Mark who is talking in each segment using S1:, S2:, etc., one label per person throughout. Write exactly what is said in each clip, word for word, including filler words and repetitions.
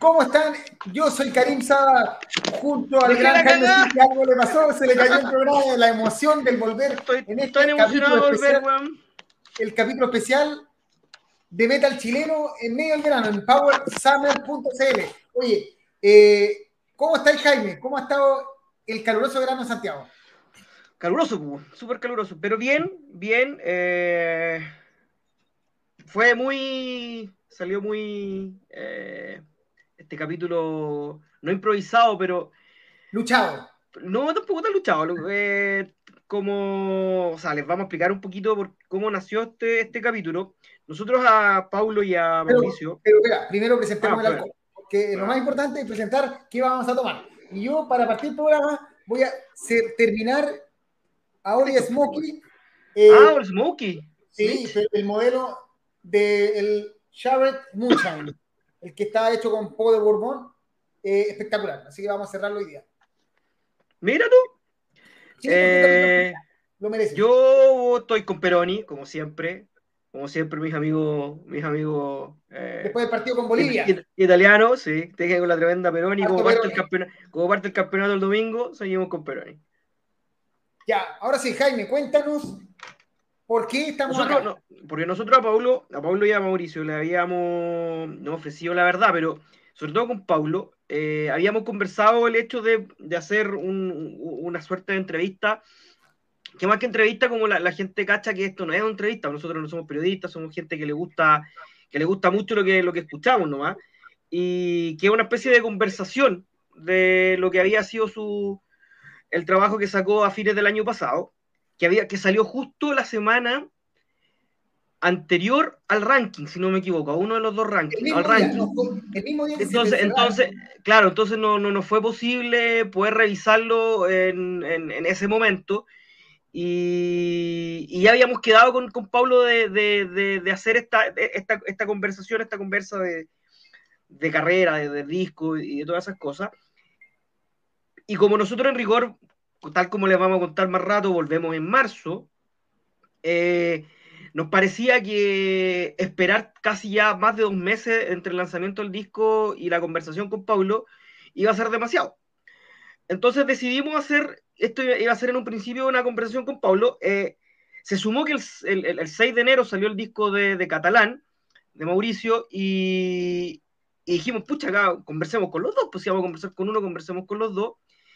S1: ¿Cómo están? Yo soy Karim Saba, junto al gran Jaime Cid, algo le pasó, se le cayó el programa, la emoción del volver
S2: estoy,
S1: en este
S2: estoy emocionado
S1: capítulo
S2: de volver,
S1: especial,
S2: weón.
S1: el capítulo especial de Metal Chileno en medio del verano, en power summer punto c l. Oye, eh, ¿cómo estáis, Jaime? ¿Cómo ha estado el caluroso verano en Santiago?
S2: Caluroso, súper caluroso, pero bien, bien. Eh, fue muy, salió muy, eh, este capítulo, no improvisado, pero
S1: Luchado.
S2: no tampoco tan luchado. Eh, como, o sea, les vamos a explicar un poquito por cómo nació este, este capítulo. Nosotros a Paulo y a
S1: Pero,
S2: Mauricio.
S1: pero mira, primero presentemos
S2: Ah,
S1: el
S2: bueno.
S1: alcohol, porque lo más importante es presentar qué vamos a tomar. Y yo, para partir del programa, voy a ser, terminar Audi Smoky.
S2: Ah,
S1: Eh,
S2: el Smokey.
S1: sí,
S2: Mitch.
S1: pero el modelo del Charlotte Moonshine, el que está hecho con poco de Bourbon, eh, espectacular. Así que vamos a cerrarlo hoy día.
S2: Mira tú.
S1: Sí, porque un capítulo
S2: Eh,
S1: especial, lo merece.
S2: yo estoy con Peroni, como siempre. Como siempre, mis amigos, mis amigos eh,
S1: Después del partido con
S2: it-
S1: Bolivia,
S2: it- italianos, sí, te quedan con la tremenda Peroni. Como
S1: harto
S2: parte, el
S1: Peroni.
S2: campeonato, como parte del campeonato el domingo, seguimos con Peroni.
S1: Ya, ahora sí, Jaime, cuéntanos por qué estamos
S2: Nosotros,
S1: acá.
S2: no, porque nosotros a Paulo, a Paulo y a Mauricio le habíamos no ofrecido la verdad, pero sobre todo con Paulo, eh, habíamos conversado el hecho de, de hacer un- una suerte de entrevista, que más que entrevista, como la, la gente cacha que esto no es una entrevista, nosotros no somos periodistas, somos gente que le gusta, que le gusta mucho lo que, lo que escuchamos nomás, y que es una especie de conversación de lo que había sido su, el trabajo que sacó a fines del año pasado, que, había, que salió justo la semana anterior al ranking, si no me equivoco, a uno de los dos
S1: El
S2: rankings, al
S1: mismo día,
S2: ranking.
S1: no, el mismo día que se
S2: Entonces,
S1: cerraron.
S2: entonces, claro, entonces no, no, no fue posible poder revisarlo en, en, en ese momento. Y, y, ya habíamos quedado con, con Pablo de, de, de, de hacer esta, esta, esta, conversación, esta conversa de, de carrera, de, de disco y de todas esas cosas. Y como nosotros en rigor, tal como les vamos a contar más rato, volvemos en marzo, eh, nos parecía que esperar casi ya más de dos meses entre el lanzamiento del disco y la conversación con Pablo iba a ser demasiado. Entonces decidimos hacer, esto iba a ser en un principio una conversación con Pablo. Eh, se sumó que el, el, el, seis de enero salió el disco de, de Catalán, de Mauricio, y, y dijimos, pucha, acá conversemos con los dos, pues si vamos a conversar con uno, conversemos con los dos.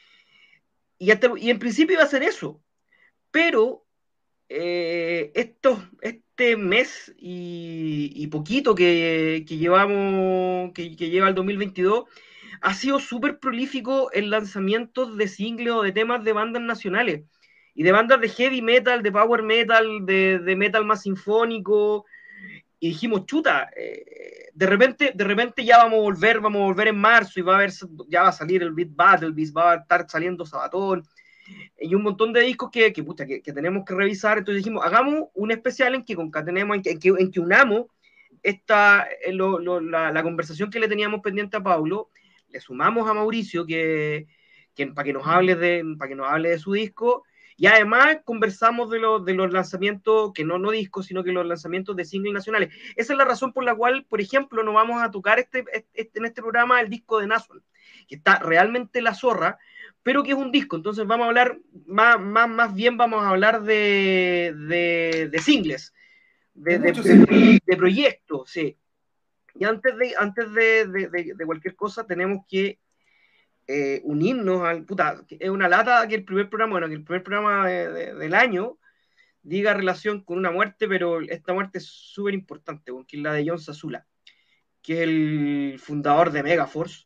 S2: Y, hasta, y en principio iba a ser eso, pero eh, esto, este mes y, y poquito que, que llevamos, que, que, lleva el dos mil veintidós, ha sido súper prolífico en lanzamientos de singles o de temas de bandas nacionales y de bandas de heavy metal, de power metal, de, de metal más sinfónico. Y dijimos, chuta, eh, de repente, de repente ya vamos a volver, vamos a volver en marzo y va a haber, ya va a salir el Beat Battle, va a estar saliendo Sabatón y un montón de discos que, que, pucha, que, que tenemos que revisar. Entonces dijimos, hagamos un especial en que concatenemos, en que, en que, en que unamos esta, lo, lo, la, la conversación que le teníamos pendiente a Paulo, le sumamos a Mauricio que, que para que nos hable de para que nos hable de su disco, y además conversamos de, lo, de los lanzamientos, que no, no discos, sino que los lanzamientos de singles nacionales. Esa es la razón por la cual, por ejemplo, no vamos a tocar este, este, en este programa el disco de Nason, que está realmente la zorra, pero que es un disco. Entonces vamos a hablar, más, más, más bien vamos a hablar de, de, de singles, de, de, de, de proyectos, sí. Y antes de, antes de, de, de, de cualquier cosa tenemos que eh, unirnos al... Puta, es una lata que el primer programa, bueno, que el primer programa de, de, del año diga relación con una muerte, pero esta muerte es súper importante, que es la de John Sazula, que es el fundador de Megaforce,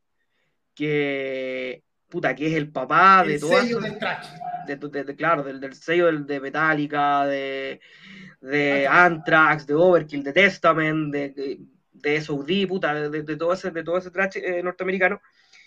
S2: que, puta, que es el papá
S1: El
S2: de todas...
S1: sello del trash.
S2: De, de, de, claro, del, del sello del, de Metallica, de, de Anthrax, de Overkill, de Testament, de, de, de S O D, puta, de, de, todo ese, de todo ese trash eh, norteamericano.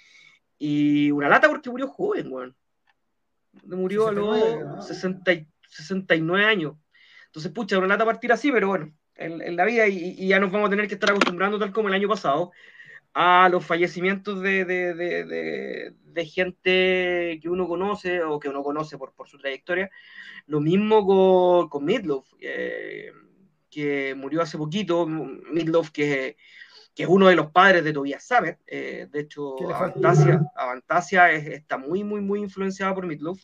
S2: Y una lata porque murió joven, weón. Murió a
S1: sesenta y nueve,
S2: los
S1: ¿no?
S2: sesenta, sesenta y nueve años. Entonces, pucha, una lata partir así, pero bueno, en, en la vida, y, y, ya nos vamos a tener que estar acostumbrando, tal como el año pasado, a los fallecimientos de, de, de, de, de gente que uno conoce o que uno conoce por, por su trayectoria. Lo mismo con, con Meatloaf, eh, que murió hace poquito. Meatloaf, que, que es uno de los padres de Tobias Sammet. Eh, de hecho, Avantasia, Avantasia es, está muy, muy, muy influenciada por Meatloaf.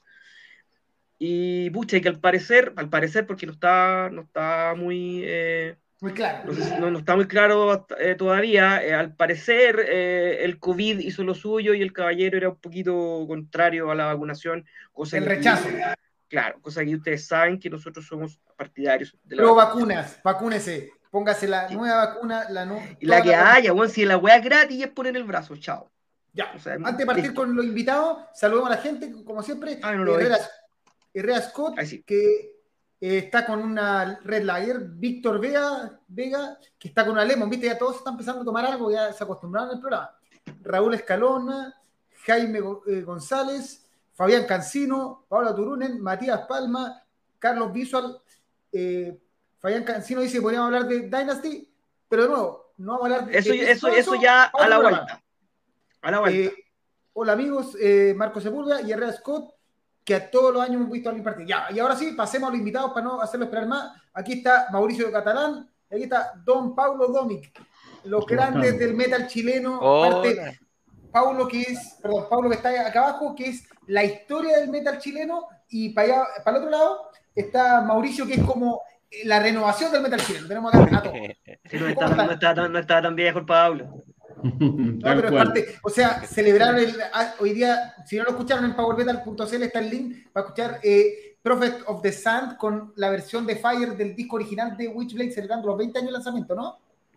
S2: Y pucha, y que al parecer, al parecer, porque no está, no está muy, eh,
S1: muy claro.
S2: No, no, no está muy claro eh, todavía. Eh, al parecer, eh, el COVID hizo lo suyo y el caballero era un poquito contrario a la vacunación. Cosa
S1: el
S2: que,
S1: rechazo.
S2: Claro, cosa que ustedes saben que nosotros somos partidarios
S1: de la Pro vacunas, vacúnese. Póngase la sí. nueva vacuna. La nu
S2: y la que la haya, bueno, si la weá es gratis es poner el brazo, chao.
S1: Ya, o sea, antes de partir listo. Con los invitados, saludemos a la gente, como siempre.
S2: Ah, no
S1: Herrera, Herrera Scott, sí. que eh, está con una Red Lager. Víctor Vega, Vega, que está con una Lemon. Viste, ya todos están empezando a tomar algo, ya se acostumbraron al programa. Raúl Escalona, Jaime eh, González, Fabián Cancino, Paola Turunen, Matías Palma, Carlos Visual. Eh, Fabián Cancino dice que podríamos hablar de Dynasty, pero de nuevo, no vamos a hablar de
S2: eso.
S1: de
S2: eso, eso, eso ya a la vuelta. A la vuelta.
S1: Eh, hola amigos, eh, Marco Sepúlveda y Herrera Scott, que a todos los años hemos visto a alguien partir. Ya, y ahora sí, pasemos a los invitados para no hacerlo esperar más. Aquí está Mauricio de Catalán, y aquí está Don Paulo Domic, los grandes del metal chileno. Parte Paulo, que es, perdón, Paulo que está acá abajo, que es la historia del metal chileno, y para allá, para el otro lado, está Mauricio, que es como la renovación del metal chileno. Tenemos acá a todos.
S2: Sí, no, está, no, está tan, no está tan viejo el Pablo.
S1: No, pero es parte, o sea, celebraron el, hoy día, si no lo escucharon en power metal punto c l está el link para escuchar eh, Prophet of the Sand con la versión de Fire del disco original de Witchblade, celebrando los veinte años de lanzamiento, ¿no?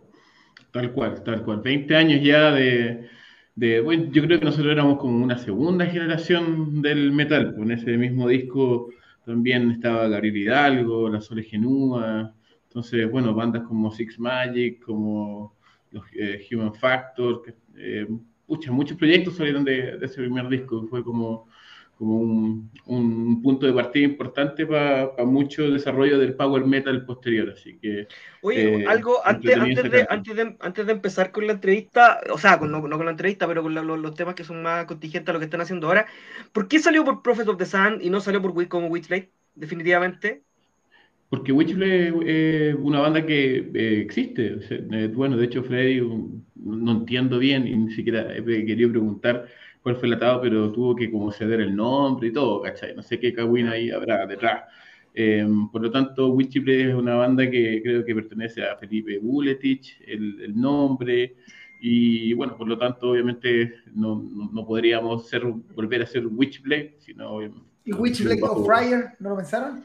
S3: Tal cual, tal cual, veinte años ya de, de bueno, yo creo que nosotros éramos como una segunda generación del metal, con ese mismo disco también estaba Gabriel Hidalgo, La Sole Genúa, entonces, bueno, bandas como Six Magic, como los eh, Human Factor, que, eh, pucha, muchos proyectos salieron de, de ese primer disco, fue como, como un, un punto de partida importante para pa mucho desarrollo del power metal posterior, así que...
S2: Oye, eh, algo antes, antes, de, antes, de, antes de empezar con la entrevista, o sea, con, no, no con la entrevista, pero con la, los, los temas que son más contingentes a lo que están haciendo ahora, ¿por qué salió por Prophet of the Sun y no salió por Witch como Witchblade? Definitivamente.
S3: Porque Witchblade es eh, una banda que eh, existe. O sea, eh, bueno, de hecho, Freddy, un, no entiendo bien y ni siquiera he querido preguntar cuál fue el atado, pero tuvo que como ceder el nombre y todo, ¿cachai? No sé qué cagüín ahí habrá detrás. Eh, por lo tanto, Witchblade es una banda que creo que pertenece a Felipe Buletich, el, el nombre, y bueno, por lo tanto, obviamente no, no, no podríamos ser, volver a ser Witchblade, sino...
S1: ¿Y Witchblade of Fire? ¿No lo pensaron?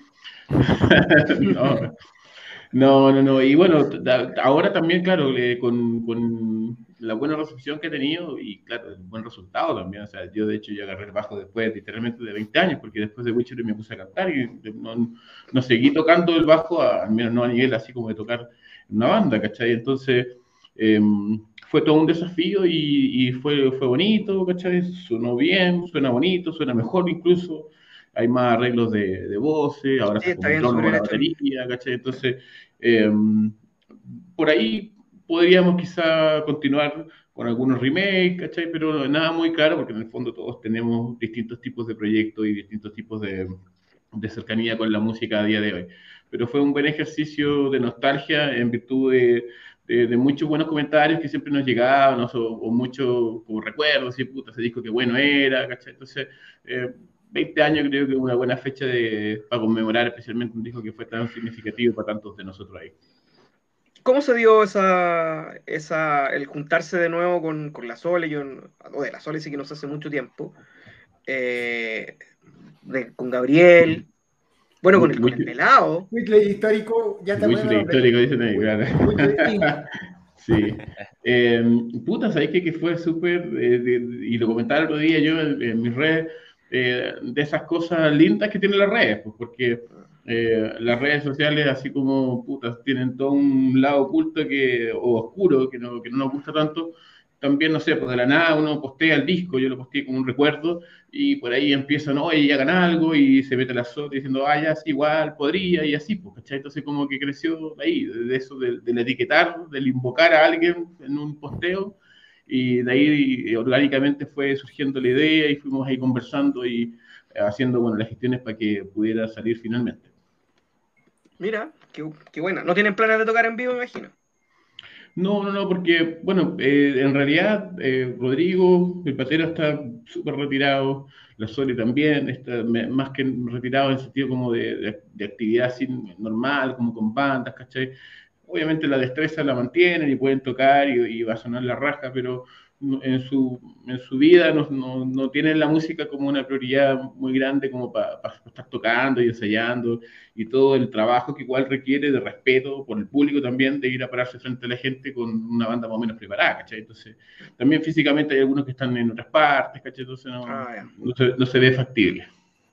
S3: no, no, no, no. Y bueno, da, ahora también, claro, eh, con, con la buena recepción que he tenido y, claro, el buen resultado también. O sea, yo, de hecho, yo agarré el bajo después, literalmente, de veinte años, porque después de Witcher me puse a cantar y no, no seguí tocando el bajo, a, al menos no a nivel así como de tocar en una banda, ¿cachai? Entonces, eh, fue todo un desafío y, y fue, fue bonito, ¿cachai? Sonó bien, suena bonito, suena mejor incluso. Hay más arreglos de, de voces, ahora
S2: sí,
S3: se controla la batería, ¿cachai? Entonces, eh, por ahí podríamos quizá continuar con algunos remakes, ¿cachai? Pero nada muy claro, porque en el fondo todos tenemos distintos tipos de proyectos y distintos tipos de, de cercanía con la música a día de hoy. Pero fue un buen ejercicio de nostalgia en virtud de, de, de muchos buenos comentarios que siempre nos llegaban, o, o muchos como recuerdos, y puta, ese disco que bueno era, ¿cachai? Entonces, eh, veinte años creo que es una buena fecha de, para conmemorar especialmente un disco que fue tan significativo para tantos de nosotros ahí.
S2: ¿Cómo se dio esa, esa, el juntarse de nuevo con, con la Sole? Yo, o de la Sole sí que nos hace mucho tiempo. Eh, de, con Gabriel. Bueno, con el, con el pelado.
S1: Whitley histórico, ya te
S3: Whitley histórico, dicen ahí, claro. Sí. Eh, puta, ¿sabes qué? Que fue súper, eh, y lo comentaba el otro día yo en, en mis redes, eh, de esas cosas lindas que tienen las redes, pues porque eh, las redes sociales, así como putas, tienen todo un lado oculto que, o oscuro que no, que no nos gusta tanto. También, no sé, pues de la nada uno postea el disco, yo lo posteé como un recuerdo, y por ahí empiezan, oye, ya hagan algo, y se mete la sola diciendo, ah, ya, sí, igual, podría, y así, pues, ¿cachai? Entonces como que creció ahí, de eso, del, del etiquetar, del invocar a alguien en un posteo, y de ahí orgánicamente fue surgiendo la idea, y fuimos ahí conversando y haciendo, bueno, las gestiones para que pudiera salir finalmente.
S2: Mira, qué, qué buena. ¿No tienen planes de tocar en vivo, me imagino?
S3: No, no, no, porque, bueno, eh, en realidad eh, Rodrigo, el patero, está súper retirado, la Sole también, está me- más que retirado en el sentido como de, de- de actividad así normal, como con bandas, ¿cachai? Obviamente la destreza la mantienen y pueden tocar y, y va a sonar la raja, pero no- en su, en su vida no, no, no tienen la música como una prioridad muy grande como para estar tocando y ensayando y todo el trabajo que igual requiere de respeto por el público también, de ir a pararse frente a la gente con una banda más o menos preparada, ¿cachai? Entonces, también físicamente hay algunos que están en otras partes, ¿cachai? Entonces no,
S2: Ah, ya.
S3: no, se, no se ve factible.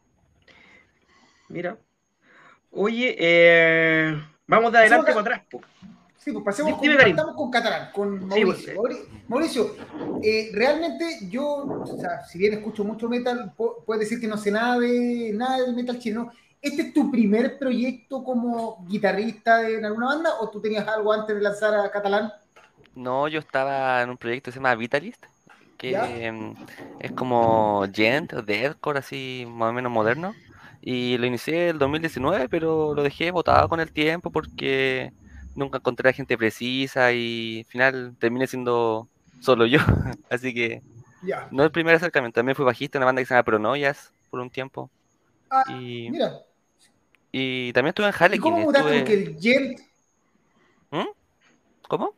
S2: Mira. Oye, eh, vamos de
S1: Pasemos
S2: adelante
S1: acá.
S2: para atrás, po.
S1: Sí, pues pasemos
S2: Di-
S1: con,
S2: Dime, Karim.
S1: partamos con Catalán, con
S2: Sí, pues,
S1: Mauricio.
S2: eh,
S1: Mauri- Mauricio, eh, realmente yo, o sea, si bien escucho mucho metal, pu- puedes decir que no sé nada de nada del metal chileno. ¿Este es tu primer proyecto como guitarrista de- en alguna banda o tú tenías algo antes de lanzar a Catalán?
S4: No, yo estaba en un proyecto que se llama Vitalist,
S1: ¿Ya?
S4: que mm, es como Gent o Deathcore, así más o menos moderno. Y lo inicié el dos mil diecinueve, pero lo dejé botado con el tiempo porque nunca encontré a gente precisa y al final terminé siendo solo yo. Así que
S1: Ya.
S4: no el primer acercamiento. También fui bajista en una banda que se llama Pronoias por un tiempo.
S1: Ah,
S4: Y,
S1: mira.
S4: y también estuve en
S1: ¿Y
S4: Harlequin.
S1: cómo mutaste? Porque
S4: Estuve.
S1: el Gent,
S4: ¿Mm? ¿Cómo?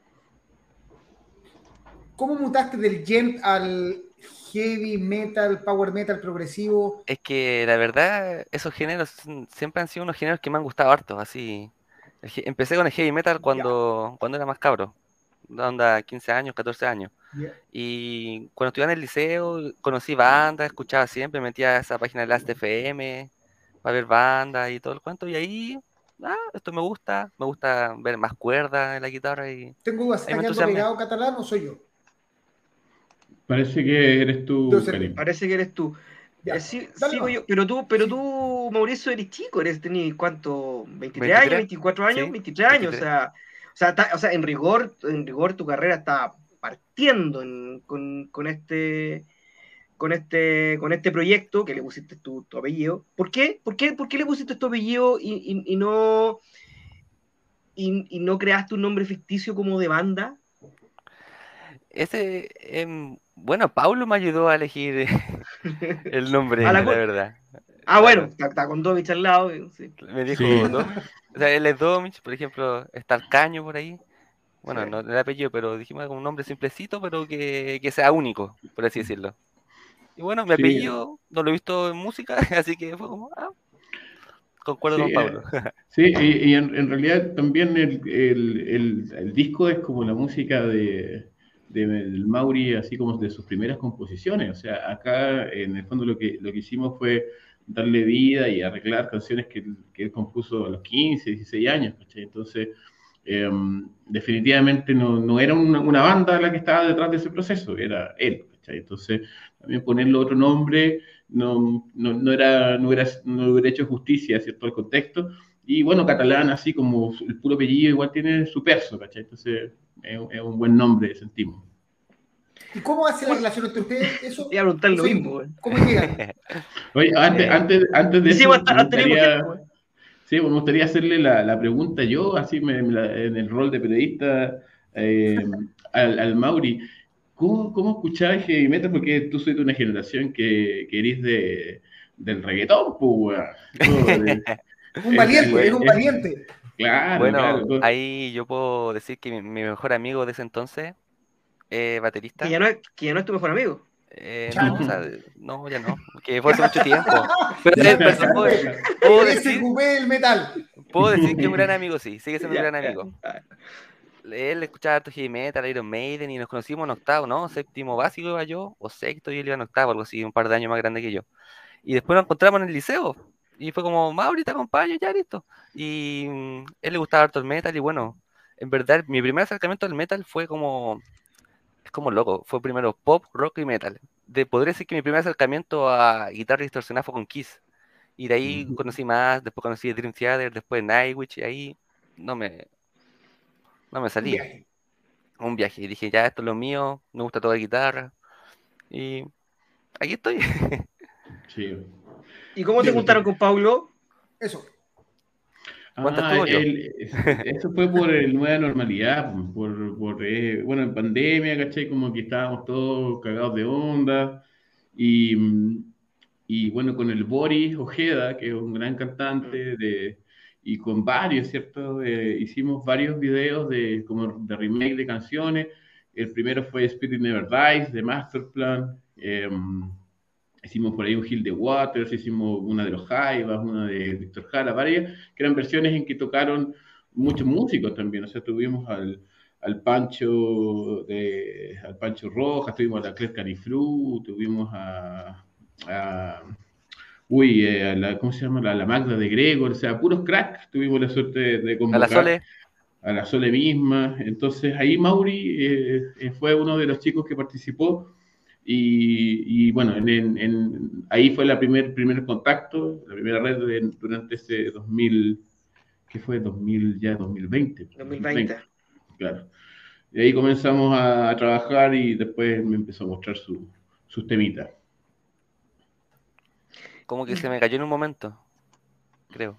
S1: ¿cómo mutaste del Gent al heavy metal, power metal progresivo?
S4: Es que la verdad, esos géneros son- siempre han sido unos géneros que me han gustado harto. Así, el he- empecé con el heavy metal
S1: Ya.
S4: cuando, cuando era más cabro, onda quince años, catorce años.
S1: Ya.
S4: Y cuando estuve en el liceo, conocí bandas, escuchaba siempre, metía a esa página de Last F M para ver bandas y todo el cuento. Y ahí, ah, esto me gusta, me gusta ver más cuerdas en la guitarra y
S1: Tengo dudas, ¿se
S4: ahí
S1: está
S4: me
S1: quedando
S4: entusiasmé.
S1: pegado catalán o soy yo?
S3: Parece que eres
S1: Debo
S3: tú,
S1: ser yo.
S3: Karim.
S2: parece que eres tú. Eh,
S1: Ya.
S2: sí,
S1: Dale
S2: sigo
S1: más.
S2: yo, pero tú, pero
S1: Sí.
S2: tú, Mauricio, eres chico, eres, tenés, ¿cuánto? ¿veintitrés años,
S4: ¿veintitrés?
S2: veinticuatro años?
S4: Sí,
S2: veintitrés años, o
S4: veintitrés.
S2: sea, o sea, ta- o sea, en rigor, en rigor tu carrera está partiendo en- con, con este, con este, con este proyecto que le pusiste tu, tu apellido. ¿Por qué? ¿Por qué? ¿Por qué le pusiste tu apellido y, y- y no, y, y no creaste un nombre ficticio como de banda?
S4: Ese, em, bueno, Paulo me ayudó a elegir el
S2: A la
S4: nombre, la
S2: cu-
S4: verdad.
S2: ah, bueno,
S4: Claro,
S2: está, está con Dovich al lado, eh, sí.
S4: me dijo
S3: Sí,
S4: Domich. O sea, él es Domich, por ejemplo, está el Caño por ahí.
S2: Sí.
S4: Bueno, no el apellido, pero dijimos un nombre simplecito, pero que, que sea único, por así decirlo. Y bueno, mi
S3: sí,
S4: apellido no lo he visto en música, así que fue como, ah, concuerdo
S3: sí,
S4: con
S3: eh,
S4: Pablo.
S3: sí, y, y en, en realidad también el, el- el- el disco es como la música de, de- del Mauri, así como de sus primeras composiciones. O sea, acá en el fondo lo que, lo que hicimos fue darle vida y arreglar canciones que, él- que él compuso a los quince, dieciséis años, ¿cachai? Entonces, eh, definitivamente no, no era una, una banda la que estaba detrás de ese proceso, era él, ¿cachai? Entonces, también ponerle otro nombre no, no, no, era, no, hubiera, no hubiera hecho justicia, ¿cierto?, al contexto. Y bueno, catalán, así como el puro apellido, igual tiene su perso, ¿cachai? Entonces, es, es un buen nombre, sentimos.
S1: ¿Y cómo hace la
S2: Uy,
S1: relación entre ustedes?
S2: te iba
S1: Eso,
S2: a preguntar lo
S1: eso
S2: mismo,
S1: mismo.
S2: güey.
S1: ¿Cómo llegan?
S3: Oye, antes,
S4: Eh,
S3: antes, antes de
S2: Hicimos
S3: eso,
S2: hasta,
S3: me
S2: hasta el mismo
S3: gustaría,
S2: tiempo, güey.
S3: sí, me gustaría hacerle la, la pregunta yo, así me, me la- en el rol de periodista, eh, al, al Mauri. ¿Cómo, cómo escuchabas heavy metal? Porque tú soy de una generación que, que eres de, del reggaetón, pues, weón. Tú, de-
S1: Un
S3: es-
S1: valiente, es
S4: bueno,
S1: un
S3: es- es-
S1: valiente.
S3: claro,
S4: bueno,
S3: claro. tú-
S4: ahí yo puedo decir que mi, mi mejor amigo de ese entonces, eh,
S2: Que
S4: baterista.
S2: ya no es, que ya no es tu mejor amigo.
S4: Eh, no, o
S1: Chan.
S4: sea, no, ya no, que fue hace mucho tiempo. Pero,
S1: Ya
S4: eh, pero
S1: empecé
S4: te
S1: a
S4: puedo,
S1: comer.
S4: puedo
S1: El ese
S4: decir,
S1: cupé del metal.
S4: puedo decir que es un gran amigo, sí, sigue siendo un
S2: Ya,
S4: gran
S2: ya.
S4: amigo. Él escuchaba harto heavy metal, Iron Maiden, y nos conocimos en octavo, ¿no? Séptimo básico iba yo, o sexto, y él iba en octavo, algo así, un par de años más grande que yo. Y después nos encontramos en el liceo, y fue como, Mauri, te acompaño, ya listo. Y mm, él le gustaba harto el metal, y bueno, en verdad, mi primer acercamiento al metal fue como, es como loco, fue primero pop, rock y metal. De, podría decir que mi primer acercamiento a guitarra distorsionada fue con Kiss. Y de ahí conocí más, después conocí Dream Theater, después Nightwish, y ahí no me, no me
S1: Un
S4: salí.
S1: viaje.
S4: Un viaje. Y dije, ya, esto es lo mío, me gusta tocar guitarra. Y aquí estoy.
S3: Sí,
S2: ¿Y cómo te
S3: sí, pues sí.
S2: juntaron con Paulo?
S1: Eso.
S4: ¿Cuántas
S3: Ah,
S4: tuvo yo?
S3: el- eso fue por el nueva normalidad, por, por, eh, bueno, en pandemia, ¿cachai? Como que estábamos todos cagados de onda y, mm, y bueno, con el Boris Ojeda, que es un gran cantante, de, y con varios, ¿cierto? Eh, hicimos varios videos de, como de remake de canciones. El primero fue Spirit Never Dies, de Masterplan. em, Hicimos por ahí un Hill de Waters, hicimos una de los Jaivas, una de Víctor Jara, varias, que eran versiones en que tocaron muchos músicos también. O sea, tuvimos al, al Pancho de, al Pancho Rojas, tuvimos a la Claire Caniflu, tuvimos a, a uy, eh, a la, ¿cómo se llama? La, la Magda de Gregor, o sea, puros cracks tuvimos la suerte de, de
S4: ¿A la
S3: convocar
S4: Sole?
S3: a la Sole misma. Entonces ahí Mauri eh, eh, fue uno de los chicos que participó y, y bueno, en, en, en, ahí fue el primer, primer contacto, la primera red de, durante ese dos mil, ¿qué fue? dos mil, ya dos mil veinte,
S2: dos mil
S3: dos mil veinte,
S2: veinte.
S3: claro. Y ahí comenzamos a, a trabajar y después me empezó a mostrar su, sus temitas.
S4: Como que se me cayó en un momento, creo.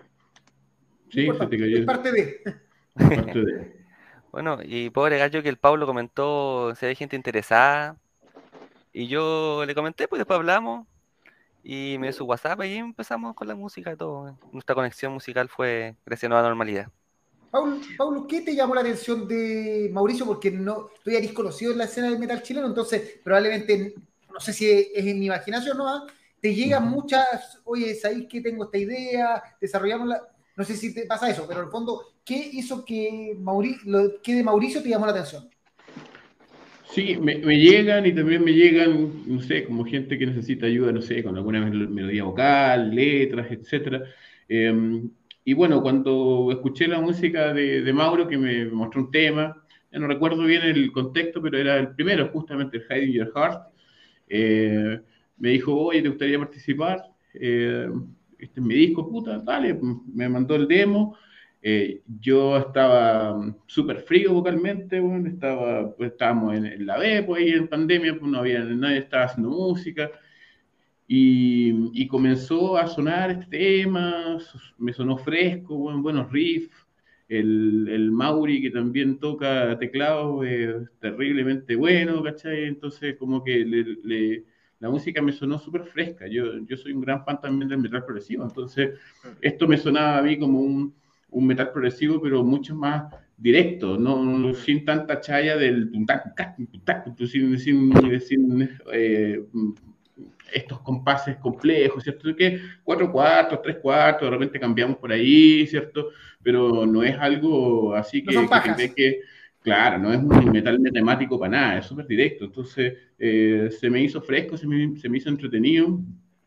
S1: No
S3: Sí, se
S1: importa,
S3: te cayó.
S1: es parte de.
S3: Parte de...
S4: Bueno, y puedo agregar yo que el Pablo comentó si hay gente interesada. Y yo le comenté, pues después hablamos. Y me dio su WhatsApp y empezamos con la música y todo. Nuestra conexión musical fue gracias a nueva normalidad.
S1: Paulo, Paulo, ¿qué te llamó la atención de Mauricio? Porque no, tú ya eres conocido en la escena del metal chileno, entonces probablemente, no sé si es, es en mi imaginación, ¿no? Te llegan muchas, oye, ¿sabéis que tengo esta idea? Desarrollamos la... No sé si te pasa eso, pero en el fondo, ¿qué hizo que, Mauri, lo, que de Mauricio te llamó la atención?
S3: Sí, me, me llegan y también me llegan, no sé, como gente que necesita ayuda, no sé, con alguna mel- melodía vocal, letras, etcétera. Eh, y bueno, cuando escuché la música de, de Mauro, que me mostró un tema, ya no recuerdo bien el contexto, pero era el primero, justamente el Hiding Your Heart, eh, me dijo, oye, ¿te gustaría participar? Eh, este es mi disco, puta, dale, me mandó el demo. Eh, yo estaba mm, súper frío vocalmente, bueno, estaba, pues, estábamos en, en la B, pues ahí en pandemia, pues no había, nadie estaba haciendo música, y, y comenzó a sonar este tema, me sonó fresco, bueno, buenos riffs, el, el Mauri que también toca teclado es terriblemente bueno, ¿cachai? Entonces como que le, le, la música me sonó súper fresca, yo, yo soy un gran fan también del metal progresivo, entonces esto me sonaba a mí como un, un metal progresivo, pero mucho más directo, no, no sin tanta chaya del sin, sin, sin eh, estos compases complejos, ¿cierto? Que cuatro cuartos, tres cuartos, de repente cambiamos por ahí, ¿cierto? Pero no es algo así
S1: No son
S3: que, que tenga
S1: pajas.
S3: que, claro, no es un metal matemático para nada, es súper directo. Entonces, eh, se me hizo fresco, se me, se me hizo entretenido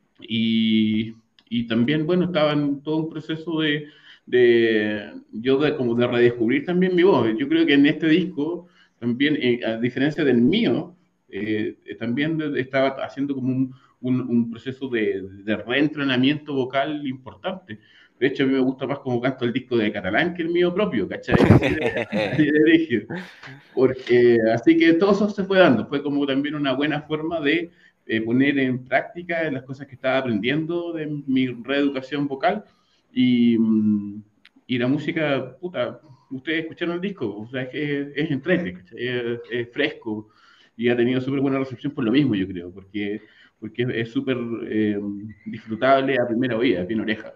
S3: y, y también, bueno, estaba en todo un proceso de, de yo de, como de redescubrir también mi voz. Yo creo que en este disco, también, eh, a diferencia del mío, eh, también estaba haciendo como un, un, un proceso de, de, reentrenamiento vocal importante. De hecho, a mí me gusta más como canto el disco de Catalán que el mío propio, ¿cachai? Así de, así de rígido. Porque, así que todo eso se fue dando. Fue como también una buena forma de eh, poner en práctica las cosas que estaba aprendiendo de mi reeducación vocal. Y, y la música, puta, ustedes escucharon el disco, o sea, es que es, es entrete, es, es fresco y ha tenido súper buena recepción por lo mismo, yo creo, porque, porque es súper eh, disfrutable a primera oída, bien oreja.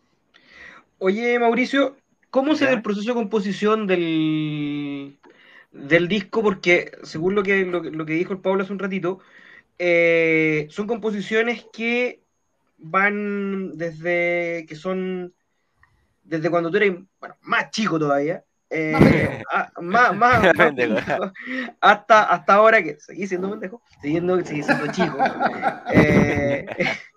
S2: Oye, Mauricio, ¿cómo se da el
S4: ¿Ya?
S2: proceso de composición del, del disco? Porque según lo que, lo, que- lo que dijo el Pablo hace un ratito, eh, son composiciones que van desde que son desde cuando tú eres bueno, más chico todavía,
S1: Más
S2: eh,
S1: pendejo.
S2: a- más, más, más
S4: Pendejo.
S2: pendejo, hasta, hasta ahora que seguí siendo pendejo, siguiendo, seguí siendo chico. Eh,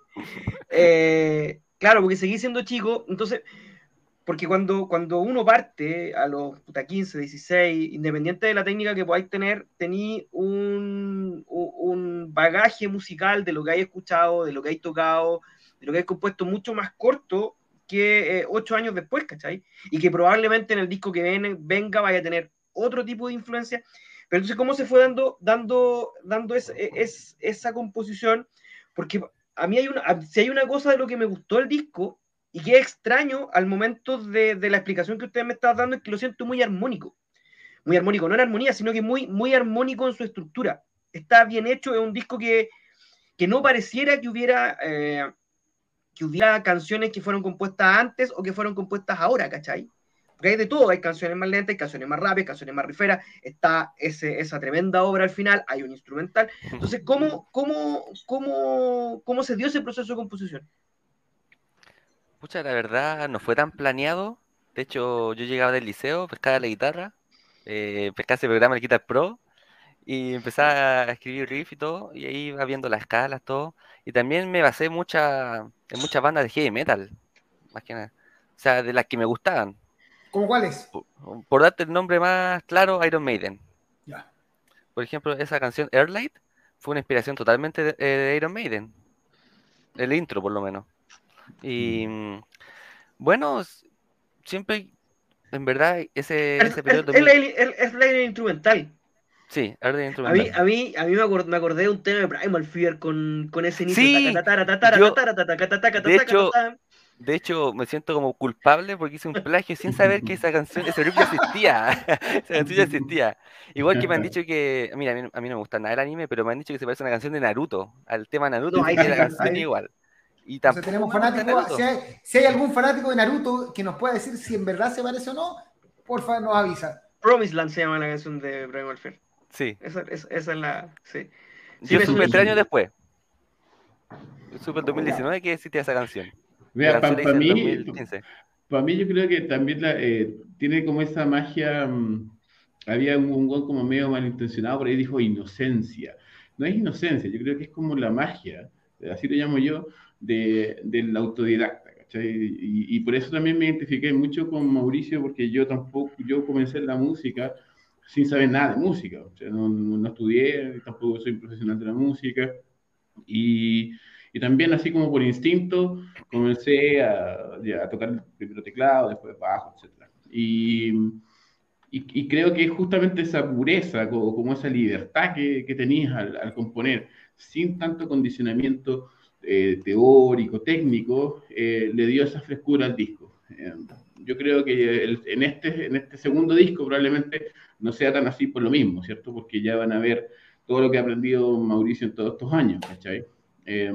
S2: eh, claro, porque seguí siendo chico, entonces, porque cuando, cuando uno parte a los puta, quince, dieciséis, independiente de la técnica que podáis tener, tení un, un bagaje musical de lo que hay escuchado, de lo que hay tocado, de lo que hay compuesto mucho más corto que eh, ocho años después, ¿cachai? Y que probablemente en el disco que ven, venga vaya a tener otro tipo de influencia. Pero entonces, ¿cómo se fue dando, dando, dando es, es, esa composición? Porque a mí hay una, si hay una cosa de lo que me gustó el disco, y que es extraño al momento de, de la explicación que usted me está dando, es que lo siento muy armónico. Muy armónico, no en armonía, sino que muy, muy armónico en su estructura. Está bien hecho, es un disco que, que no pareciera que hubiera, eh, que hubiera canciones que fueron compuestas antes o que fueron compuestas ahora, ¿cachai? Porque hay de todo, hay canciones más lentas, hay canciones más rápidas, canciones más riferas, está ese, esa tremenda obra al final, hay un instrumental. Entonces, ¿cómo, cómo, cómo, cómo se dio ese proceso de composición?
S4: Pucha, la verdad no fue tan planeado. De hecho, yo llegaba del liceo, pescaba la guitarra, eh, pescaba ese programa, el Guitar Pro, y empezaba a escribir riff y todo, y ahí iba viendo las escalas, todo. Y también me basé mucha, en muchas bandas de heavy metal, más que nada. O sea, de las que me gustaban.
S1: ¿Cómo cuáles?
S4: Por, por darte el nombre más claro, Iron Maiden.
S1: Ya.
S4: Por ejemplo, esa canción Airlight fue una inspiración totalmente de, eh, de Iron Maiden. El intro, por lo menos. Y mm, bueno, s- siempre, en verdad, ese,
S2: Es,
S4: ese
S2: es,
S4: periodo
S2: es la,
S4: dos mil...
S2: es, es la instrumental.
S4: Sí, Airlight
S2: A mí,
S4: instrumental.
S2: a mí, a mí me, acordé, me acordé de un tema de Primal Fear con, con ese inicio.
S4: Sí, yo, de hecho,
S2: Taca,
S4: de hecho, me siento como culpable porque hice un plagio sin saber que esa canción, ese riff ya existía. Esa canción ya existía. Igual que me han dicho que, mira, a mí, a mí no me gusta nada el anime, pero me han dicho que se parece a una canción de Naruto, al tema Naruto,
S2: no,
S4: dicen
S2: ahí
S4: que
S2: sí
S4: la
S2: que,
S4: canción es
S2: ahí,
S4: igual. Y
S1: Entonces
S4: tampoco
S1: tenemos
S4: me gusta
S1: fanáticos, si
S4: Naruto.
S1: hay, si hay algún fanático de Naruto que nos pueda decir si en verdad se parece o no, porfa nos avisa.
S2: Promised Land se llama la canción de Primal Fear.
S4: Sí,
S2: Esa, esa, esa es la. Sí, sí
S4: yo
S2: me
S4: supe tres
S2: suena.
S4: años después. Yo supe el
S1: Ya.
S4: dos mil diecinueve que existía esa canción. Y la
S3: Mira,
S4: canción la
S3: para
S4: hice en el
S3: mí,
S4: dos mil quince.
S3: para mí yo creo que también la, eh, tiene como esa magia, mm, había un, un gol como medio malintencionado, por ahí dijo inocencia. No es inocencia, yo creo que es como la magia, así lo llamo yo, de, del autodidacta, ¿cachai? Y, y por eso también me identifiqué mucho con Mauricio, porque yo tampoco, yo comencé en la música sin saber nada de música, o sea, no, no, no estudié, tampoco soy profesional de la música, y, y también así como por instinto comencé a, ya, a tocar primero teclado, después bajo, etcétera. Y, y, y, creo que es justamente esa pureza, como, como esa libertad que, que tenías al, al, componer, sin tanto condicionamiento eh, teórico, técnico, eh, le dio esa frescura al disco. Eh, yo creo que el, en, este, en este segundo disco probablemente no sea tan así por lo mismo, ¿cierto? Porque ya van a ver todo lo que ha aprendido Mauricio en todos estos años, ¿cachai? Eh,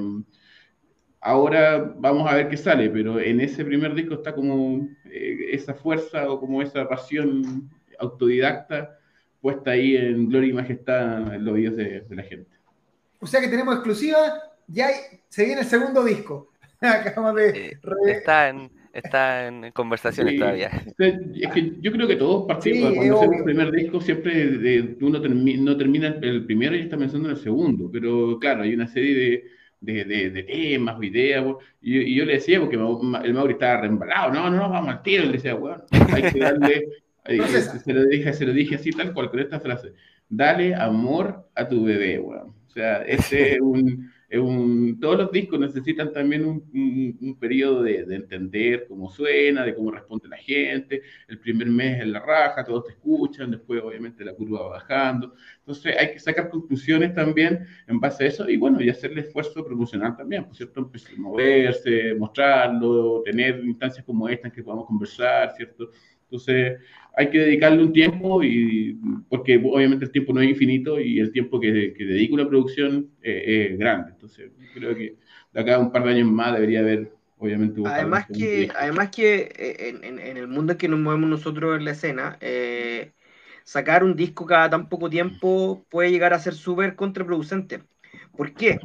S3: ahora vamos a ver qué sale, pero en ese primer disco está como eh, esa fuerza o como esa pasión autodidacta puesta ahí en gloria y majestad en los oídos de, de la gente.
S1: O sea que tenemos exclusiva, ya hay, se viene el segundo disco. Acabamos de...
S4: Eh, está en, está en conversaciones
S3: Sí,
S4: todavía.
S3: es que yo creo que todos partimos,
S1: Sí,
S3: cuando
S1: es
S3: hacemos el
S1: obvio.
S3: primer disco, siempre de, uno termi, no termina el, el primero y está pensando en el segundo, pero claro, hay una serie de, de, de, de temas o ideas, y, y, yo le decía, porque el Mauri estaba reembalado, no, no, no, vamos al tiro, y le decía, bueno, hay que darle, eh, se, lo dije, se lo dije así tal cual, con esta frase, dale amor a tu bebé, bueno. O sea, ese es un... Un, todos los discos necesitan también un, un, un periodo de, de entender cómo suena, de cómo responde la gente. El primer mes es la raja, todos te escuchan, después obviamente la curva va bajando. Entonces hay que sacar conclusiones también en base a eso y bueno, y hacerle esfuerzo promocional también, ¿por cierto? Empezar a moverse, mostrarlo, tener instancias como esta en que podamos conversar, ¿cierto? Entonces hay que dedicarle un tiempo y porque obviamente el tiempo no es infinito y el tiempo que, que dedico a una producción eh, es grande. Entonces creo que de acá a un par de años más debería haber obviamente
S2: además que además que en, en, en el mundo en que nos movemos nosotros en la escena, eh, sacar un disco cada tan poco tiempo puede llegar a ser súper contraproducente. ¿Por qué?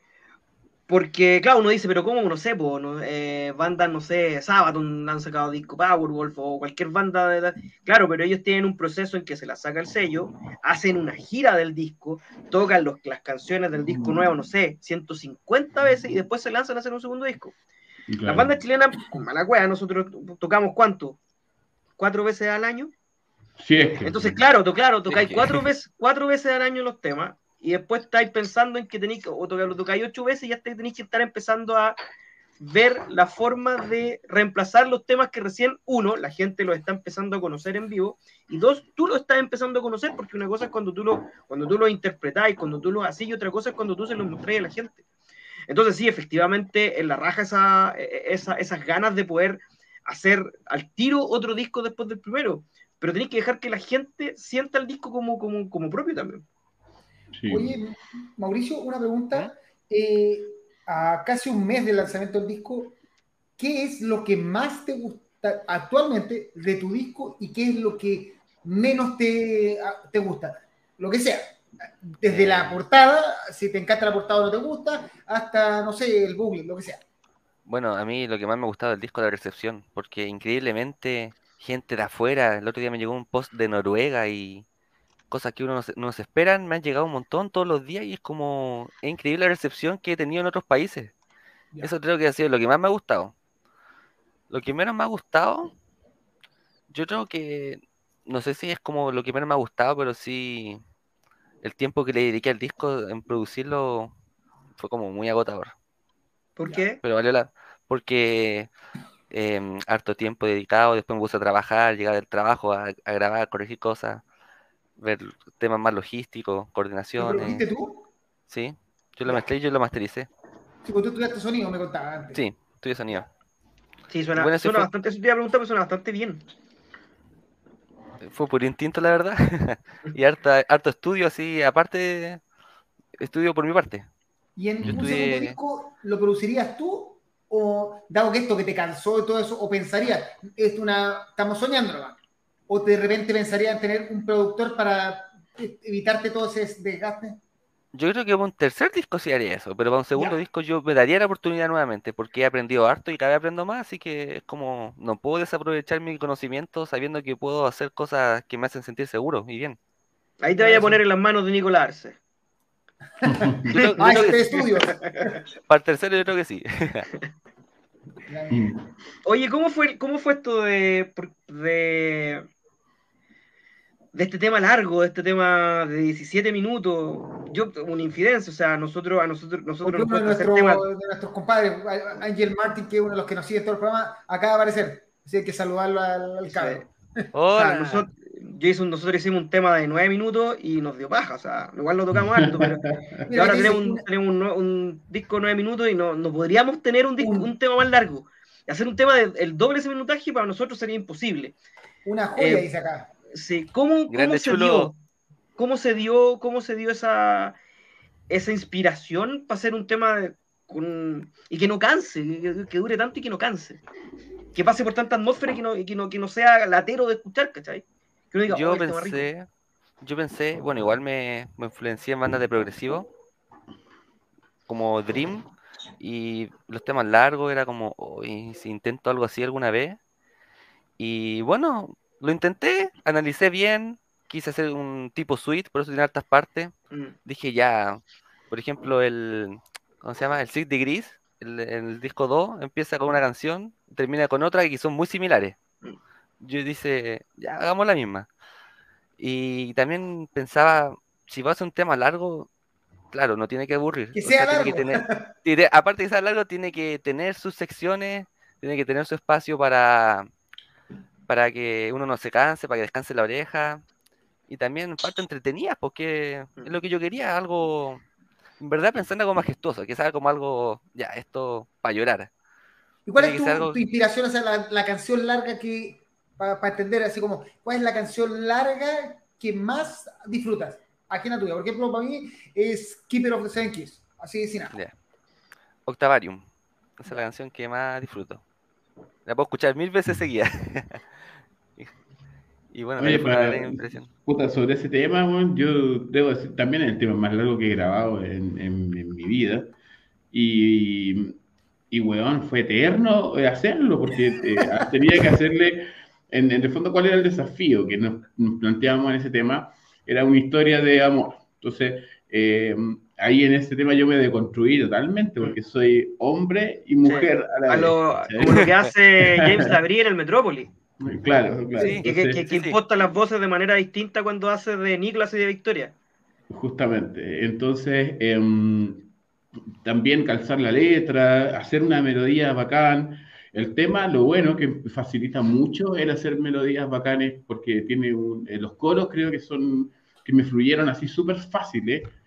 S2: Porque, claro, uno dice, pero ¿cómo? No sé, po, no, eh, bandas, no sé, Sabaton han sacado disco, Powerwolf o cualquier banda de... Claro, pero ellos tienen un proceso en que se las saca el sello, hacen una gira del disco, tocan los, las canciones del disco nuevo, no sé, ciento cincuenta veces y después se lanzan a hacer un segundo disco. Claro. Las bandas chilenas, con mala cueva, nosotros tocamos ¿cuánto? ¿Cuatro veces al año?
S3: Sí, es que...
S2: Entonces, claro, to, claro tocáis cuatro veces, cuatro veces al año los temas y después estáis pensando en que tenéis que, o lo tocáis ocho veces y ya tenéis que estar empezando a ver la forma de reemplazar los temas que recién, uno, la gente los está empezando a conocer en vivo, y dos, tú lo estás empezando a conocer, porque una cosa es cuando tú lo, cuando tú lo interpretáis, cuando tú lo haces, y otra cosa es cuando tú se lo mostráis a la gente. Entonces sí, efectivamente, en la raja esa, esa, esas ganas de poder hacer al tiro otro disco después del primero, pero tenéis que dejar que la gente sienta el disco como, como, como propio también.
S3: Sí.
S1: Oye, Mauricio, una pregunta.
S4: ¿Mm?
S1: Eh, a casi un mes del lanzamiento del disco, ¿qué es lo que más te gusta actualmente de tu disco y qué es lo que menos te, te gusta? Lo que sea. Desde
S4: Eh,
S1: la portada, si te encanta la portada o no te gusta, hasta, no sé, el Google, lo que sea.
S4: bueno, a mí lo que más me ha gustado del disco es la recepción, porque increíblemente gente de afuera, el otro día me llegó un post de Noruega y cosas que uno no se, no se esperan, me han llegado un montón todos los días y es como, es increíble la recepción que he tenido en otros países.
S1: Ya.
S4: Eso creo que ha sido lo que más me ha gustado. Lo que menos me ha gustado, yo creo que, no sé si es como lo que menos me ha gustado, pero sí el tiempo que le dediqué al disco en producirlo fue como muy agotador.
S2: ¿Por
S1: Ya.
S2: qué?
S4: Pero valió la, porque em, harto tiempo dedicado, después me puse a trabajar, llegar del trabajo a, a grabar, corregir cosas, ver temas más logísticos,
S1: ¿Lo
S4: coordinaciones,
S1: produjiste tú?
S4: ¿sí? Yo lo
S1: Ya.
S4: mezclé y yo lo mastericé.
S1: Si pues tú estudiaste sonido, me contabas antes.
S4: Sí, estudio sonido.
S1: Ya.
S2: Sí,
S4: Y
S2: suena,
S4: bueno, ese
S2: suena
S4: fue,
S2: bastante, eso te iba a preguntar, pero suena bastante bien.
S4: fue por instinto, la verdad. Y harta, harto estudio así, aparte, estudio por mi parte.
S1: ¿Y
S4: Yo
S1: en un
S3: Mm.
S1: segundo
S4: estudié,
S1: disco lo producirías tú? ¿O, dado que esto que te cansó y todo eso, o pensarías, es una, estamos soñando nomás? ¿O de repente pensarías en tener un productor para eh, evitarte todo ese desgaste?
S4: yo creo que para un tercer disco sí haría eso, pero para un segundo
S1: Ya,
S4: disco yo me daría la oportunidad nuevamente, porque he aprendido harto y cada vez aprendo más, así que es como, no puedo desaprovechar mi conocimiento sabiendo que puedo hacer cosas que me hacen sentir seguro y bien.
S2: Ahí te
S1: ya
S2: voy a poner
S1: eso.
S2: en las manos de Nicolás Arce.
S4: Yo creo, yo
S1: Ah,
S4: creo que
S1: hiciste
S4: sí.
S1: estudios.
S4: Para el tercero yo creo que sí.
S3: Mm.
S2: Oye, ¿cómo fue, cómo fue esto de, por- de, de este tema largo, de este tema de diecisiete minutos? Yo, una infidencia, o sea, nosotros, a nosotros, nosotros
S1: Porque
S2: nos
S1: uno de,
S2: cuesta hacer
S1: nuestro,
S2: temas.
S1: de nuestros compadres, Angel Martin, que es uno de los que nos sigue en todo el programa, acaba de aparecer. Así que hay que saludarlo al, al
S2: Sí.
S1: cabro.
S2: O sea,
S4: Hola.
S2: nosotros, yo hice un- nosotros hicimos un tema de nueve minutos y nos dio paja, o sea, igual lo tocamos harto, pero y
S1: Mira, ahí
S2: ahora
S1: te
S2: tenemos
S1: dice,
S2: un,
S1: una,
S2: tenemos un, nue- un disco de nueve minutos y no, no podríamos tener un, disco, un
S1: un,
S2: tema más largo. Y hacer un tema del doble ese minutaje para nosotros sería imposible.
S1: una joya,
S2: Eh,
S1: dice acá.
S2: sí, ¿cómo, cómo
S4: Grande
S2: se dio?
S4: chulo.
S2: ¿Cómo se dio, cómo se dio esa, esa inspiración para hacer un tema de- con, y que no canse, que, que dure tanto y que no canse? Que pase por tanta atmósfera y que no, y que no, que no sea latero de escuchar, ¿cachai? Que uno diga, oh,
S4: Yo
S2: el tema rico.
S4: pensé, yo pensé, bueno, igual me, me influencié en bandas de progresivo, como Dream, y los temas largos era como, "Uy, si intento algo así alguna vez". Y bueno, lo intenté, analicé bien, quise hacer un tipo suite, por eso tiene hartas partes.
S2: Mm,
S4: Dije ya, por ejemplo, el, ¿cómo se llama? El Six Degrees, el, el disco dos empieza con una canción, termina con otra y son muy similares.
S2: mm.
S4: Yo dije, ya, hagamos la misma. Y también pensaba, si va a ser un tema largo, claro, no tiene que aburrir.
S1: Que
S4: O
S1: sea
S4: sea, tiene que
S1: largo.
S4: tener, tiene- aparte de ser largo, tiene que tener sus secciones, tiene que tener su espacio para, para que uno no se canse, para que descanse la oreja. Y también parte entretenida, porque es lo que yo quería, algo, en verdad pensando en algo majestuoso, que sea como algo, ya, esto para llorar.
S1: ¿Y cuál
S4: Tiene
S1: es
S4: que ser
S1: tu, tu
S4: algo,
S1: inspiración? O sea, la, la canción larga que, para entender, así como, ¿cuál es la canción larga que más disfrutas? Ajena tuya. Por ejemplo, para mí es Keeper of the Seven Keys. Así de sin nada.
S4: ya, Octavarium. Esa es la
S1: Ya.
S4: canción que más disfruto. La puedo escuchar mil veces seguida. Y bueno,
S3: Oye,
S4: también fue una
S3: para,
S4: gran impresión.
S3: puta, sobre ese tema, weón, yo debo decir, también es el tema más largo que he grabado en, en- en mi vida. Y, y weón, fue eterno eh, hacerlo, porque eh, tenía que hacerle, en, en el fondo, ¿cuál era el desafío que nos, nos planteábamos en ese tema? Era una historia de amor. Entonces, eh, ahí en ese tema yo me deconstruí totalmente,
S2: Mm.
S3: porque soy hombre y
S2: Sí.
S3: mujer a la
S2: A
S3: vez,
S2: lo, como lo
S3: ¿cachai?
S2: que hace James Labrie en el Metrópoli,
S3: Claro, claro.
S4: Sí,
S2: que, que, que,
S3: Entonces,
S2: que
S4: sí, sí.
S2: imposta las voces de manera distinta cuando hace de Nicholas y de Victoria.
S3: justamente, entonces, em, también calzar la letra, hacer una melodía bacán. El tema, lo bueno que facilita mucho el hacer melodías bacanes, porque tiene un- eh, los coros creo que son, que me fluyeron así súper fáciles,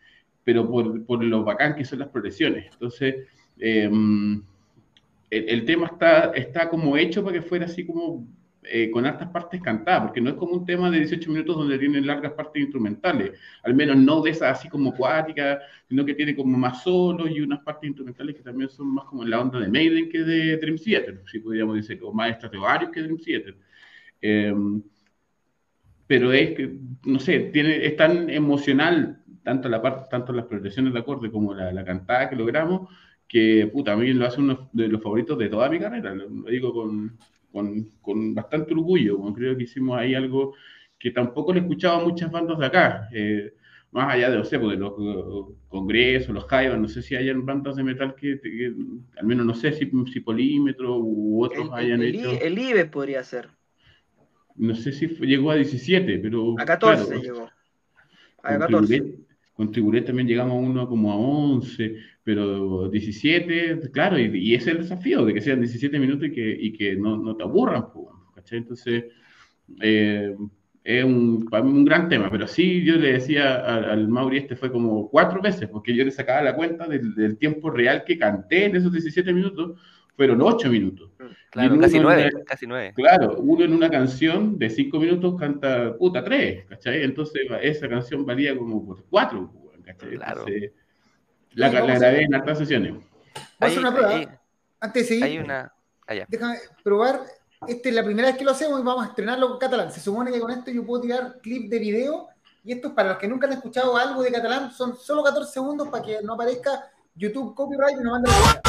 S3: pero por, por lo bacán que son las progresiones. Entonces, eh, el, el tema está, está como hecho para que fuera así como eh, con hartas partes cantadas, porque no es como un tema de dieciocho minutos donde tienen largas partes instrumentales, al menos no de esas así como cuáticas, sino que tiene como más solos y unas partes instrumentales que también son más como en la onda de Maiden que de Dream Theater, si podríamos decir, o más Stratovarius que Dream Theater. Eh, pero es que, no sé, tiene, es tan emocional tanto la parte, tanto las progresiones de acorde como la, la cantada que logramos, que puta, a mí lo hace uno de los favoritos de toda mi carrera, lo, lo digo con, con, con, bastante orgullo, como creo que hicimos ahí algo que tampoco le escuchaba a muchas bandas de acá, eh, más allá de, no sé, pues de los uh, congresos, los jaivas, no sé si hayan bandas de metal que, que al menos no sé si, si Polímetro u otros
S2: El,
S3: hayan
S2: el,
S3: hecho.
S2: el I B E podría ser.
S3: No sé si fue, llegó a diecisiete, pero
S2: A catorce
S3: claro,
S2: llegó. A
S3: con
S2: catorce.
S3: Tribulé, con Tribulé también llegamos a uno como a once, pero diecisiete, claro, y, y ese es el desafío, de que sean diecisiete minutos y que, y que no, no te aburran, pues, ¿cachai? Entonces, eh, es un, para mí un gran tema, pero sí yo le decía al, al Mauri, este fue como cuatro veces, porque yo le sacaba la cuenta del, del tiempo real que canté en esos diecisiete minutos, fueron ocho minutos. Y en
S4: Claro, casi
S3: uno, en una,
S4: nueve, casi nueve.
S3: claro, uno en una canción de cinco minutos canta, puta, tres, ¿cachai? Entonces esa canción valía como por cuatro, ¿cachai?
S4: Claro.
S3: Entonces la,
S1: Oye,
S3: la
S1: vamos a
S3: grabé
S1: hacer,
S3: en hartas sesiones.
S1: voy a hacer
S4: Hay,
S1: una
S4: hay,
S1: prueba. Antes de
S4: hay
S1: seguir,
S4: una. Allá.
S1: déjame probar. Esta es la primera vez que lo hacemos y vamos a estrenarlo con Catalán. Se supone que con esto yo puedo tirar clip de video y esto es para los que nunca han escuchado algo de Catalán, son solo catorce segundos para que no aparezca YouTube copyright y nos mande la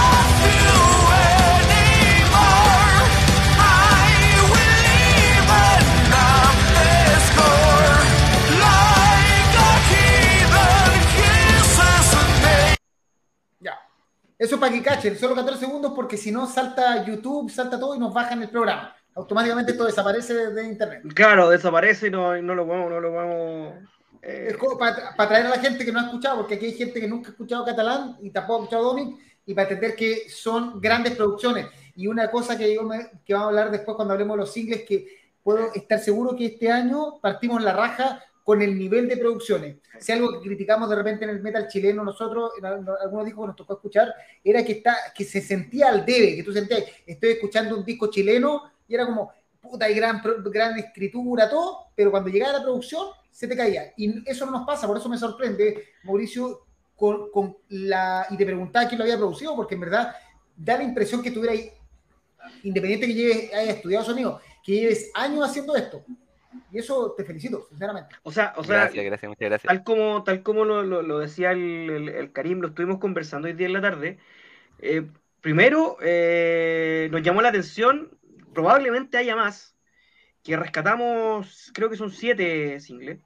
S1: Ya. Eso es para que cachen, solo catorce segundos porque si no salta YouTube, salta todo y nos bajan el programa. Automáticamente esto desaparece de, de internet.
S2: Claro, desaparece y no, no lo vamos, no lo vamos. Eh...
S1: Es como para, para traer a la gente que no ha escuchado, porque aquí hay gente que nunca ha escuchado catalán y tampoco ha escuchado Dominic, y para entender que son grandes producciones. Y una cosa que, yo me, que vamos a hablar después cuando hablemos de los singles, que puedo estar seguro que este año partimos la raja con el nivel de producciones. Si algo que criticamos de repente en el metal chileno nosotros, en algunos discos que nos tocó escuchar, era que, está, que se sentía al debe, que tú sentías, estoy escuchando un disco chileno y era como, puta, hay gran, gran escritura, todo, pero cuando llegaba la producción se te caía. Y eso no nos pasa, por eso me sorprende, Mauricio, con, con la... Y te preguntaba quién lo había producido, porque en verdad da la impresión que tuviera ahí, independiente que lleves, hayas estudiado sonido, que lleves años haciendo esto. Y eso te felicito, sinceramente.
S2: O sea, o sea
S4: gracias, gracias, muchas gracias.
S2: Tal como, tal como lo, lo, lo decía el, el, el Karim, lo estuvimos conversando hoy día en la tarde. Eh, primero, eh, nos llamó la atención, probablemente haya más, que rescatamos, creo que son siete singles.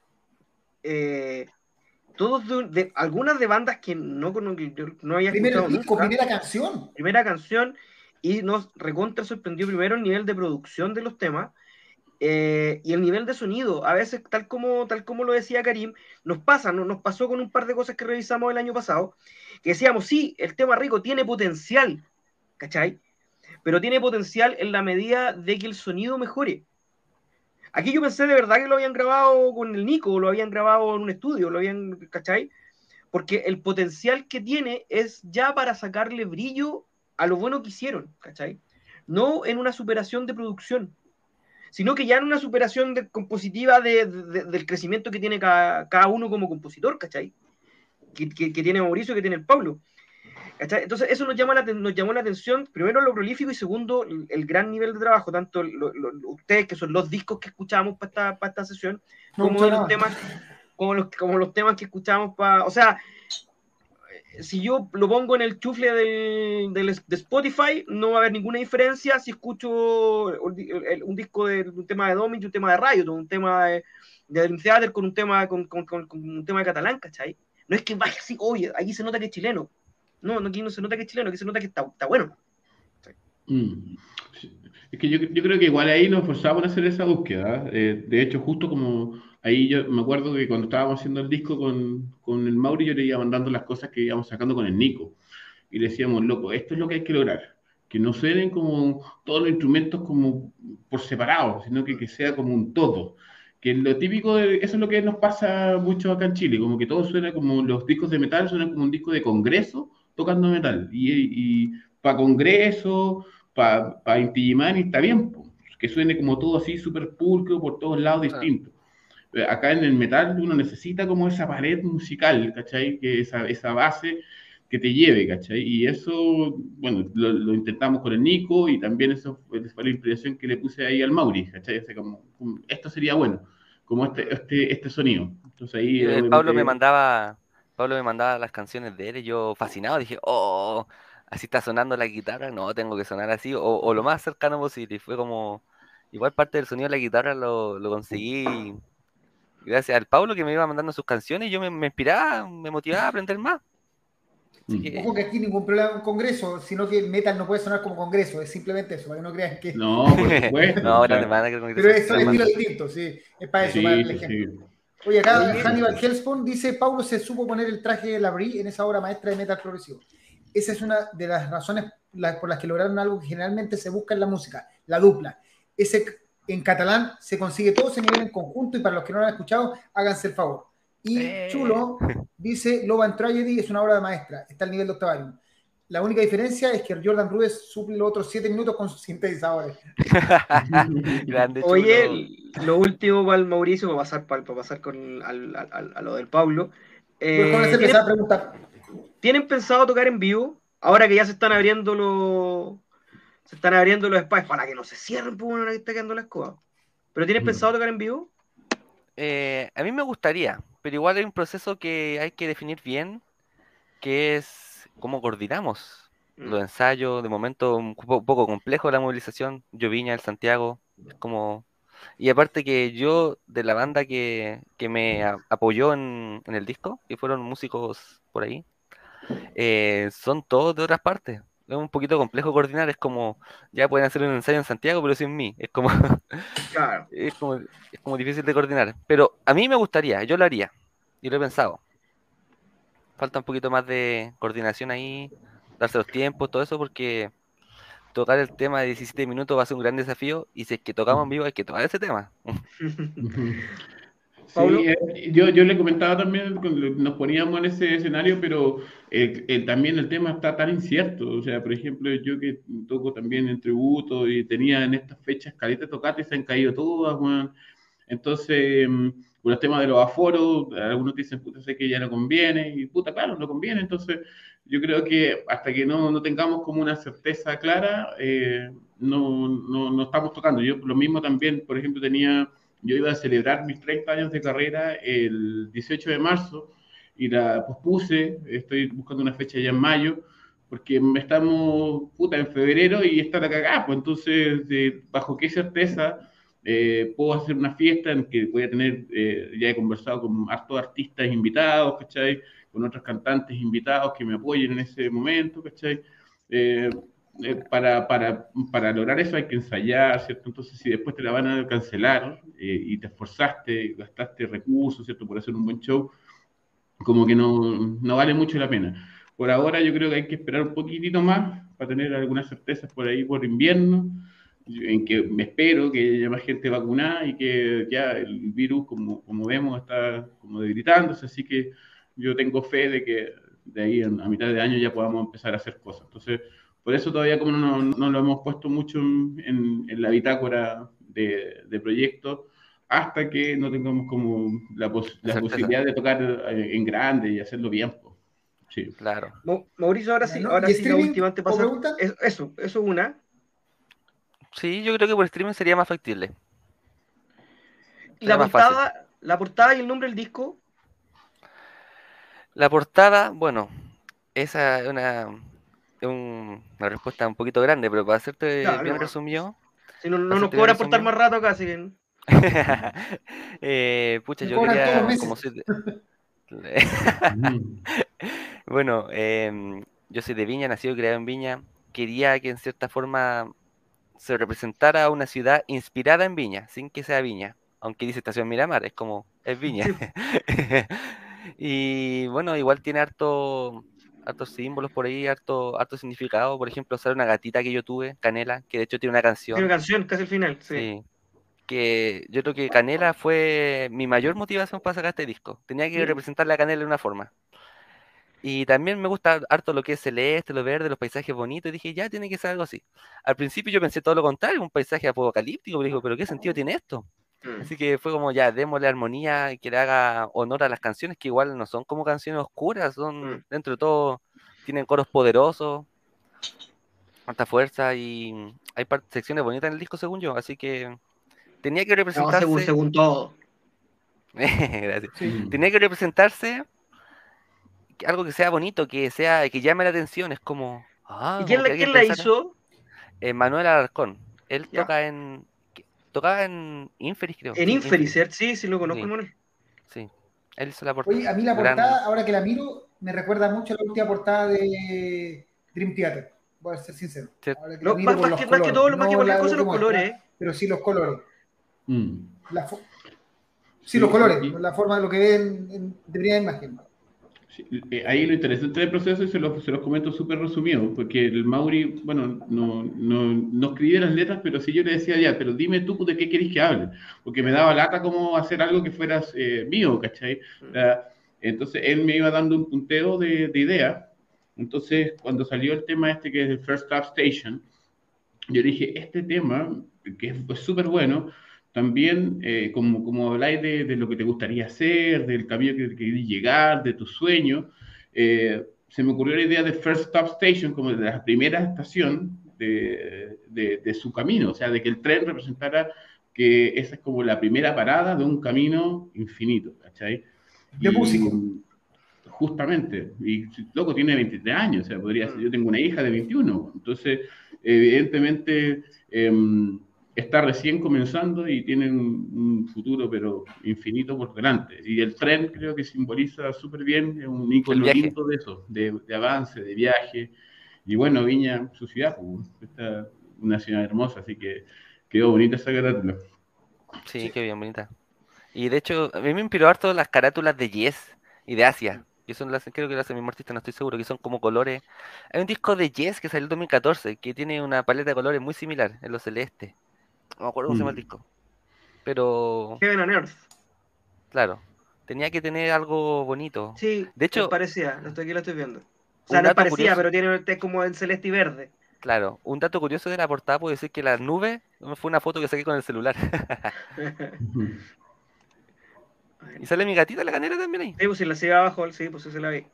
S2: Eh, todos de, de, algunas de bandas que no, no, no había
S1: Primer
S2: escuchado
S1: disco,
S2: nunca.
S1: primera canción.
S2: Primera canción, y nos recontra sorprendió primero el nivel de producción de los temas. Eh, y el nivel de sonido, a veces, tal como, tal como lo decía Karim, nos pasa, ¿no? Nos pasó con un par de cosas que revisamos el año pasado, que decíamos, sí, el tema rico tiene potencial, ¿cachai? Pero tiene potencial en la medida de que el sonido mejore. Aquí yo pensé de verdad que lo habían grabado con el Nico, lo habían grabado en un estudio, lo habían, ¿cachai? Porque el potencial que tiene es ya para sacarle brillo a lo bueno que hicieron, ¿cachai? No en una superación de producción, sino que ya en una superación de, compositiva de, de, del crecimiento que tiene cada, cada uno como compositor, ¿cachai? Que, que, que tiene Mauricio, que tiene el Pablo, ¿cachai? Entonces eso nos, llama la, nos llamó la atención, primero lo prolífico y segundo el, el gran nivel de trabajo, tanto lo, lo, ustedes, que son los discos que escuchamos para esta, para esta sesión, no como, los temas, como, los, como los temas que escuchamos para... O sea, si yo lo pongo en el chufle del, del, de Spotify, no va a haber ninguna diferencia si escucho un disco de un tema de Dominic y un tema de Riot, un tema de, de Dream Theater con un tema con, con, con, con un tema de catalán, ¿cachai? No es que vaya así, oye, aquí se nota que es chileno. No, no, aquí no se nota que es chileno, aquí se nota que está, está bueno.
S3: Mm. Es que yo, yo creo que igual ahí nos forzamos a hacer esa búsqueda. Eh, de hecho, justo como ahí yo me acuerdo que cuando estábamos haciendo el disco con, con el Mauri, yo le iba mandando las cosas que íbamos sacando con el Nico. Y le decíamos, loco, esto es lo que hay que lograr. Que no suenen como todos los instrumentos como por separado, sino que, que sea como un todo. que lo típico, de, eso es lo que nos pasa mucho acá en Chile, como que todo suena como, los discos de metal suenan como un disco de congreso tocando metal, y, y para congreso, para pa Inti Illimani está bien, po, que suene como todo así súper pulcro por todos lados
S4: Ah,
S3: distintos. Eh, Acá en el metal uno necesita como esa pared musical, ¿cachai? Que esa, esa base que te lleve, ¿cachai? Y eso, bueno, lo, lo intentamos con el Nico y también eso fue, fue la inspiración que le puse ahí al Mauri, ¿cachai? O sea, como, como, esto sería bueno, como este, este, este sonido. Entonces ahí,
S4: y el Pablo me
S3: obviamente,
S4: mandaba, Pablo me mandaba las canciones de él y yo fascinado dije, oh, así está sonando la guitarra, no, tengo que sonar así, o, o lo más cercano posible. Y fue como, igual parte del sonido de la guitarra lo, lo conseguí gracias al Pablo que me iba mandando sus canciones y yo me, me inspiraba, me motivaba a aprender más. Así
S3: mm.
S1: Ojo
S4: que,
S1: que aquí ningún problema con congreso, sino que el metal no puede sonar como congreso, es simplemente eso, para que no crean que...
S3: No, por
S4: no,
S3: supuesto, o
S4: ahora te
S3: sea,
S4: van a que
S1: Pero
S4: congreso,
S1: es son
S4: calma.
S1: estilos distintos, sí, es para eso, para
S3: sí,
S1: el
S3: pues sí,
S1: ejemplo. Oye, acá
S2: Oye,
S1: Hannibal
S3: exacto.
S1: Hellspawn dice, Paulo se supo poner el traje de la Brie en esa obra maestra de metal progresivo. Esa es una de las razones por las que lograron algo que generalmente se busca en la música, la dupla. Ese, en catalán se consigue todo ese nivel en conjunto y para los que no lo han escuchado, háganse el favor. Y
S4: Eh.
S1: Chulo dice, Love and Tragedy es una obra maestra, está al nivel de Octavarium. La única diferencia es que Jordan Rudess suple los otros siete minutos con sus sintetizadores.
S4: Grande chulo.
S2: oye, lo último para el Mauricio, para pasar, para, para pasar con, al, al, a lo del Pablo.
S1: Pues con
S2: Eh,
S1: esa
S2: ¿tienen,
S1: empezaba a preguntar.
S2: ¿Tienen pensado tocar en vivo? Ahora que ya se están abriendo los se están abriendo los espacios para que no se cierren, pues bueno, ahí está quedando la escoba. ¿Pero tienes pensado tocar en vivo?
S4: Eh, a mí me gustaría, pero igual hay un proceso que hay que definir bien, que es cómo coordinamos
S2: Mm.
S4: los ensayos. De momento un po- poco complejo la movilización. Yo Viña, el Santiago, es como... Y aparte que yo, de la banda que, que me a- apoyó en, en el disco, que fueron músicos por ahí, eh, son todos de otras partes. Es un poquito complejo coordinar, es como, ya pueden hacer un ensayo en Santiago, pero sin mí. Es como,
S2: Claro.
S4: es como, es como difícil de coordinar. Pero a mí me gustaría, yo lo haría, y lo he pensado. Falta un poquito más de coordinación ahí, darse los tiempos, todo eso, porque tocar el tema de diecisiete minutos va a ser un gran desafío, y si es que tocamos en vivo hay que tocar ese tema.
S3: Sí,
S2: Pablo,
S3: eh, yo, yo le comentaba también, cuando nos poníamos en ese escenario, pero eh, eh, también el tema está tan incierto. O sea, por ejemplo, yo que toco también en tributo y tenía en estas fechas caletas tocatas y se han caído todas, weón. Entonces, mm, con los temas de los aforos, algunos dicen, puta, sé que ya no conviene, y puta, claro, no conviene. Entonces, yo creo que hasta que no, no tengamos como una certeza clara, eh, no, no, no estamos tocando. Yo lo mismo también, por ejemplo, tenía yo iba a celebrar mis treinta años de carrera el dieciocho de marzo y la pospuse, estoy buscando una fecha ya en mayo, porque estamos, puta, en febrero y está la cagada, pues entonces, de, ¿bajo qué certeza eh, puedo hacer una fiesta en que voy a tener, eh, ya he conversado con hartos artistas invitados, ¿cachai? Con otros cantantes invitados que me apoyen en ese momento, ¿cachai? Eh, eh, para, para, para lograr eso hay que ensayar, ¿cierto? Entonces, si después te la van a cancelar eh, y te esforzaste, gastaste recursos, ¿cierto? Por hacer un buen show, como que no, no vale mucho la pena. Por ahora yo creo que hay que esperar un poquitito más para tener algunas certezas por ahí por invierno, en que me espero que haya más gente vacunada y que ya el virus, como, como vemos, está como debilitándose, así que yo tengo fe de que de ahí a mitad de año ya podamos empezar a hacer cosas. Entonces, por eso todavía como no, no lo hemos puesto mucho en, en la bitácora de, de proyectos, hasta que no tengamos como la, pos
S4: La
S3: la
S4: certeza,
S3: posibilidad de tocar eh, en grande y hacerlo bien. Pues. Sí.
S4: claro.
S2: Mauricio, ahora sí,
S1: ¿No?
S2: ahora
S1: ¿Y
S2: sí, la
S1: streaming?
S2: última antes de
S1: ¿O
S2: pasar.
S1: preguntan?
S2: Es- eso, eso es una.
S4: Sí, yo creo que por streaming sería más factible,
S2: Y la
S4: sería más fácil.
S2: portada, la portada y el nombre del disco.
S4: La portada, bueno, esa es una, es un- una respuesta un poquito grande, pero para hacerte
S2: Dale,
S4: bien
S2: nomás.
S4: resumido,
S2: Si no,
S4: para
S2: no nos
S4: hacerte bien
S2: cobran por estar
S4: resumido,
S2: más rato acá, así que.
S4: eh, pucha,
S1: Me
S4: yo
S1: cobran todos los
S4: quería, como
S1: meses.
S4: soy de-
S3: Mm.
S4: bueno, em, yo soy de Viña, nacido y criado en Viña, quería que en cierta forma se representara una ciudad inspirada en Viña, sin que sea Viña, aunque dice Estación Miramar, es como, es Viña.
S2: Sí,
S4: Y bueno, igual tiene harto, hartos símbolos por ahí, harto, harto significado. Por ejemplo, sale una gatita que yo tuve, Canela, que de hecho tiene una
S2: tiene
S4: canción.
S2: una canción, casi el final, sí.
S4: Sí. porque yo creo que Canela fue mi mayor motivación para sacar este disco. Tenía que
S2: ¿Sí?
S4: representar la Canela de una forma. Y también me gusta harto lo que es celeste, lo verde, los paisajes bonitos. Y dije, ya tiene que ser algo así. Al principio yo pensé todo lo contrario, un paisaje apocalíptico. Pero digo, ¿pero qué sentido tiene esto?
S2: Mm.
S4: Así que fue como, ya, démosle armonía y que le haga honor a las canciones, que igual no son como canciones oscuras, son,
S2: Mm.
S4: dentro de todo, tienen coros poderosos, alta fuerza y hay par- secciones bonitas en el disco, según yo. Así que tenía que
S2: No, según,
S4: representarse.
S2: según todo.
S4: Gracias.
S1: Sí.
S3: Mm.
S4: Tenía que representarse algo que sea bonito, que sea, que llame la atención. Es como, ah,
S2: ¿Y
S4: como
S2: quién
S4: que
S2: la,
S4: alguien
S2: quién la
S4: pensara.
S2: hizo?
S4: Eh, Manuel Alarcón. Él
S2: ¿Ya?
S4: toca en. ¿qué? Tocaba en Inferis, creo.
S2: En
S4: Sí,
S2: Inferi,
S4: Inferis.
S2: ¿cierto? Sí, sí lo conozco,
S4: Sí,
S2: hermano.
S4: sí. Él hizo la portada.
S1: Oye, a mí la
S4: Gran.
S1: portada, ahora que la miro, me recuerda mucho a la última portada de Dream Theater. Voy a ser sincero.
S4: ¿Cierto?
S1: Ahora que la
S2: No,
S1: miro
S2: más,
S1: por
S2: más
S1: los
S2: que, más que
S1: colores.
S2: todo, más que
S1: No
S2: cualquier
S1: la,
S2: cosa,
S1: lo que
S2: los colores.
S1: muestra, pero sí los colores.
S3: Mm.
S1: La fo- sí,
S3: Sí,
S1: los colores.
S3: y-
S1: La forma de lo que ven en, de primera imagen.
S3: sí, eh, ahí lo interesante del proceso, y se los, se los comento súper resumido, porque el Mauri, bueno, no, no, no escribía las letras, pero sí yo le decía, ya, pero dime tú de qué querés que hable, porque me daba lata como hacer algo que fuera eh, mío, ¿cachai? O sea, entonces él me iba dando un punteo de, de ideas. Entonces, cuando salió el tema este que es el First Stop Station, yo dije, este tema, que es súper bueno, también, eh, como, como habláis de, de lo que te gustaría hacer, del camino que querés llegar, de tus sueños, eh, se me ocurrió la idea de First Stop Station, como de la primera estación de, de, de su camino, o sea, de que el tren representara que esa es como la primera parada de un camino infinito, ¿cachai?
S1: De
S3: Y
S1: músico.
S3: justamente, y loco tiene veintitrés años, o sea, podría ser,
S2: Mm.
S3: yo tengo una hija de veintiuno, entonces evidentemente eh, está recién comenzando y tiene un, un, futuro pero infinito por delante. Y el tren creo que simboliza súper bien, es un
S4: El
S3: icono
S4: viaje.
S3: lindo de eso, de, de avance, de viaje. Y bueno, Viña, su ciudad, pues, está una ciudad hermosa, así que quedó bonita esa carátula.
S4: Sí,
S1: Sí.
S4: qué bien, bonita. Y de hecho, a mí me inspiró harto las carátulas de Yes y de Asia. Que son las, creo que las mismo artista, no estoy seguro, que son como colores. Hay un disco de Yes que salió en dos mil catorce que tiene una paleta de colores muy similar, en lo celeste. No me acuerdo cómo se llama el
S3: Mm.
S4: disco. Pero,
S2: Heaven and Earth.
S4: claro, tenía que tener algo bonito.
S2: Sí,
S4: De
S2: es
S4: hecho,
S2: parecida. Esto aquí lo estoy viendo. O sea,
S4: un
S2: no es
S4: dato
S2: parecida,
S4: curioso,
S2: pero tiene es como en celeste y verde.
S4: claro, un dato curioso de la portada puede ser que la nube fue una foto que saqué con el celular. Y sale mi gatita, la canela también ahí.
S2: Sí, pues si la sigue abajo, sí, pues sí se la vi.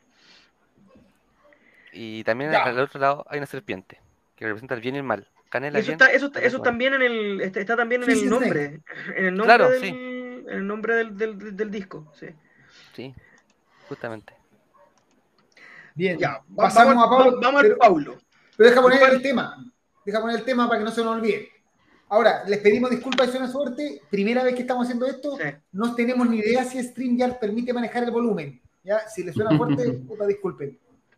S4: Y también al
S1: Ya.
S4: otro lado hay una serpiente que representa el bien y el mal.
S2: Y
S4: Canela
S2: eso
S4: bien,
S2: está, eso, está-
S4: canela
S2: eso
S4: mal.
S2: también en el, está, está también en el
S1: Twisted Snake.
S2: nombre, en el nombre
S4: Claro,
S2: del,
S4: sí,
S2: en el nombre del, del, del- del disco, sí.
S4: sí, justamente.
S1: Bien.
S2: Ya, va- vamos,
S1: Pasamos
S2: al-
S1: a
S2: vamos,
S1: Pablo.
S2: vamos al
S1: Pero,
S2: Paulo.
S1: pero deja poner
S2: Después,
S1: el tema. Deja poner el tema para que no se nos olvide. Ahora, les pedimos disculpas y suena suerte. Primera vez que estamos haciendo esto,
S2: sí.
S1: no tenemos ni idea si StreamYard permite manejar el volumen. ¿Ya? Si les suena fuerte, puta, disculpen.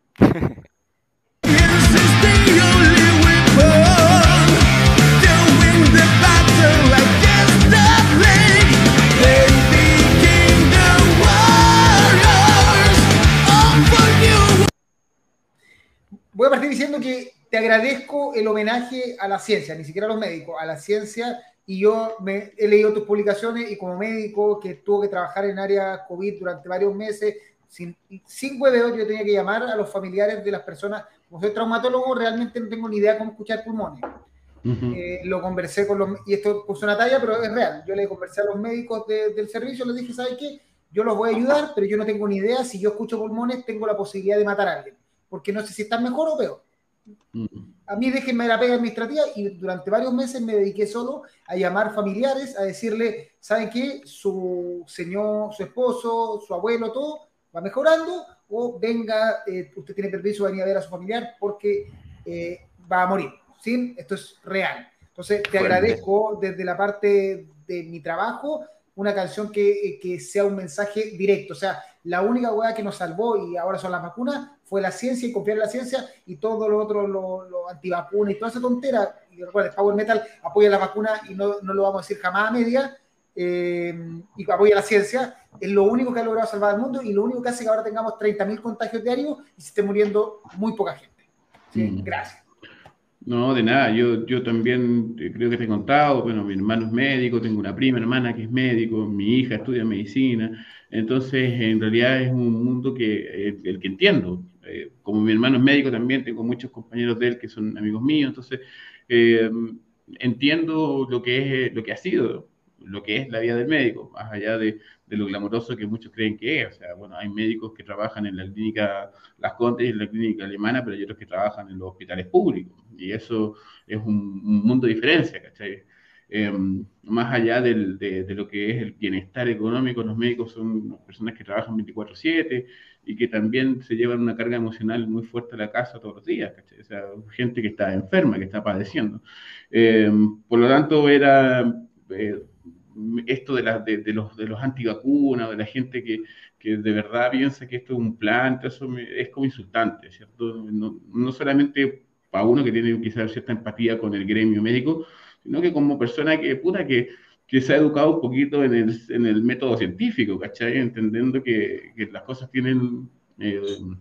S1: Voy a partir diciendo que te agradezco el homenaje a la ciencia, ni siquiera a los médicos, a la ciencia. Y yo me, he leído tus publicaciones y como médico que tuvo que trabajar en área COVID durante varios meses, sin, sin hueveo, yo tenía que llamar a los familiares de las personas. Como soy traumatólogo, realmente no tengo ni idea cómo escuchar pulmones.
S3: Uh-huh.
S1: Eh, lo conversé con los, y esto puso una talla, pero es real. Yo le conversé a los médicos de, del servicio, les dije, ¿sabes qué? Yo los voy a ayudar, pero yo no tengo ni idea si yo escucho pulmones, tengo la posibilidad de matar a alguien, porque no sé si están mejor o peor. Uh-huh. A mí déjenme la pega administrativa y durante varios meses me dediqué solo a llamar familiares, a decirle, ¿saben qué? Su señor, su esposo, su abuelo, todo va mejorando, o venga, eh, usted tiene permiso de venir a ver a su familiar porque eh, va a morir. ¿Sí? Esto es real. Entonces, te Fuerte. agradezco desde la parte de mi trabajo una canción que, que sea un mensaje directo. O sea, la única hueá que nos salvó y ahora son las vacunas fue la ciencia y confiar en la ciencia y todo lo otro, lo, lo antivacunas y toda esa tontera. Y recuerda, Power Metal apoya las vacunas y no, no lo vamos a decir jamás a media. Eh, y apoya la ciencia. Es lo único que ha logrado salvar al mundo y lo único que hace que ahora tengamos treinta mil contagios diarios y se esté muriendo muy poca gente. ¿Sí? Mm. Gracias.
S3: No, de nada, yo, yo también eh, creo que te he contado, bueno, mi hermano es médico, tengo una prima hermana que es médico, mi hija estudia medicina, entonces en realidad es un mundo que eh, el que entiendo. Eh, como mi hermano es médico también, tengo muchos compañeros de él que son amigos míos, entonces eh, entiendo lo que es, lo que ha sido, lo que es la vida del médico, más allá de, de lo glamoroso que muchos creen que es. O sea, bueno, hay médicos que trabajan en la clínica Las Condes y en la clínica alemana, pero hay otros que trabajan en los hospitales públicos, y eso es un, un mundo de diferencia, ¿cachai? Eh, más allá del, de, de, lo que es el bienestar económico, los médicos son personas que trabajan veinticuatro siete y que también se llevan una carga emocional muy fuerte a la casa todos los días, ¿cachai? O sea, gente que está enferma, que está padeciendo. Eh, por lo tanto, era eh, esto de, la, de, de, los, de los antivacunas, de la gente que, que de verdad piensa que esto es un plan, eso me, es como insultante, ¿cierto? No, no solamente para uno que tiene quizás cierta empatía con el gremio médico, sino que como persona que, puta, que, que se ha educado un poquito en el, en el método científico, ¿cachai? Entendiendo que, que las cosas tienen eh,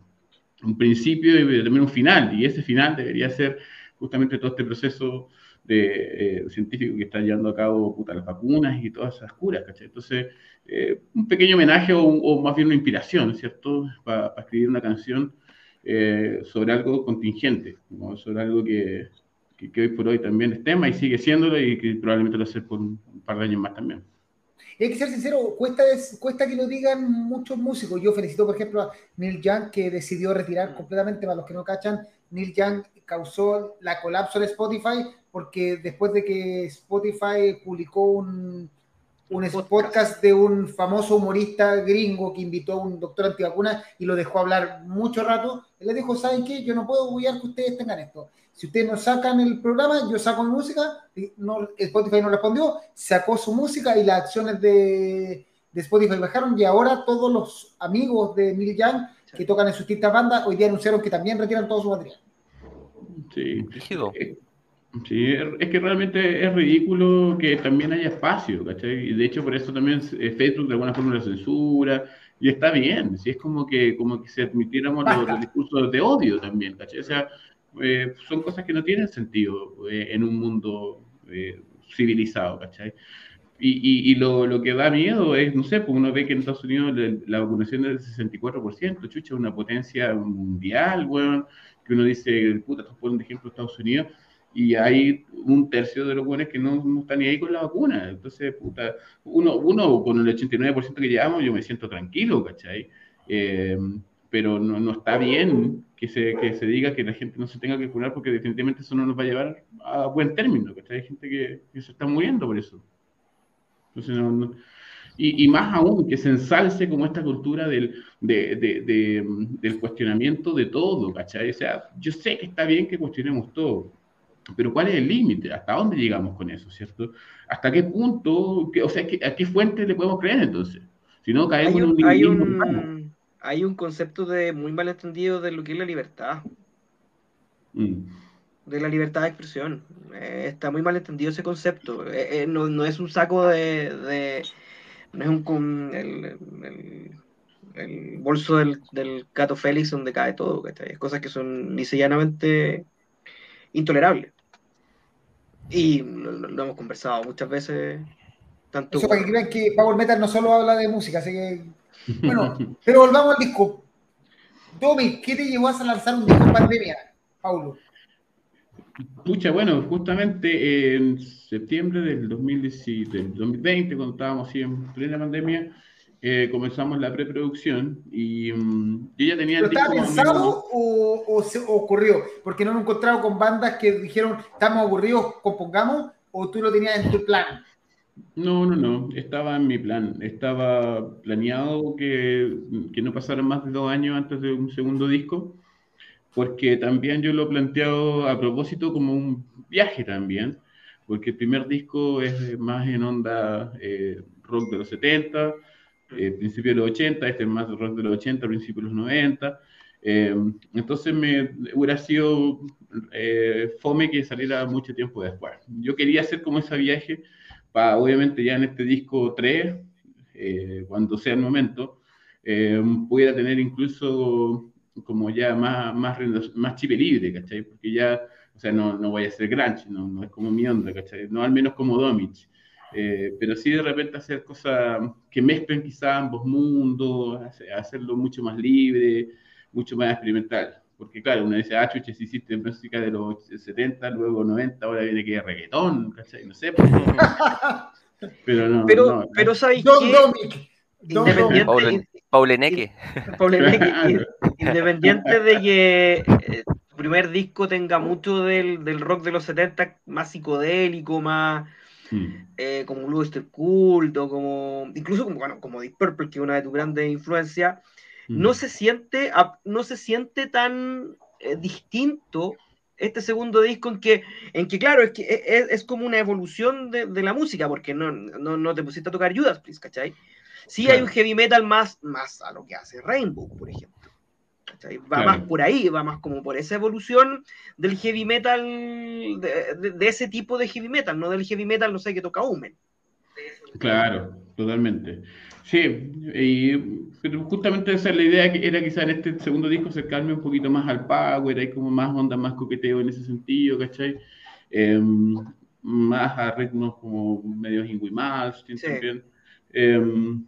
S3: un principio y también un final, y ese final debería ser justamente todo este proceso de, eh, científico que está llevando a cabo, puta, las vacunas y todas esas curas, ¿cachai? Entonces, eh, un pequeño homenaje o, o, más bien una inspiración, ¿cierto? Para pa escribir una canción eh, sobre algo contingente, ¿no? Sobre algo que, que, que hoy por hoy también es tema y sigue siéndolo, y que probablemente lo va a ser por un, un par de años más también.
S1: Hay que ser sincero, cuesta, cuesta que lo digan muchos músicos. Yo felicito, por ejemplo, a Neil Young, que decidió retirar completamente. Para los que no cachan, Neil Young causó la colapso de Spotify, porque después de que Spotify publicó un, un podcast. podcast de un famoso humorista gringo que invitó a un doctor antivacuna y lo dejó hablar mucho rato, él le dijo, ¿saben qué? Yo no puedo obviar que ustedes tengan esto. Si ustedes no sacan el programa, yo saco mi música. Y no, Spotify no respondió, sacó su música y las acciones de, de Spotify bajaron, y ahora todos los amigos de Neil Young que tocan en sus distintas bandas hoy día anunciaron que también retiran todo su material.
S3: Sí. Eh, sí, es que realmente es ridículo que también haya espacio, ¿cachai? Y de hecho por eso también Facebook de alguna forma la censura, y está bien, si es como que, como que si admitiéramos los, los discursos de odio también, ¿cachai? O sea, eh, son cosas que no tienen sentido eh, en un mundo eh, civilizado, ¿cachai? Y, y, y lo, lo, que da miedo es, no sé, pues uno ve que en Estados Unidos la, la vacunación es del sesenta y cuatro por ciento, chucha, una potencia mundial, weón, que uno dice, puta, estás poniendo ejemplo Estados Unidos, y hay un tercio de los buenos que no, no están ni ahí con la vacuna. Entonces, puta, uno, uno con el ochenta y nueve por ciento que llevamos, yo me siento tranquilo, ¿cachai? Eh, pero no, no está bien que se, que se diga que la gente no se tenga que vacunar, porque definitivamente eso no nos va a llevar a buen término, ¿cachai? Hay gente que, que se está muriendo por eso. Entonces, no, no. Y, y más aún, que se ensalce como esta cultura del, de, de, de, del cuestionamiento de todo, ¿cachai? O sea, yo sé que está bien que cuestionemos todo, pero ¿cuál es el límite? ¿Hasta dónde llegamos con eso, cierto? ¿Hasta qué punto? Qué, o sea, ¿a qué fuente le podemos creer entonces? Si no, caemos
S2: hay un,
S3: en un
S2: hay
S3: nihilismo
S2: un,
S3: urbano.
S2: hay un concepto de muy malentendido de lo que es la libertad.
S3: Mm.
S2: De la libertad de expresión. Eh, está muy mal entendido ese concepto. Eh, eh, no, no es un saco de, de no es un con el, el, el bolso del, del gato Félix donde cae todo, ¿cachai? Es cosas que son lisa y llanamente intolerables. Y lo, lo hemos conversado muchas veces, tanto
S1: Eso
S2: por...
S1: para que crean que Power Metal no solo habla de música, así que... Bueno, pero volvamos al disco. Domi, ¿qué te llevó a lanzar un disco en pandemia, Paulo?
S3: Pucha, bueno, justamente en septiembre del dos mil diez, del dos mil veinte, cuando estábamos así en plena pandemia, eh, comenzamos la preproducción, y um, yo ya tenía
S1: ¿Pero
S3: el
S1: estaba
S3: disco más o menos.
S1: pensado o, o se ocurrió? Porque no me he encontrado con bandas que dijeron, estamos aburridos, compongamos, o tú lo tenías en tu plan.
S3: No, no, no, estaba en mi plan. Estaba planeado que, que no pasaran más de dos años antes de un segundo disco, porque también yo lo he planteado a propósito como un viaje también, porque el primer disco es más en onda eh, rock de los setenta, eh, principio de los ochenta, este es más rock de los ochenta, principio de los noventa. Eh, entonces me hubiera sido eh, fome que saliera mucho tiempo después. Yo quería hacer como ese viaje para, obviamente, ya en este disco tres, eh, cuando sea el momento, eh, pudiera tener incluso como ya más, más, más chip libre, ¿cachai? Porque ya o sea, no, no voy a hacer grunge, no, no es como mi onda, ¿cachai? No al menos como Domich. Eh, pero sí de repente hacer cosas que mezclen quizás ambos mundos, hacerlo mucho más libre, mucho más experimental. Porque claro, uno dice, ah, chuche, si hiciste música de los setenta, luego noventa, ahora viene que es reggaetón, ¿cachai? No sé, pues, pero no,
S2: Pero,
S3: no.
S2: pero ¿sabes
S1: Don
S2: qué?
S1: Domic. Don
S2: Independiente,
S4: Paulo,
S2: in-
S4: Paulo
S2: in-
S4: Neque.
S2: Pablo Enrique, in-
S3: Claro.
S2: independiente de que eh, tu primer disco tenga mucho del, del rock de los setenta, más psicodélico, más
S3: Mm,
S2: eh, como Blue Oyster Cult, o como, incluso como, bueno, como Deep Purple, que es una de tus grandes influencias, no
S3: mm.
S2: se siente, a- no se siente tan eh, distinto este segundo disco en que, en que claro, es que es, es como una evolución de, de la música, porque no, no, no te pusiste a tocar Judas Priest, ¿cachai? Sí hay un
S3: Claro,
S2: heavy metal más, más a lo que hace Rainbow, por ejemplo. ¿Cachai? Va más
S3: claro.
S2: por ahí, va más como por esa evolución del heavy metal, de, de, de ese tipo de heavy metal, no del heavy metal, no sé, que toca Omen.
S3: Claro, totalmente. Sí, y pero justamente esa es la idea, que era quizá en este segundo disco acercarme un poquito más al power, hay como más onda, más coqueteo en ese sentido, ¿cachai? Eh, más a ritmos como medios Ingrid Malmsteen
S2: Sí.
S3: también. Eh,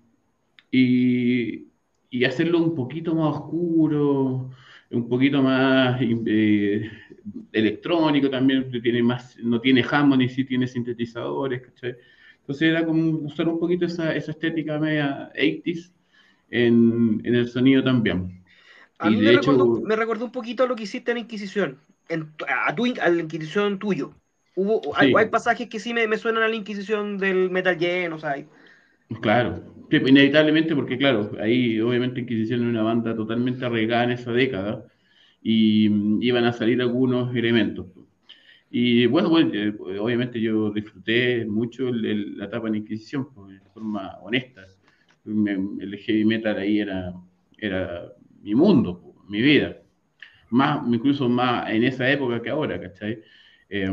S3: y, y hacerlo un poquito más oscuro, un poquito más eh, electrónico también, tiene más, no tiene Hammond, sí tiene sintetizadores, ¿cachai? Entonces era como usar un poquito esa, esa estética media ochenta en, en el sonido también.
S2: A
S3: Y
S2: mí me
S3: de
S2: recordó,
S3: hecho,
S2: me recordó un poquito a lo que hiciste en la Inquisición, en, a, tu, a la Inquisición tuyo. Hubo, hay, hay
S3: sí,
S2: pasajes que sí me, me suenan a la Inquisición del Metal Gen, o sea, hay-
S3: claro, sí, inevitablemente porque claro, ahí obviamente Inquisición era una banda totalmente arraigada en esa década y mm, iban a salir algunos elementos. Y bueno, bueno, eh, obviamente yo disfruté mucho el- el- la etapa en Inquisición, pues, de forma honesta. Me- el heavy metal ahí era, era mi mundo, pues, mi vida. Más, incluso más en esa época que ahora, ¿cachai? Eh,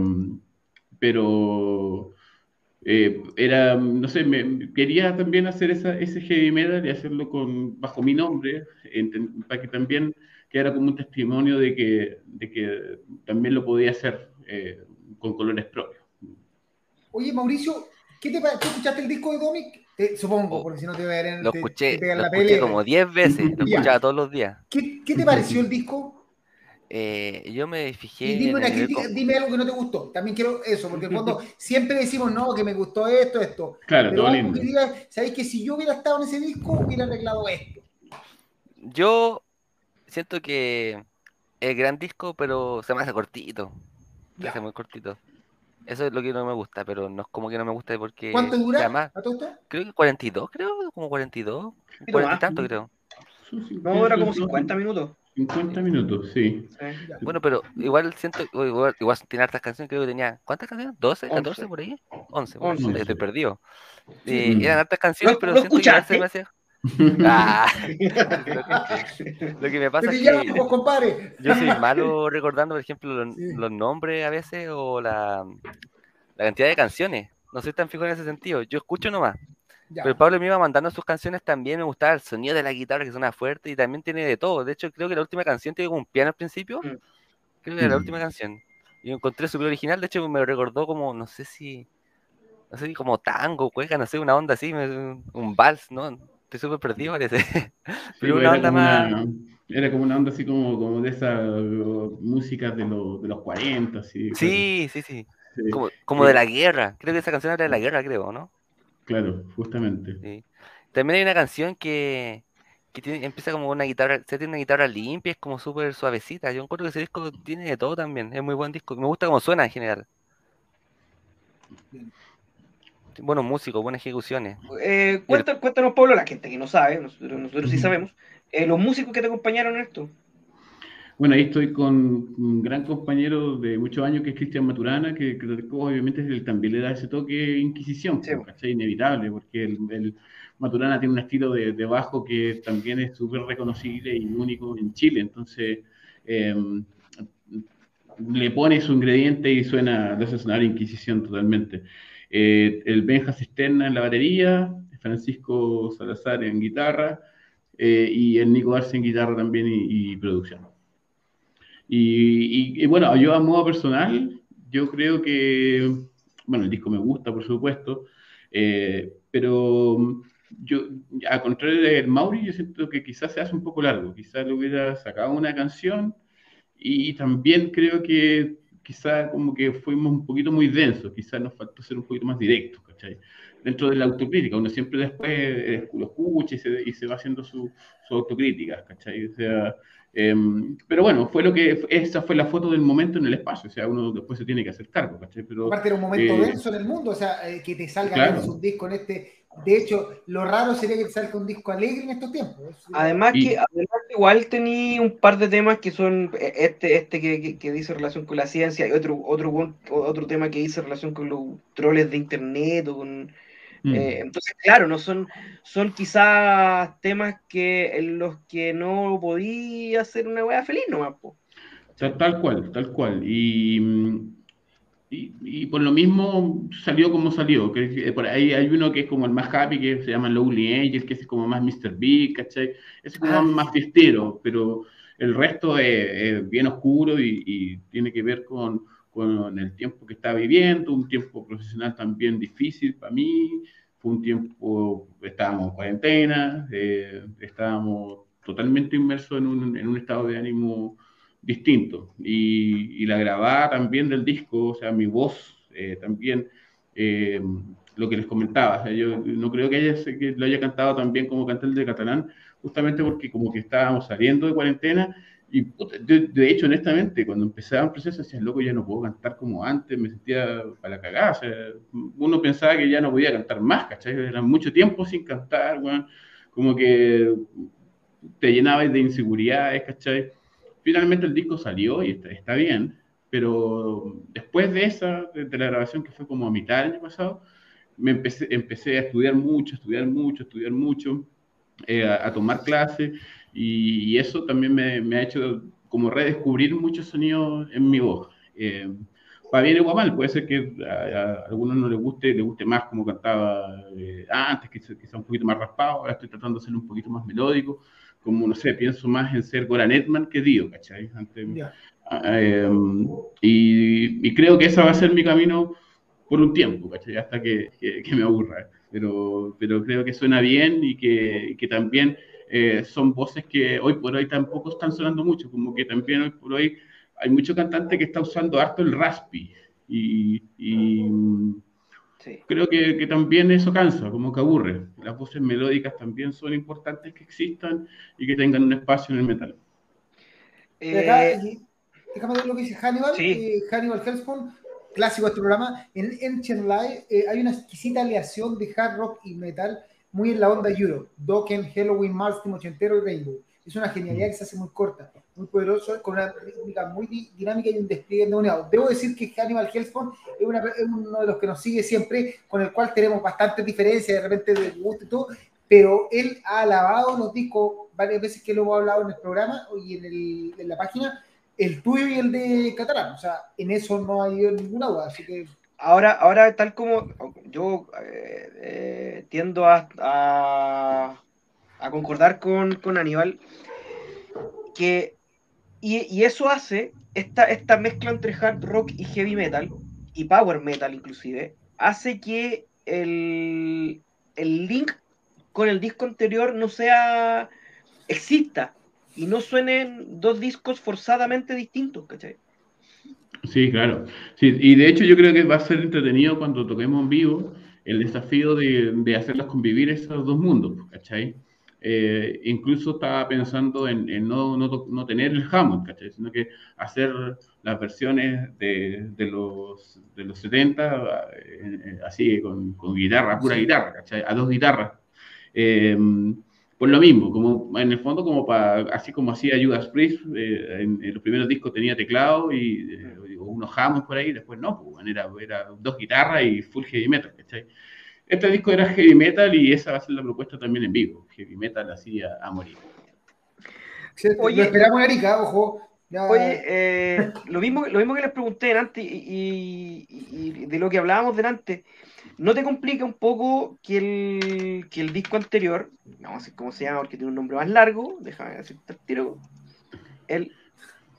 S3: pero eh, era, no sé, me, quería también hacer esa, ese heavy metal y hacerlo con, bajo mi nombre, ent- para que también quedara como un testimonio de que, de que también lo podía hacer eh, con colores propios.
S1: Oye, Mauricio, ¿qué te pa- ¿tú escuchaste el disco de Domic? Te- supongo,
S4: Oh,
S1: porque si no te, pegan-
S4: lo
S1: te, te
S4: escuché,
S1: pegan
S4: lo
S1: la
S4: escuché como
S1: P L R.
S4: diez veces, lo escuchaba
S1: Ya.
S4: todos los días.
S1: ¿Qué, ¿Qué te pareció el disco?
S4: Eh, yo me
S1: Y
S4: fijé
S1: dime
S4: en el
S1: una
S4: nivel.
S1: crítica, dime algo que no te gustó. También quiero eso, porque en el fondo siempre decimos, no, que me gustó esto, esto.
S3: Claro,
S1: Pero
S3: todo
S1: algo que
S3: lindo.
S1: diga, ¿sabéis que si yo hubiera estado en ese disco, hubiera arreglado esto?
S4: Yo siento que es gran disco, pero se me hace cortito. Se hace
S1: Ya.
S4: muy cortito. Eso es lo que no me gusta, pero no es como que no me guste
S1: ¿Cuánto
S4: porque, o sea,
S1: dura
S4: más,
S1: a todo esto?
S4: creo que cuarenta y dos, creo, como cuarenta y dos,
S2: un poquito
S4: cuarenta y
S2: más.
S4: tanto creo.
S3: Son
S2: No, dura
S3: cincuenta,
S2: como
S3: son
S2: cincuenta minutos.
S3: cincuenta minutos, sí.
S2: Sí,
S1: Ya.
S4: Bueno, pero igual siento, o igual, igual tiene hartas canciones, creo que tenía, ¿cuántas canciones? Doce, catorce
S2: once.
S4: por ahí? Once, bueno,
S2: once.
S4: puta, estoy
S3: once.
S4: perdido.
S1: Sí.
S4: Eh, eran
S3: Mm.
S4: hartas canciones,
S2: ¿Lo,
S4: pero
S2: lo
S4: siento que igual se me
S2: escuchaste?
S4: hacía... Ah, sí lo escuché. Lo que me
S1: ¿Qué
S4: pasa es
S1: te llamas,
S4: que
S1: pues, compadre?
S4: yo soy malo recordando, por ejemplo, los,
S1: Sí.
S4: los nombres a veces o la, la cantidad de canciones. No soy tan fijo en ese sentido. Yo escucho nomás. Pero el
S1: Ya.
S4: Pablo me iba mandando sus canciones también. Me gustaba el sonido de la guitarra que suena fuerte y también tiene de todo. De hecho, creo que la última canción tiene como un piano al principio.
S2: Mm.
S4: Creo que era la última
S3: Mm.
S4: canción. Y lo encontré súper original. De hecho, me recordó como, no sé si, no sé si como tango, cueca, no sé, una onda así, me- un vals, ¿no? Estoy súper perdido, parece.
S3: Sí,
S4: Pero
S3: pues
S4: una
S3: era
S4: onda
S3: como
S4: más.
S3: una, era como una onda así como, como de esa uh, música de, los de los cuarenta, sí, claro.
S4: Sí, sí, sí.
S3: Sí.
S4: Como, como de
S3: Eh,
S4: la guerra. Creo que esa canción era de la guerra, creo, ¿no?
S3: claro, justamente.
S4: Sí. También hay una canción que, que tiene, empieza como una guitarra, se tiene una guitarra limpia, es como súper suavecita. Yo encuentro que ese disco tiene de todo también, es muy buen disco. Me gusta cómo suena en general. Buenos músicos, buenas ejecuciones.
S2: Eh,
S4: Y el-
S2: cuéntanos, cuéntanos, Pablo, la gente que no sabe, nosotros, nosotros sí
S3: Ujú.
S2: sabemos, eh, los músicos que te acompañaron en esto.
S3: Bueno, ahí estoy con un gran compañero de muchos años que es Cristian Maturana, que, que obviamente él también le da ese toque Inquisición,
S2: Sí,
S3: pues, ¿cachai? Inevitable, porque el, el Maturana tiene un estilo de, de bajo que también es súper reconocible y único en Chile, entonces eh, le pone su ingrediente y suena, le hace sonar Inquisición totalmente. Eh, el Benja Cisterna en la batería, Francisco Salazar en guitarra eh, y el Nico Arce en guitarra también y, y producción. Y, y, y bueno, yo a modo personal, yo creo que, bueno, el disco me gusta, por supuesto, eh, pero yo, al contrario del Mauri, yo siento que quizás se hace un poco largo, quizás le hubiera sacado una canción y también creo que quizás como que fuimos un poquito muy densos, quizás nos faltó ser un poquito más directos, ¿cachai? Dentro de la autocrítica, uno siempre después eh, lo escucha y se, y se va haciendo su, su autocrítica, ¿cachai? O sea, eh, pero bueno, fue lo que, esa fue la foto del momento en el espacio, o sea, uno después se tiene que hacer cargo, ¿cachai? Pero,
S1: Aparte era un momento
S3: eh,
S1: denso en el mundo, o sea, eh, que te salga
S3: claro,
S1: gratis un disco en este... De hecho, lo raro sería que te salga un disco alegre en estos tiempos.
S2: Además que,
S3: y,
S2: además que igual tenía un par de temas que son este, este que, que, que dice relación con la ciencia y otro, otro, otro tema que dice relación con los troles de internet o con, eh,
S3: mm.
S2: entonces, claro, no son, son quizás temas que en los que no podía hacer una wea feliz nomás, po.
S3: Tal, tal cual, tal cual. Y, y, y por lo mismo salió como salió. Que, por ahí hay uno que es como el más happy, que se llama Lonely Angel, que es como más míster Big, ¿cachai? Ese es como
S2: Ah,
S3: más fiestero, pero el resto es, es bien oscuro y, y tiene que ver con, con el tiempo que está viviendo, un tiempo profesional también difícil para mí. Fue un tiempo, estábamos en cuarentena, eh, estábamos totalmente inmersos en un, en un estado de ánimo distinto. Y, y la grabada también del disco, o sea, mi voz eh, también, eh, lo que les comentaba, o sea, yo no creo que, haya, que lo haya cantado tan bien como canté el de catalán, justamente porque como que estábamos saliendo de cuarentena. Y puta, de, de, hecho, honestamente, cuando empezaba el proceso, decía, loco, ya no puedo cantar como antes, me sentía para la cagada. O sea, uno pensaba que ya no podía cantar más, ¿cachai? Era mucho tiempo sin cantar, bueno, como que te llenabas de inseguridades, ¿cachai? Finalmente el disco salió y está, está bien, pero después de esa, de, de la grabación que fue como a mitad del año pasado, me empecé, empecé a estudiar mucho, estudiar mucho, estudiar mucho, eh, a, a, tomar clases y, y, eso también me, me, ha hecho como redescubrir muchos sonidos en mi voz. Eh, para bien o para mal, puede ser que a, a, algunos no les guste, les guste más como cantaba eh, antes, que sea un poquito más raspado, ahora estoy tratando de ser un poquito más melódico, como no sé, pienso más en ser Goran Edman que Dio, ¿cachai? Antes, yeah. eh, y, y creo que ese va a ser mi camino por un tiempo, ¿cachai? Hasta que, que, que me aburra. Pero, pero creo que suena bien y que, que también eh, son voces que hoy por hoy tampoco están sonando mucho, como que también hoy por hoy hay mucho cantante que está usando harto el raspy y, y sí. Creo que, que también eso cansa, como que aburre. Las voces melódicas también son importantes que existan y que tengan un espacio en el metal.
S1: Eh, acá, déjame ver lo que dice Hannibal,
S2: sí.
S1: eh, Hannibal Hellspawn, clásico de este programa. En Ancient Live eh, hay una exquisita aleación de hard rock y metal muy en la onda Europe, Dokken, Halloween, Marston, Ochentero y Rainbow. Es una genialidad que se hace muy corta, muy poderoso, con una rítmica muy dinámica y un despliegue endemoniado. Debo decir que Hannibal Hellspawn es, una, es uno de los que nos sigue siempre, con el cual tenemos bastantes diferencias, de repente de gusto y todo, pero él ha alabado los discos varias veces que lo hemos hablado en el programa y en, el, en la página, el tuyo y el de Catalán. O sea, en eso no hay ninguna duda, así que...
S2: Ahora, ahora tal como yo eh, eh, tiendo a, a, a concordar con, con Aníbal, que y, y eso hace, esta, esta mezcla entre hard rock y heavy metal, y power metal inclusive, hace que el, el link con el disco anterior no sea, exista, y no suenen dos discos forzadamente distintos, ¿cachai?
S3: Sí, claro. Sí, y de hecho yo creo que va a ser entretenido cuando toquemos en vivo el desafío de, de hacerlos convivir esos dos mundos, ¿cachai? Eh, incluso estaba pensando en, en no, no, no, tener el Hammond, ¿cachai? Sino que hacer las versiones de, de, los, de los setenta eh, así, con, con guitarra, pura sí. guitarra, ¿cachai? A dos guitarras. Eh, Por lo mismo, como en el fondo, como para, así como hacía Judas Priest, eh, en, en los primeros discos tenía teclado y eh, unos Hammond por ahí, después no, pues, era, era dos guitarras y full heavy metal, ¿cachai? Este disco era heavy metal y esa va a ser la propuesta también en vivo, heavy metal así a, a morir.
S1: Oye, lo esperamos en Arica, ojo.
S2: Ya... Oye, eh, lo, mismo, lo mismo que les pregunté antes y, y, y de lo que hablábamos delante, ¿no te complica un poco que el, que el disco anterior, no sé cómo se llama porque tiene un nombre más largo, déjame decirte el tiro, el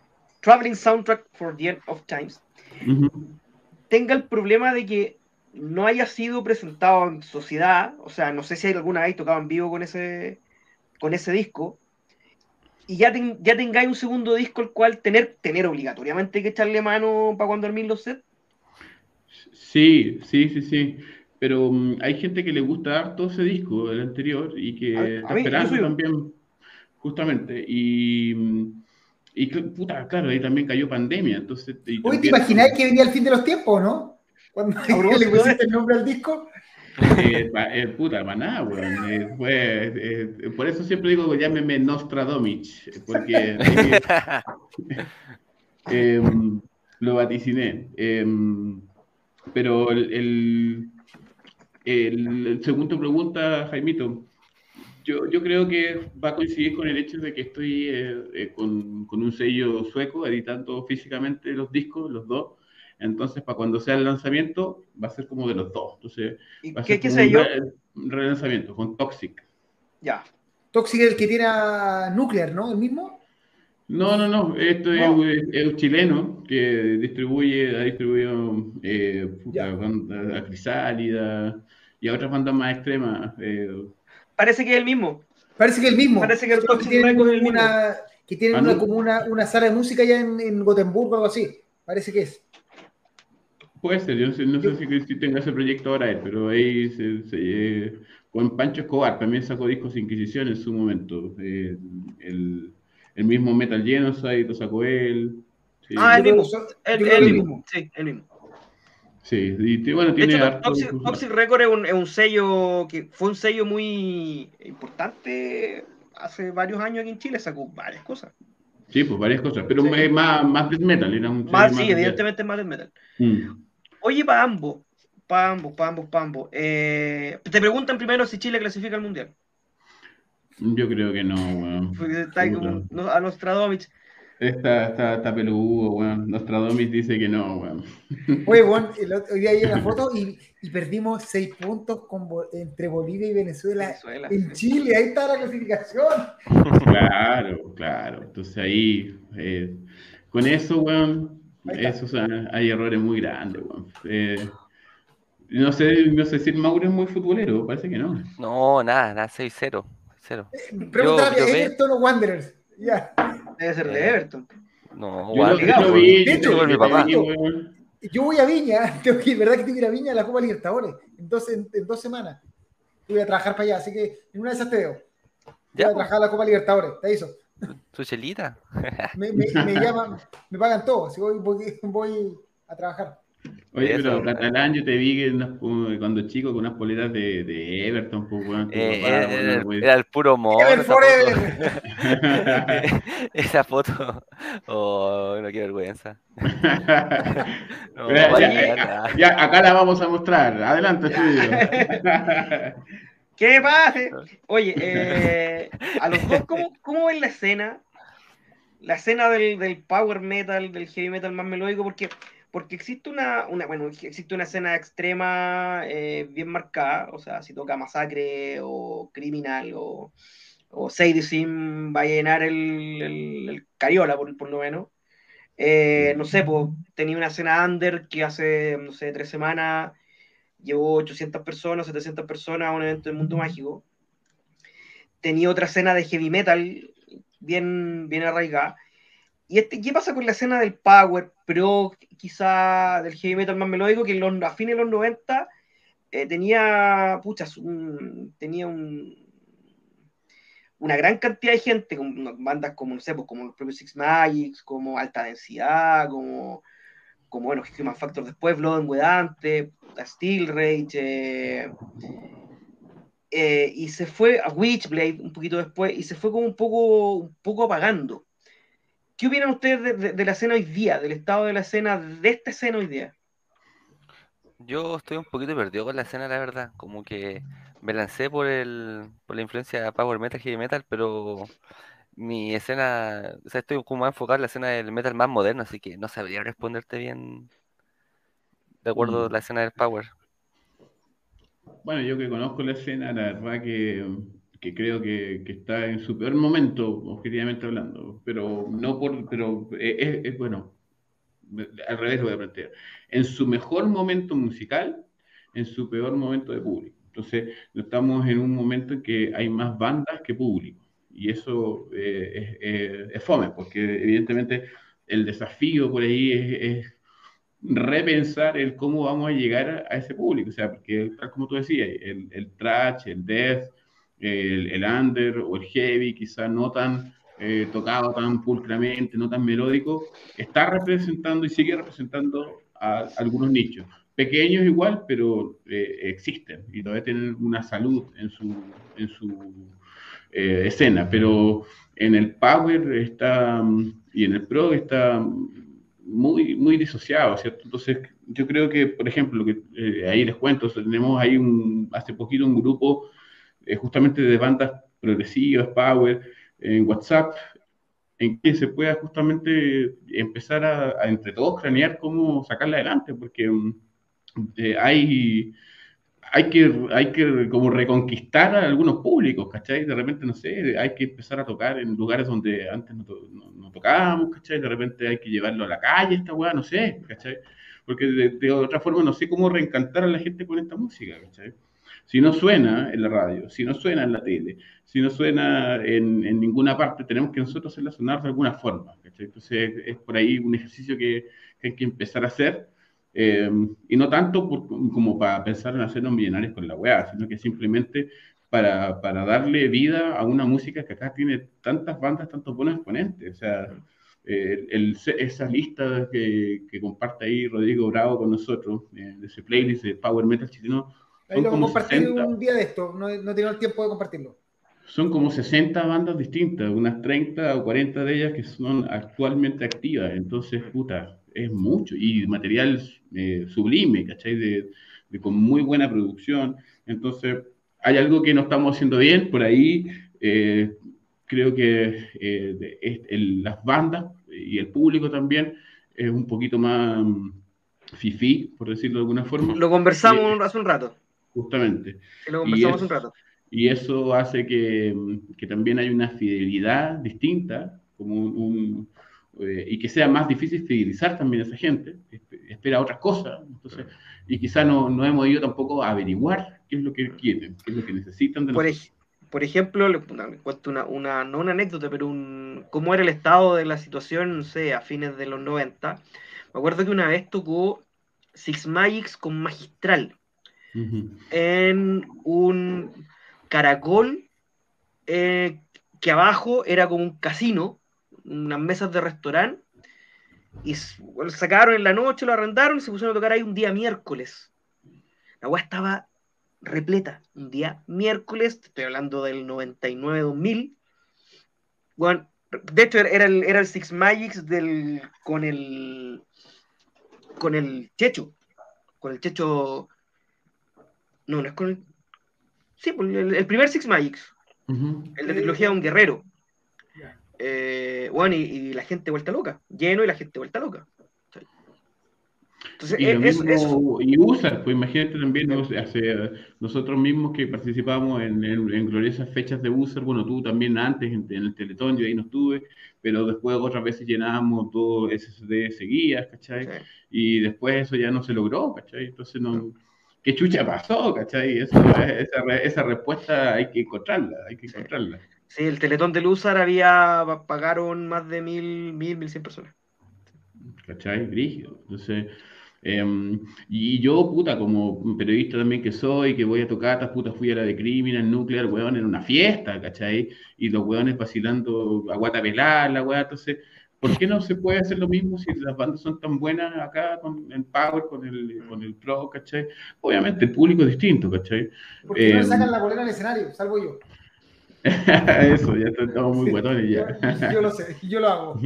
S2: Traveling Soundtrack for the End of Times, uh-huh. tenga el problema de que no haya sido presentado en sociedad, o sea, no sé si hay alguna vez tocado en vivo con ese, con ese disco, y ya, ten, ya tengáis un segundo disco el cual tener, tener obligatoriamente que echarle mano para cuando dormir los sets.
S3: Sí, sí, sí, sí. Pero um, hay gente que le gusta harto ese disco, el anterior, y que
S2: a,
S3: está
S2: a mí,
S3: esperando también, justamente. Y, y puta, claro, ahí también cayó pandemia. Entonces, y
S1: Uy,
S3: también,
S1: ¿te imagináis que venía el fin de los tiempos, no? Cuando le pusiste el nombre al disco.
S3: Eh, eh, puta, maná, weón. Eh, fue, eh, por eso siempre digo que llámeme Nostradomich, porque ahí, eh, lo vaticiné. Eh, pero el, el, el, el segundo pregunta, Jaimito, yo, yo creo que va a coincidir con el hecho de que estoy eh, eh, con, con un sello sueco editando físicamente los discos, los dos. Entonces, para cuando sea el lanzamiento, va a ser como de los dos. Entonces, va a ser
S2: ¿Qué,
S3: como
S2: qué
S3: un,
S2: yo?
S3: re, un relanzamiento con Toxic.
S2: Ya.
S1: Toxic es el que tiene a Nuclear, ¿no? ¿El mismo?
S3: No, no, no. Esto
S2: no.
S3: Es, es un chileno que distribuye, ha distribuido eh, puta, a, a Crisálida y a otras bandas más extremas. Eh.
S2: Parece que es el mismo.
S1: Parece que es el mismo.
S2: Parece que el Toxic
S1: que tienen
S2: Record es el
S1: una,
S2: mismo.
S1: que tienen una, como una, una sala de música allá en, en Gotemburgo o algo así. Parece que es.
S3: Puede ser, yo no sé, no sé si, si tenga ese proyecto ahora él, pero ahí se, se eh, con Pancho Escobar también sacó discos Inquisición en su momento. Eh, el, el mismo Metal Genocide lo sacó él.
S2: Sí. Ah, el mismo. El, el, el
S1: mismo.
S2: Sí, el mismo.
S3: Sí, y bueno,
S2: de
S3: tiene
S2: hecho,
S3: harto,
S2: Toxic, Toxic Record es un, es un sello que fue un sello muy importante hace varios años aquí en Chile, sacó varias cosas.
S3: Sí, pues varias cosas, pero sí. más, más death metal, era un
S2: más,
S3: más
S2: sí, evidentemente más death metal.
S3: Mm.
S2: Oye, para ambos, para ambos, para ambos, para ambos. Eh, te preguntan primero si Chile clasifica al Mundial.
S3: Yo creo que no, weón.
S2: Porque está ahí como a Nostradomich.
S3: Está, está, está peludo, weón. Nostradomich dice que no, weón.
S1: Oye, weón, hoy día hay una foto y, y perdimos seis puntos con, entre Bolivia y Venezuela, Venezuela en sí. Chile. Ahí está la clasificación.
S3: Claro, claro. Entonces ahí, eh, con eso, weón, eso, o sea, hay errores muy grandes, weón. Eh, no sé, no sé si el Mauro es muy futbolero, parece que no.
S4: No, nada, nada, seis cero. cero.
S1: Pregúntale a Everton o Wanderers. Ya.
S2: Debe ser de Everton.
S4: No,
S3: yo lo, yo lo vi,
S1: de hecho,
S3: yo,
S1: mi
S3: papá.
S1: Vi, yo voy a Viña, tengo que, ¿verdad que tengo que ir a Viña a la Copa Libertadores? En dos, en, en dos semanas. Voy a trabajar para allá, así que en una de esas te veo. Voy ¿Ya? a trabajar a la Copa Libertadores, te aviso.
S4: ¿Tu chelita?
S1: me, me, me llaman, me pagan todo, así voy, voy, voy a trabajar.
S3: Oye, eso, pero Catalán, yo te vi que unas, cuando chico con unas poleras de, de Everton, pues, bueno, tu
S4: eh,
S3: papá,
S4: era,
S3: bueno,
S4: el,
S3: pues.
S4: era el puro mono.
S1: Ever
S4: esa
S1: forever.
S4: foto. esa foto. Oh, no, qué vergüenza.
S3: no, ya, ya, ya, acá la vamos a mostrar. Adelante, estudio.
S2: ¿Qué pase? Oye, eh, a los dos, ¿cómo, cómo ven la escena? La escena del, del power metal, del heavy metal más melódico, porque, porque existe una, una, bueno, existe una escena extrema eh, bien marcada, o sea, si toca Masacre o Criminal o, o Sadism va a llenar el, el, el Cariola, por, por lo menos. Eh, no sé, pues tenía una escena under que hace, no sé, tres semanas llevó ochocientas personas, setecientas personas a un evento del mundo mágico. Tenía otra escena de heavy metal bien, bien arraigada. ¿Y este, qué pasa con la escena del power, pero quizá del heavy metal más melódico, que en los, a fines de los noventa eh, tenía, puchas, un, tenía un, una gran cantidad de gente, con bandas como, no sé, pues, como los propios Six Magics, como Alta Densidad, como, como bueno, Human Factor después, Blood and Wedante, Steel Rage, eh, eh, y se fue a Witchblade un poquito después, y se fue como un poco, un poco apagando. ¿Qué opinan ustedes de, de, de la escena hoy día, del estado de la escena, de esta escena hoy día?
S4: Yo estoy un poquito perdido con la escena, la verdad. Como que me lancé por el por la influencia de Power Metal, Heavy Metal, pero mi escena, o sea, estoy como más enfocado en la escena del metal más moderno, así que no sabría responderte bien de acuerdo a la escena del Power.
S3: Bueno, yo que conozco la escena, la verdad que que creo que, que está en su peor momento, objetivamente hablando, pero no por, pero es, es bueno, al revés lo voy a plantear, en su mejor momento musical, en su peor momento de público. Entonces, estamos en un momento en que hay más bandas que público, y eso eh, es, es, es fome, porque evidentemente el desafío por ahí es, es repensar el cómo vamos a llegar a, a ese público, o sea, porque tal como tú decías, el, el thrash, el death, el, el under o el heavy, quizás no tan eh, tocado tan pulcramente, no tan melódico, está representando y sigue representando a, a algunos nichos. Pequeños igual, pero eh, existen y todavía tienen una salud en su, en su eh, escena. Pero en el power está y en el pro está muy, muy disociado, ¿cierto? Entonces, yo creo que, por ejemplo, que eh, ahí les cuento, tenemos ahí un, hace poquito un grupo eh, justamente de bandas progresivas, power, en WhatsApp, en que se pueda justamente empezar a, a entre todos cranear cómo sacarla adelante, porque um, eh, hay, hay, que, hay que como reconquistar a algunos públicos, ¿cachai? De repente, no sé, hay que empezar a tocar en lugares donde antes no, to, no, no tocábamos, ¿cachai? De repente hay que llevarlo a la calle, esta weá, no sé, ¿cachai? Porque de, de otra forma no sé cómo reencantar a la gente con esta música, ¿cachai? Si no suena en la radio, si no suena en la tele, si no suena en, en ninguna parte, tenemos que nosotros hacerla sonar de alguna forma, ¿cachai? Entonces es por ahí un ejercicio que, que hay que empezar a hacer, eh, y no tanto por, como para pensar en hacernos millonarios con la weá, sino que simplemente para, para darle vida a una música que acá tiene tantas bandas, tantos buenos exponentes, o sea, eh, el, esa lista que, que comparte ahí Rodrigo Bravo con nosotros, eh, de ese playlist de Power Metal chileno,
S1: Ahí
S3: son
S1: lo vamos
S3: como
S1: a compartir
S3: sesenta,
S1: un día de esto, no, no he tenido el tiempo de compartirlo.
S3: son como sesenta bandas distintas, unas treinta o cuarenta de ellas que son actualmente activas, entonces, puta, es mucho, y material eh, sublime, ¿cachai? De, de, con muy buena producción, entonces, hay algo que no estamos haciendo bien, por ahí, eh, creo que eh, de, el, las bandas y el público también es un poquito más fifí, por decirlo de alguna forma.
S2: Lo conversamos hace un rato.
S3: Justamente.
S2: Sí, lo
S3: Y,
S2: conversamos
S3: es,
S2: hace un rato.
S3: y eso hace que, que también hay una fidelidad distinta, como un, un eh, y que sea más difícil fidelizar también a esa gente, espera otras cosas, entonces, y quizá no, no hemos ido tampoco a averiguar qué es lo que quieren, qué es lo que necesitan de
S2: Por,
S3: nosotros.
S2: ej por ejemplo, le cuento una, una, no una anécdota, pero un, cómo era el estado de la situación, no sé, a fines de los noventa. Me acuerdo que una vez tocó Six Magics con Magistral
S3: Uh-huh.
S2: en un caracol eh, que abajo era como un casino, unas mesas de restaurante, y lo sacaron en la noche, lo arrendaron y se pusieron a tocar ahí un día miércoles. La weá estaba repleta, un día miércoles, estoy hablando del noventa y nueve dos mil. Bueno, de hecho era el, era el Six Magics del, con el con el Checho, con el Checho, no, no es con el, sí, el, el primer Six Magics, uh-huh. El de trilogía de un guerrero. Yeah. Eh, bueno, y, y la gente vuelta loca, lleno y la gente vuelta loca.
S3: Entonces, y lo mismo, eso, y U S A R, pues imagínate también, ¿no? Hace, nosotros mismos que participamos en, en, en gloriosas fechas de U S A R, bueno, tú también antes en, en el Teletón, yo ahí no estuve, pero después otras veces llenábamos todo S S D seguidas, ¿cachai? Sí. Y después eso ya no se logró, ¿cachai? Entonces, no, ¿qué chucha pasó, ¿cachai? Eso, esa, esa respuesta hay que encontrarla, hay que encontrarla.
S2: Sí, el Teletón del U S A R había, pagaron más de mil, mil, mil cien personas.
S3: ¿Cachai? Brígido. Entonces... Eh, y yo, puta, como periodista también que soy, que voy a tocatas, puta, fui a la de Criminal, Nuclear, weón, en una fiesta, ¿cachai? Y los weones vacilando a guata pelar, la weá, entonces, ¿por qué no se puede hacer lo mismo si las bandas son tan buenas acá con el Power, con el, con el Pro, ¿cachai? Obviamente el público es distinto, ¿cachai?
S1: ¿Por qué eh, no le sacan la bolera al escenario? Salvo yo.
S3: Eso, ya estamos muy sí, guatones ya.
S1: Yo, yo lo sé, yo lo hago.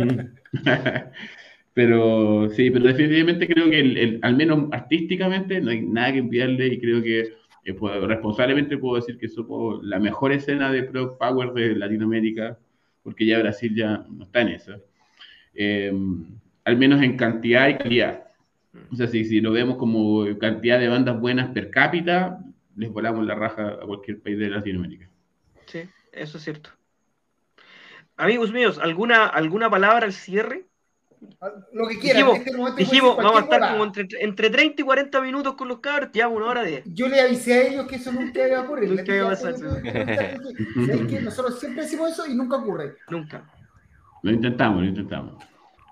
S3: Pero sí, pero definitivamente creo que el, el, al menos artísticamente no hay nada que enviarle y creo que eh, puedo, responsablemente puedo decir que somos la mejor escena de Pro Power de Latinoamérica, porque ya Brasil ya no está en eso. Eh, al menos en cantidad y calidad. O sea, si, si lo vemos como cantidad de bandas buenas per cápita, les volamos la raja a cualquier país de Latinoamérica.
S2: Sí, eso es cierto. Amigos míos, ¿alguna, alguna palabra al cierre?
S1: Lo que quieran,
S2: Dijimos,
S1: en este momento
S2: dijimos
S1: puede decir
S2: vamos a estar
S1: cualquier
S2: como
S1: huevada.
S2: entre, entre treinta y cuarenta minutos con los cabros, ya una hora de.
S1: Yo le avisé a ellos que eso nunca iba a ocurrir. Les
S2: Nunca
S1: dije
S2: iba a
S1: antes
S2: pasar.
S1: de de comenzar, les dije, ¿sabes qué? Nosotros siempre decimos eso y nunca ocurre.
S2: Nunca.
S3: Lo intentamos, lo intentamos.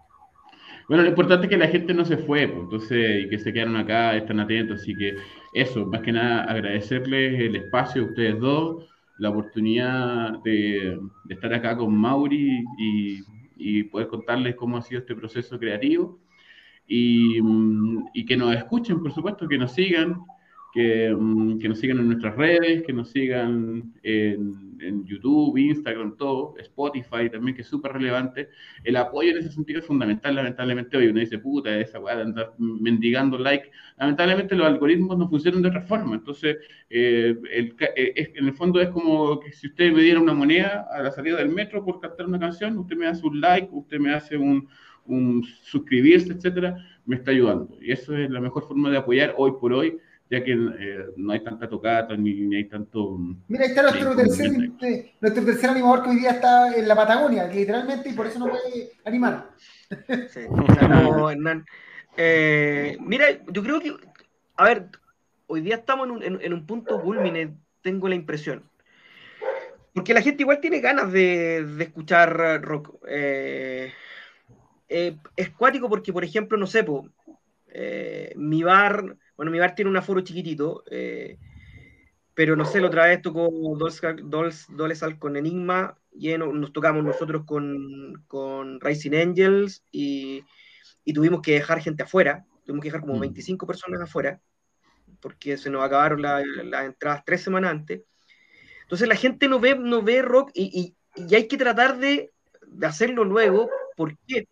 S3: Bueno, lo importante es que la gente no se fue, pues, entonces, y que se quedaron acá, están atentos, así que eso, más que nada agradecerles el espacio a ustedes dos, la oportunidad de, de estar acá con Mauri y, y poder contarles cómo ha sido este proceso creativo y, mm, y que nos escuchen, por supuesto, que nos sigan, que, mm, que nos sigan en nuestras redes, que nos sigan en, en YouTube, Instagram, todo, Spotify también, que es súper relevante. El apoyo en ese sentido es fundamental, lamentablemente. Hoy uno dice, puta, esa weá de andar mendigando like. Lamentablemente los algoritmos no funcionan de otra forma. Entonces, eh, el, eh, es, en el fondo es como que si usted me diera una moneda a la salida del metro por cantar una canción, usted me hace un like, usted me hace un un suscribirse, etcétera, me está ayudando. Y eso es la mejor forma de apoyar hoy por hoy, ya que eh, no hay tanta tocata ni, ni hay tanto.
S1: Mira, ahí está nuestro tercer, eh, nuestro tercer animador que hoy día está en la Patagonia, literalmente, y por eso no puede animar.
S2: Sí, saludos, Hernán. Eh, mira, yo creo que, a ver, hoy día estamos en un, en, en un punto culmine, tengo la impresión. Porque la gente igual tiene ganas de, de escuchar rock. Eh, eh, es cuático porque, por ejemplo, no sé, po, eh, mi bar, bueno, mi bar tiene un aforo chiquitito, eh, pero no sé, la otra vez tocó Dolezal con Enigma, lleno, nos tocamos nosotros con, con Rising Angels y, y tuvimos que dejar gente afuera, tuvimos que dejar como veinticinco personas afuera, porque se nos acabaron las la entradas tres semanas antes. Entonces la gente no ve, no ve rock y, y, y hay que tratar de, de hacerlo luego. ¿Por qué?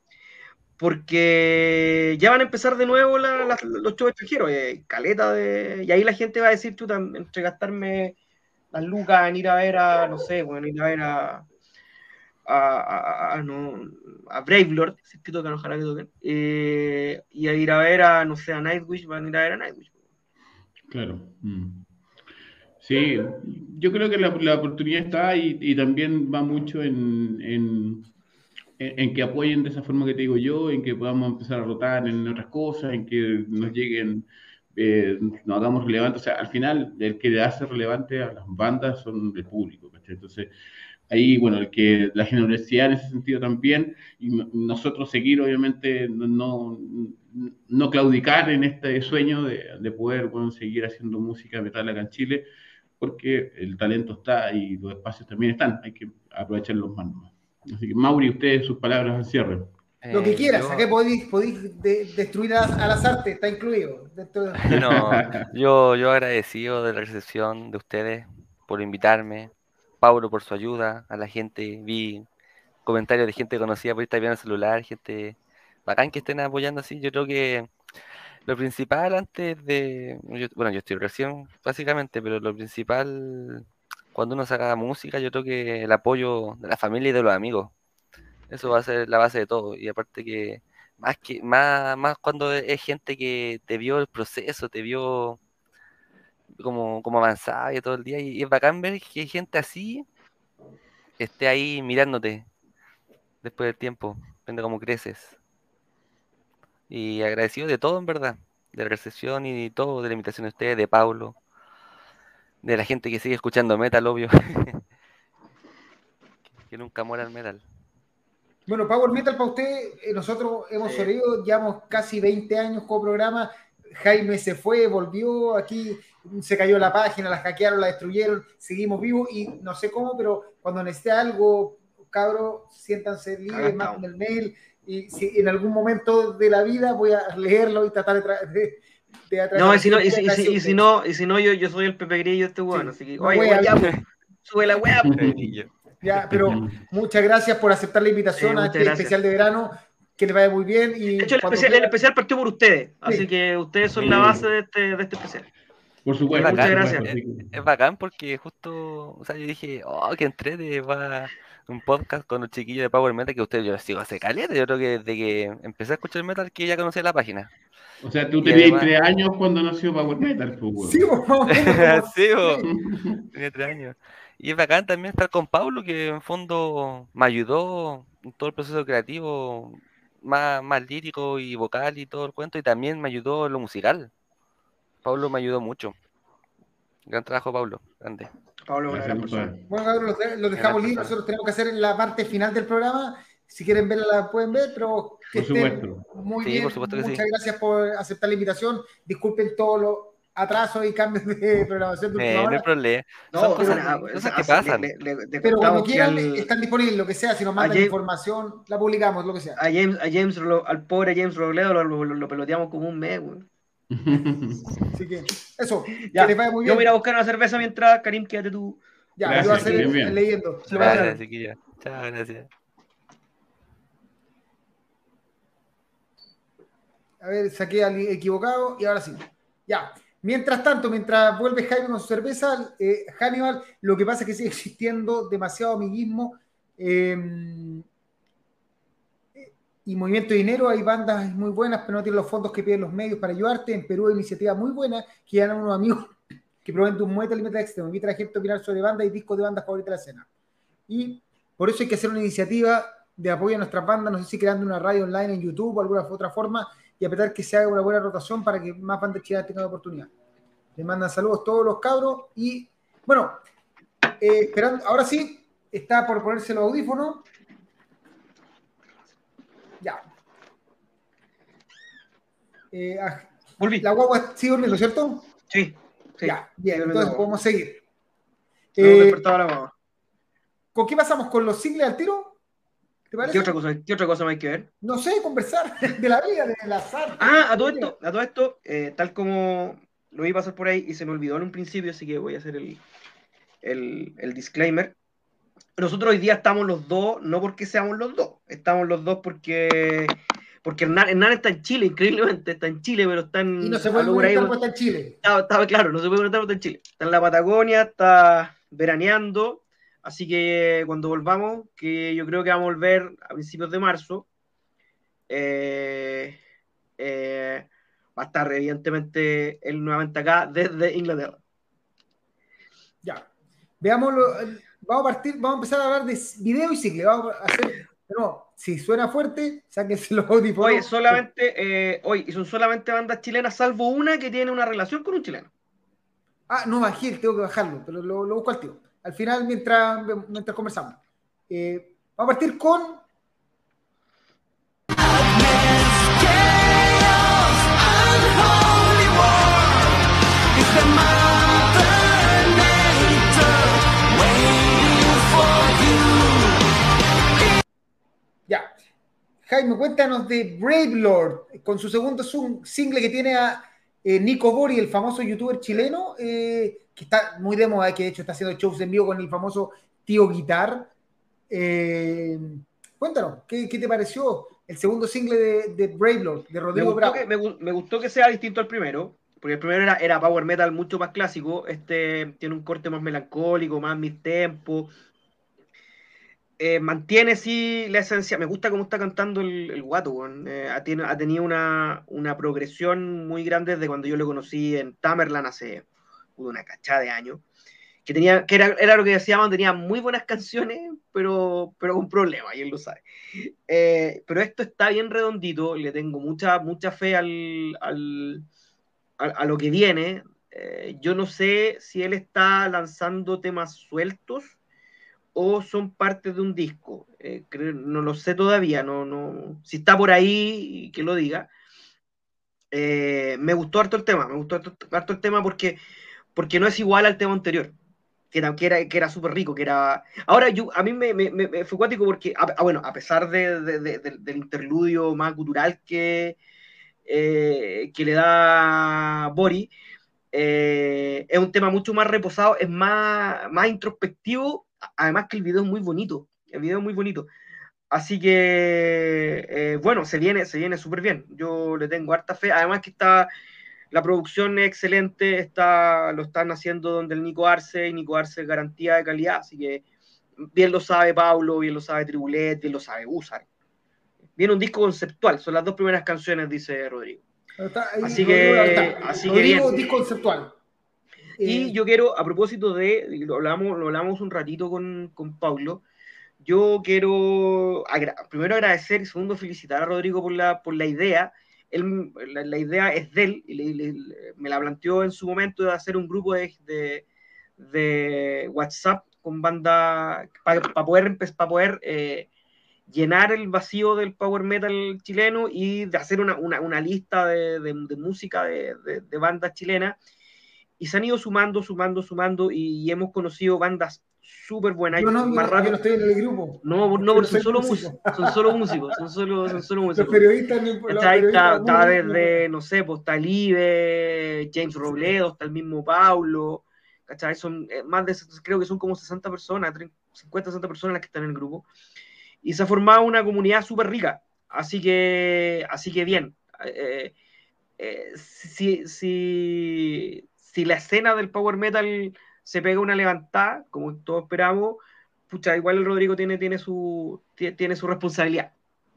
S2: Porque ya van a empezar de nuevo la, la, los shows extranjeros, eh, caleta de... Y ahí la gente va a decir, chuta, entre gastarme las lucas en ir a ver a, no sé, bueno, ir a ver a... a, a, a, no, a Brave Lord, si es que tocan, ojalá que toquen, eh, y a ir a ver a, no sé, a Nightwish, van a ir a ver a Nightwish.
S3: Claro. Mm. Sí, yo creo que la, la oportunidad está y, y también va mucho en, en, en que apoyen de esa forma que te digo yo, en que podamos empezar a rotar en otras cosas, en que nos lleguen, eh, nos hagamos relevantes. O sea, al final, el que le hace relevante a las bandas son el público, ¿cachai? Entonces, ahí, bueno, el que la generosidad en ese sentido también, y no, nosotros seguir, obviamente, no, no, no claudicar en este sueño de, de poder, bueno, seguir haciendo música metal acá en Chile, porque el talento está y los espacios también están, hay que aprovecharlos más. Así que, Mauri, ustedes sus palabras al cierre.
S1: Lo que
S4: Eh,
S1: quieras,
S4: yo-
S1: acá podéis, podéis de- destruir a, a las artes, está incluido. Dentro de-
S4: No, yo, yo agradecido de la recepción de ustedes por invitarme, Pablo por su ayuda, a la gente, vi comentarios de gente conocida por estar viendo el celular, gente bacán que estén apoyando así. Yo creo que lo principal antes de, yo- bueno, yo estoy recién básicamente, pero lo principal cuando uno saca música, yo creo que el apoyo de la familia y de los amigos, eso va a ser la base de todo. Y aparte que más que más, más cuando es gente que te vio el proceso, te vio como, como avanzaba y todo el día, y, y es bacán ver que hay gente así esté ahí mirándote después del tiempo, viendo cómo creces. Y agradecido de todo, en verdad, de la recepción y de todo, de la invitación de ustedes, de Paulo, de la gente que sigue escuchando metal, obvio, que nunca muera el metal.
S1: Bueno, Power Metal para usted, eh, nosotros hemos
S4: Sí.
S1: sobrevivido, llevamos casi veinte años con programa. Jaime se fue, volvió, aquí se cayó la página, la hackearon, la destruyeron, seguimos vivos y no sé cómo, pero cuando necesite algo, cabros, siéntanse libres, manden el mail y si en algún momento de la vida voy a leerlo y tratar de, tra- de, de atrás.
S2: No, y si no, y si, y si, y si no, y si no yo, yo soy el Pepe Grillo este weón,
S1: Sí,
S2: así que,
S1: no
S2: oye,
S1: voy a-
S2: weón, ya, pues, sube la weá, pues.
S4: Grillo.
S1: Ya, pero muchas gracias por aceptar la invitación
S2: Sí,
S1: a
S2: muchas
S1: este
S2: gracias.
S1: especial de verano. Que les vaya muy bien. Y
S2: De hecho, el
S1: cuando
S2: especial, el
S1: quieran-
S2: especial partió por ustedes, así
S1: Sí.
S2: que ustedes son
S3: Sí.
S2: la base de este, de este especial.
S3: Por supuesto.
S4: Es
S2: Muchas
S4: bacán,
S2: gracias.
S4: es, es bacán porque justo, o sea, yo dije, oh, que entrete, va, un podcast con los chiquillos de Power Metal que ustedes yo los sigo hace caleta. Yo creo que desde que empecé a escuchar metal que ya conocía la página.
S3: O sea, tú
S4: Y
S3: tenías
S4: además-
S3: tres años cuando nació Power Metal, pues, weón.
S1: Sí, pues, más o menos como-
S4: Sí, bo. Tenía tres años. Y es bacán también estar con Pablo, que en fondo me ayudó en todo el proceso creativo, más, más lírico y vocal y todo el cuento, y también me ayudó en lo musical. Pablo me ayudó mucho. Gran trabajo, Pablo. Grande.
S2: Pablo es una gran
S3: Gracias,
S2: persona.
S3: compadre.
S1: Bueno, cabrón, los, de- los dejamos libres. Nosotros tenemos que hacer en la parte final del programa. Si quieren verla, la pueden ver, pero que
S3: Por
S1: estén
S3: supuesto.
S1: muy
S4: Sí,
S1: bien.
S4: por supuesto que sí.
S1: Muchas gracias por aceptar la invitación. Disculpen todos los atrasos y cambios de programación de
S4: Eh,
S1: última
S4: no hay
S1: hora.
S4: problema.
S2: No,
S4: Son
S2: pero
S4: cosas,
S2: nada,
S4: cosas
S2: o
S4: que
S2: sea,
S4: pasan.
S2: le- le- le- le
S1: Pero cuando
S2: contamos que
S1: quieran,
S2: al-
S1: están disponibles, lo que sea. Si nos mandan
S2: James-
S1: información, la publicamos, lo que sea.
S2: a James, a James Ro- al pobre James Robledo lo, lo, lo peloteamos como un mes, güey.
S1: Así que, eso.
S2: Ya,
S1: Que les vaya muy
S2: yo
S1: bien.
S2: voy a ir a buscar una cerveza mientras, Karim, quédate tú.
S1: Ya,
S3: Gracias,
S1: yo voy a seguir
S3: que estén bien.
S1: leyendo.
S2: Se lo voy a
S4: Gracias,
S2: dar.
S4: chiquilla. Chao, gracias.
S1: A ver, saqué al equivocado y ahora sí. Ya. Mientras tanto, mientras vuelve Jaime con su cerveza, eh, Hannibal, lo que pasa es que sigue existiendo demasiado amiguismo eh, y movimiento de dinero. Hay bandas muy buenas, pero no tienen los fondos que piden los medios para ayudarte. En Perú hay iniciativas muy buenas que dan a unos amigos que proveen de un metal y metal extremo. Invita a la gente a opinar sobre bandas y discos de bandas favoritas de la escena. Y por eso hay que hacer una iniciativa de apoyo a nuestras bandas, no sé si creando una radio online en YouTube o alguna otra forma, y apretar que se haga una buena rotación para que más bandas chilenas tengan oportunidad. Les mandan saludos todos los cabros y bueno, eh, esperando, ahora sí, está por ponerse los audífonos. Ya. Eh, ah,
S2: Volví.
S1: la guagua sigue durmiendo, ¿cierto?
S2: Sí, sí.
S1: Ya, bien,
S2: Sí,
S1: entonces
S2: no,
S1: podemos seguir.
S2: no
S1: Eh,
S2: despertaba la guagua.
S1: ¿Con qué pasamos? ¿Con los singles al tiro? ¿Te parece?
S2: ¿Qué otra cosa, qué otra cosa más hay que ver?
S1: No sé, conversar de la vida, de las artes.
S2: Ah, a todo esto, a todo esto, eh, tal como lo iba a pasar por ahí y se me olvidó en un principio, así que voy a hacer el, el, el disclaimer. Nosotros hoy día estamos los dos, no porque seamos los dos, estamos los dos porque porque Hernán, Hernán está en Chile, increíblemente, está en Chile, pero está en...
S1: Y no se puede
S2: por ahí,
S1: conectar porque está en Chile.
S2: Estaba, estaba claro, no se puede conectar porque está en Chile. Está en la Patagonia, está veraneando, así que cuando volvamos, que yo creo que vamos a volver a principios de marzo, eh, eh, va a estar evidentemente él nuevamente acá desde Inglaterra.
S1: Ya. Veámoslo. Vamos a partir, vamos a empezar a hablar de video y single. Vamos a hacer. No, si suena fuerte, sáquense los audífonos.
S2: Hoy solamente, eh, hoy, y son solamente bandas chilenas, salvo una que tiene una relación con un chileno.
S1: Ah, no bajé, tengo que bajarlo, pero lo, lo busco al tío. Al final, mientras, mientras conversamos. Eh, vamos a partir con. Ya. Jaime, cuéntanos de Brave Lord, con su segundo single que tiene a eh, Nico Bori, el famoso youtuber chileno, eh, que está muy de moda, que de hecho está haciendo shows en vivo con el famoso Tío Guitar. Eh, cuéntanos, ¿qué, ¿qué te pareció el segundo single de, de Brave Lord, de Rodrigo
S2: me gustó,
S1: Bravo?
S2: que, me, me gustó que sea distinto al primero, porque el primero era, era power metal mucho más clásico, este tiene un corte más melancólico, más mid-tempo. Eh, mantiene sí la esencia, me gusta cómo está cantando el, el guato, eh, ha, tiene, ha tenido una, una progresión muy grande desde cuando yo lo conocí en Tamerlan hace una cachada de años, que, tenía, que era, era lo que decíamos, tenía muy buenas canciones, pero, pero un problema, y él lo sabe. Eh, pero esto está bien redondito, le tengo mucha, mucha fe al, al, a, a lo que viene. Eh, yo no sé si él está lanzando temas sueltos o son parte de un disco. Eh, creo, no lo sé todavía, no, no, si está por ahí, que lo diga. Eh, me gustó harto el tema, me gustó harto, harto el tema porque, porque no es igual al tema anterior, que, que era, que era súper rico, que era... Ahora, yo, a mí me, me, me fue cuático porque, a, bueno, a pesar de, de, de, de, del interludio más cultural que, eh, que le da Bori, eh, es un tema mucho más reposado, es más, más introspectivo, además que el video es muy bonito, el video es muy bonito, así que eh, bueno, se viene se viene súper bien, yo le tengo harta fe, además que está, la producción es excelente, está, lo están haciendo donde el Nico Arce, y Nico Arce es garantía de calidad, así que bien lo sabe Pablo, bien lo sabe Tribulet, bien lo sabe Usar. Viene un disco conceptual, son las dos primeras canciones, dice Rodrigo.
S1: Está ahí,
S2: así
S1: Rodrigo,
S2: que, así que bien.
S1: Disco conceptual.
S2: Y eh, yo quiero, a propósito de, lo hablamos, lo hablamos un ratito con, con Pablo, yo quiero agra primero agradecer y segundo felicitar a Rodrigo por la, por la idea. Él, la, la idea es de él, y le, le, me la planteó en su momento de hacer un grupo de, de, de WhatsApp con banda para pa poder, pa poder eh, llenar el vacío del power metal chileno y de hacer una, una, una lista de, de, de música de, de, de bandas chilenas. Y se han ido sumando, sumando, sumando, y, y hemos conocido bandas súper buenas.
S1: Yo no,
S2: más
S1: yo, yo no estoy en el grupo.
S2: No, no, porque son solo, músico. son solo músicos, son solo, son solo músicos.
S1: Los periodistas, los
S2: está,
S1: periodistas
S2: está, está desde, no sé, pues está Live, James Robledo, está el mismo Paulo, ¿cachai? Son más de, creo que son como sesenta personas, cincuenta, sesenta personas las que están en el grupo. Y se ha formado una comunidad súper rica. Así que, así que bien. Eh, eh, si, si, si la escena del power metal se pega una levantada, como todos esperamos, pucha, igual el Rodrigo tiene, tiene, su, tiene su responsabilidad.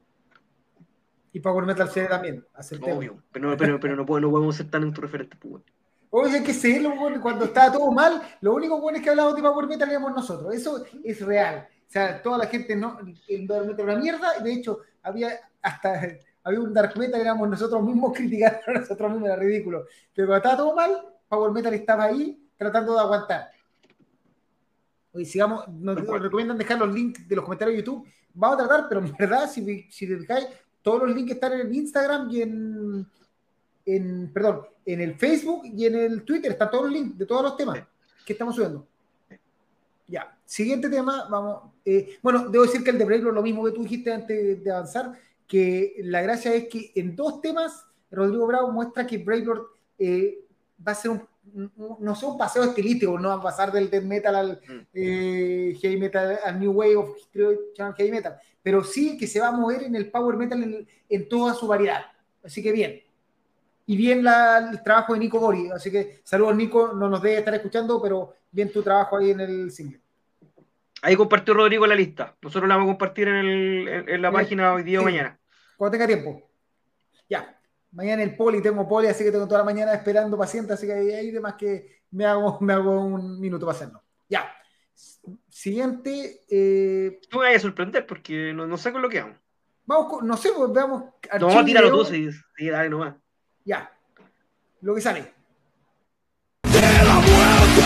S1: Y Power Metal C D también.
S2: Obvio, pero, pero, pero no, podemos, no podemos ser tan autoreferentes. Pues.
S1: Oye, hay que serlo, cuando estaba todo mal, lo único bueno es que hablamos de Power Metal éramos nosotros. Eso es real. O sea, toda la gente no, el Power Metal era una mierda, y de hecho, había hasta había un Dark Metal, éramos nosotros mismos criticando a nosotros mismos, era ridículo. Pero cuando estaba todo mal, Power Metal estaba ahí tratando de aguantar. Oye, sigamos, nos, nos recomiendan dejar los links de los comentarios de YouTube. Vamos a tratar, pero en verdad, si, si te fijáis, todos los links están en el Instagram y en, en, perdón, en el Facebook y en el Twitter. Están todos los links de todos los temas que estamos subiendo. Ya, siguiente tema, vamos. Eh, bueno, debo decir que el de Braylor, lo mismo que tú dijiste antes de avanzar, que la gracia es que en dos temas, Rodrigo Bravo muestra que Braylor eh, va a ser un, un, no sé, un paseo estilístico, no va a pasar del death metal al eh, heavy metal, al new wave of heavy metal, pero sí que se va a mover en el power metal en, en toda su variedad. Así que bien. Y bien la, el trabajo de Nico Bori. Así que saludos, Nico. No nos debe estar escuchando, pero bien tu trabajo ahí en el single.
S2: Ahí compartió Rodrigo la lista. Nosotros la vamos a compartir en, el, en, en la bien, página hoy día sí, o mañana.
S1: Cuando tenga tiempo. Ya. Mañana el poli, tengo poli, así que tengo toda la mañana esperando paciente, así que ahí demás que me hago, me hago un minuto para hacerlo. Ya. Siguiente. Eh...
S2: Tú me vayas a sorprender porque no, no sé con lo que vamos.
S1: Vamos, con, no sé, pues veamos.
S2: No, tíralo tú, sí, sí, dale nomás.
S1: Ya. Lo que sale.
S5: De la muerte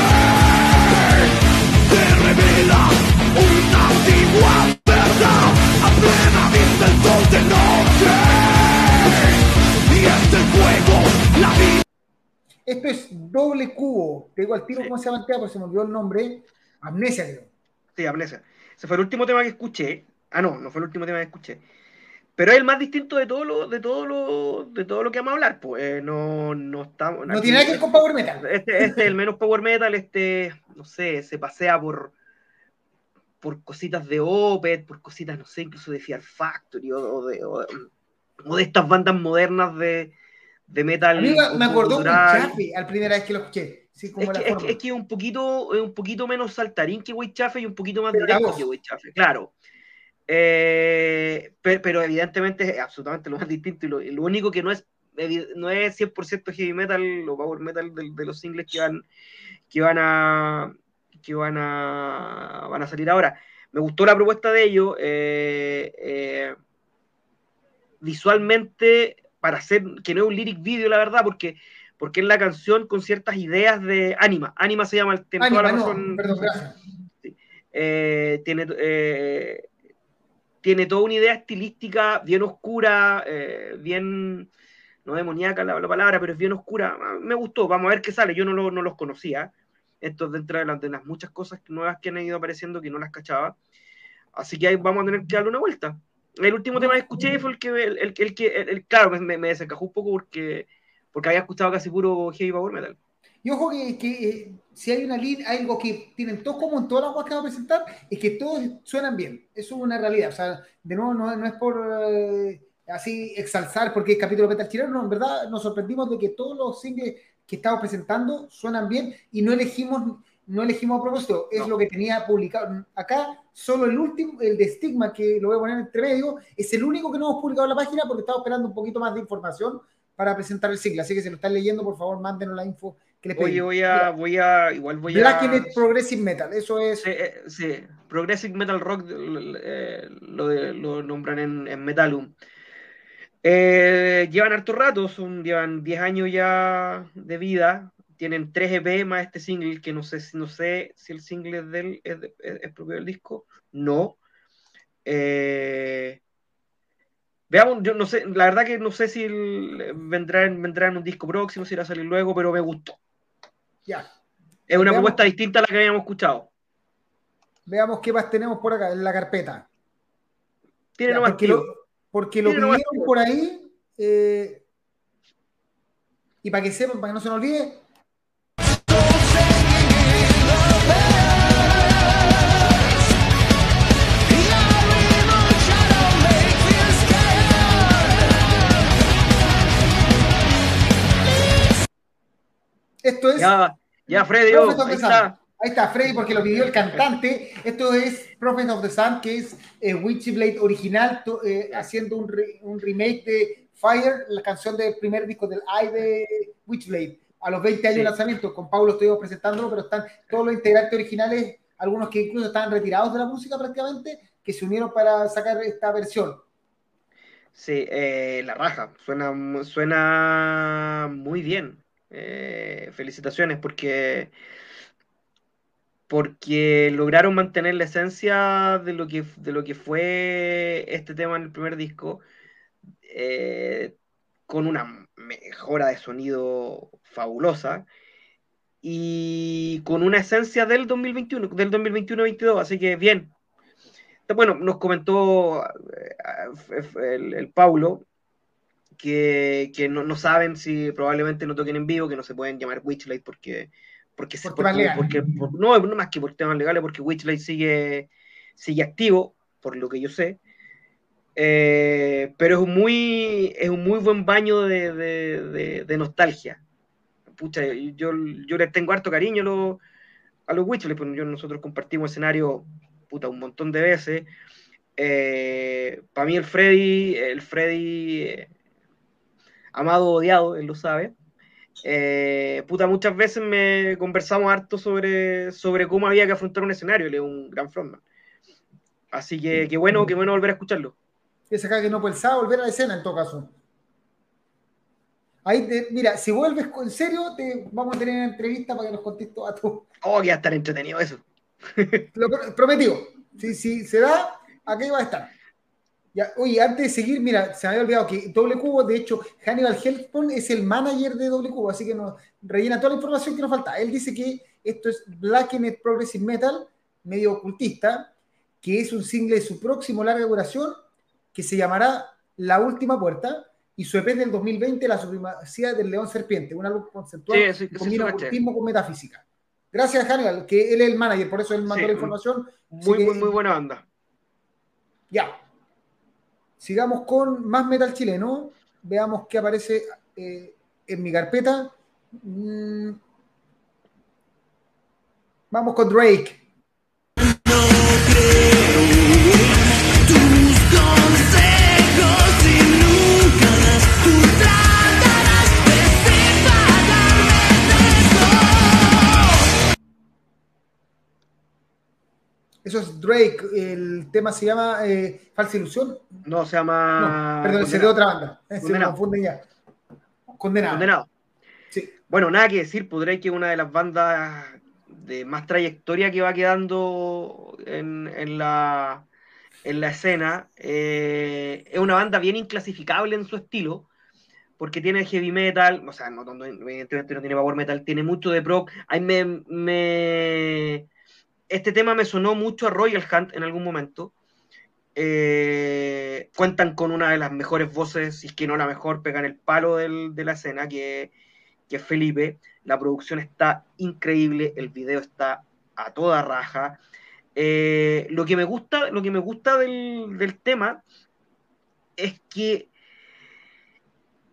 S5: te revela una antigua verdad a plena vista el sol de noche y este fuego la vida.
S1: Esto es Doble Cubo. Te digo al tiro sí. Cómo se llama el tema, porque se me olvidó el nombre. Amnesia, creo.
S2: Sí, Amnesia. Ese fue el último tema que escuché. Ah, no, no fue el último tema que escuché. Pero es el más distinto de todo lo, de todo lo, de todo lo que vamos a hablar, pues eh, no, no estamos.
S1: No aquí, tiene nada que ver con Power Metal.
S2: Este, este es el menos Power Metal, este, no sé, se pasea por, por cositas de Opeth, por cositas, no sé, incluso de Fear Factory o, o, de, o, o de estas bandas modernas de, de metal.
S1: A mí me acordó un Chafe al primera vez que lo escuché. Sí, como
S2: es,
S1: la
S2: que,
S1: forma.
S2: es que es un poquito, es un poquito menos saltarín que White Chafe y un poquito más directo que White Chafe, claro. Eh, pero, pero evidentemente es absolutamente lo más distinto y lo, lo único que no es no es cien por ciento heavy metal o power metal de, de los singles que van que van a que van a van a salir ahora. Me gustó la propuesta de ellos eh, eh, visualmente, para hacer que no es un lyric video, la verdad, porque porque es la canción con ciertas ideas de Anima. Anima se llama, tiene
S1: Anima,
S2: toda la
S1: no,
S2: razón,
S1: perdón, gracias.
S2: Sí. Eh, tiene eh, tiene toda una idea estilística bien oscura, eh, bien, no demoníaca la, la palabra, pero es bien oscura. Me gustó, vamos a ver qué sale. Yo no, lo, no los conocía. Esto es dentro de las, de las muchas cosas nuevas que han ido apareciendo que no las cachaba. Así que ahí vamos a tener que darle una vuelta. El último tema que escuché fue el que, el, el, el, el, el claro, me, me desencajó un poco porque, porque había escuchado casi puro heavy power metal.
S1: Y ojo que, que eh, si hay una línea, algo que tienen todos como en todas las cosas que vamos a presentar, es que todos suenan bien. Eso es una realidad. O sea, de nuevo, no, no es por eh, así exalzar porque es capítulo metal chileno, no, en verdad nos sorprendimos de que todos los singles que estamos presentando suenan bien y no elegimos, no elegimos a propósito, es
S2: No.
S1: lo que tenía publicado. Acá, solo el último, el de Stigma, que lo voy a poner entre medio, es el único que no hemos publicado en la página porque estamos esperando un poquito más de información para presentar el single. Así que si lo están leyendo, por favor, mándenos la info que les
S2: Oye,
S1: pedimos.
S2: voy a, voy a, igual voy
S1: Blackened
S2: a...
S1: Progressive Metal, eso es.
S2: Sí, eh, sí, Progressive Metal Rock eh, lo, de- lo nombran en, en Metalum. Eh, llevan harto rato, son, llevan diez años ya de vida. Tienen tres E P más este single, que no sé, si- no sé si el single es, del, es, de- es- es propio del disco. No. Eh, veamos, yo no sé, la verdad que no sé si el- vendrá, en, vendrá en un disco próximo, si irá a salir luego, pero me gustó.
S1: Ya.
S2: Es una
S1: Veamos-
S2: propuesta distinta a la que habíamos escuchado.
S1: Veamos qué más tenemos por acá en la carpeta.
S2: Tiene
S1: Ya,
S2: nomás
S1: porque,
S2: tío.
S1: lo, porque lo
S2: Tiene nomás
S1: pidieron
S2: tío.
S1: por ahí. eh, y para que sepan, para que no se nos olvide, esto es
S2: Ya, ya, Freddy,
S1: Prophet
S2: oh,
S1: of
S2: ahí
S1: the Sun.
S2: está.
S1: Ahí está, Freddy, porque lo pidió el cantante. Esto es Prophet of the Sun, que es eh, Witchblade original, to, eh, haciendo un, re, un remake de Fire, la canción del primer disco del I de Witchblade, a los veinte años de
S2: Sí.
S1: lanzamiento. Con Pablo estuvimos presentándolo, pero están todos los integrantes originales, algunos que incluso estaban retirados de la música prácticamente, que se unieron para sacar esta versión.
S2: Sí, eh, la raja, suena, suena muy bien. Eh, felicitaciones porque, porque lograron mantener la esencia de lo que, de lo que fue este tema en el primer disco, eh, con una mejora de sonido fabulosa y con una esencia del dos mil veintiuno, del dos mil veintiuno-veintidós, así que bien. Bueno, nos comentó eh, el, el Paulo que, que no, no saben si probablemente no toquen en vivo, que no se pueden llamar Witchlight porque porque,
S1: Por
S2: porque,
S1: temas legales.
S2: porque por, no, no más que por temas legales, porque Witchlight sigue sigue activo, por lo que yo sé. Eh, pero es un muy es un muy buen baño de, de, de, de nostalgia. Pucha, yo, yo les tengo harto cariño a los, a los Witchlight, porque yo, nosotros compartimos escenario puta, un montón de veces. Eh, para mí el Freddy, el Freddy eh, amado o odiado, él lo sabe. Eh, puta, muchas veces me conversamos harto sobre, sobre cómo había que afrontar un escenario. Él es un gran frontman. Así que qué bueno, qué bueno volver a escucharlo.
S1: Es acá que no pensaba volver a la escena en todo caso. Ahí te, mira, si vuelves en serio, te vamos a tener una entrevista para que nos contes todo a tu.
S2: Oh, que va a estar entretenido eso.
S1: Lo prometido. Si, si se da, aquí va a estar. Ya, oye, antes de seguir, mira, se me había olvidado que Doble Cubo, de hecho, Hannibal Helpon es el manager de Doble Cubo, así que nos rellena toda la información que nos falta. Él dice que esto es Blackened Progressive Metal, medio ocultista, que es un single de su próximo larga duración, que se llamará La Última Puerta, y su E P del dos mil veinte, La Supremacía del León Serpiente, un álbum conceptual
S2: sí, sí,
S1: que combina
S2: sí,
S1: ocultismo con metafísica. Gracias, Hannibal, que él es el manager, por eso él mandó
S2: sí,
S1: la información.
S2: Muy,
S1: que,
S2: muy, muy buena banda.
S1: Ya. Sigamos con más metal chileno. Veamos qué aparece eh, en mi carpeta. Mm. Vamos con Drake.
S5: No creo tus consejos y nunca tú tratarás de separarme de esto.
S1: Eso es Drake. El tema se llama eh, Falsa Ilusión.
S2: No, se llama.
S1: No, perdón, se de otra banda. Se me confunden ya. Condenado.
S2: Condenado.
S1: Sí.
S2: Bueno, nada que decir, pues Drake es una de las bandas de más trayectoria que va quedando en, en, la, en la escena. Eh, es una banda bien inclasificable en su estilo, porque tiene heavy metal, o sea, no, no, evidentemente no tiene power metal, tiene mucho de prog. Ahí me, me, este tema me sonó mucho a Royal Hunt en algún momento. Eh, cuentan con una de las mejores voces, si es que no la mejor, pegan el palo del, de la escena, que, que es Felipe. La producción está increíble, el video está a toda raja. Eh, lo que me gusta, lo que me gusta del, del tema es que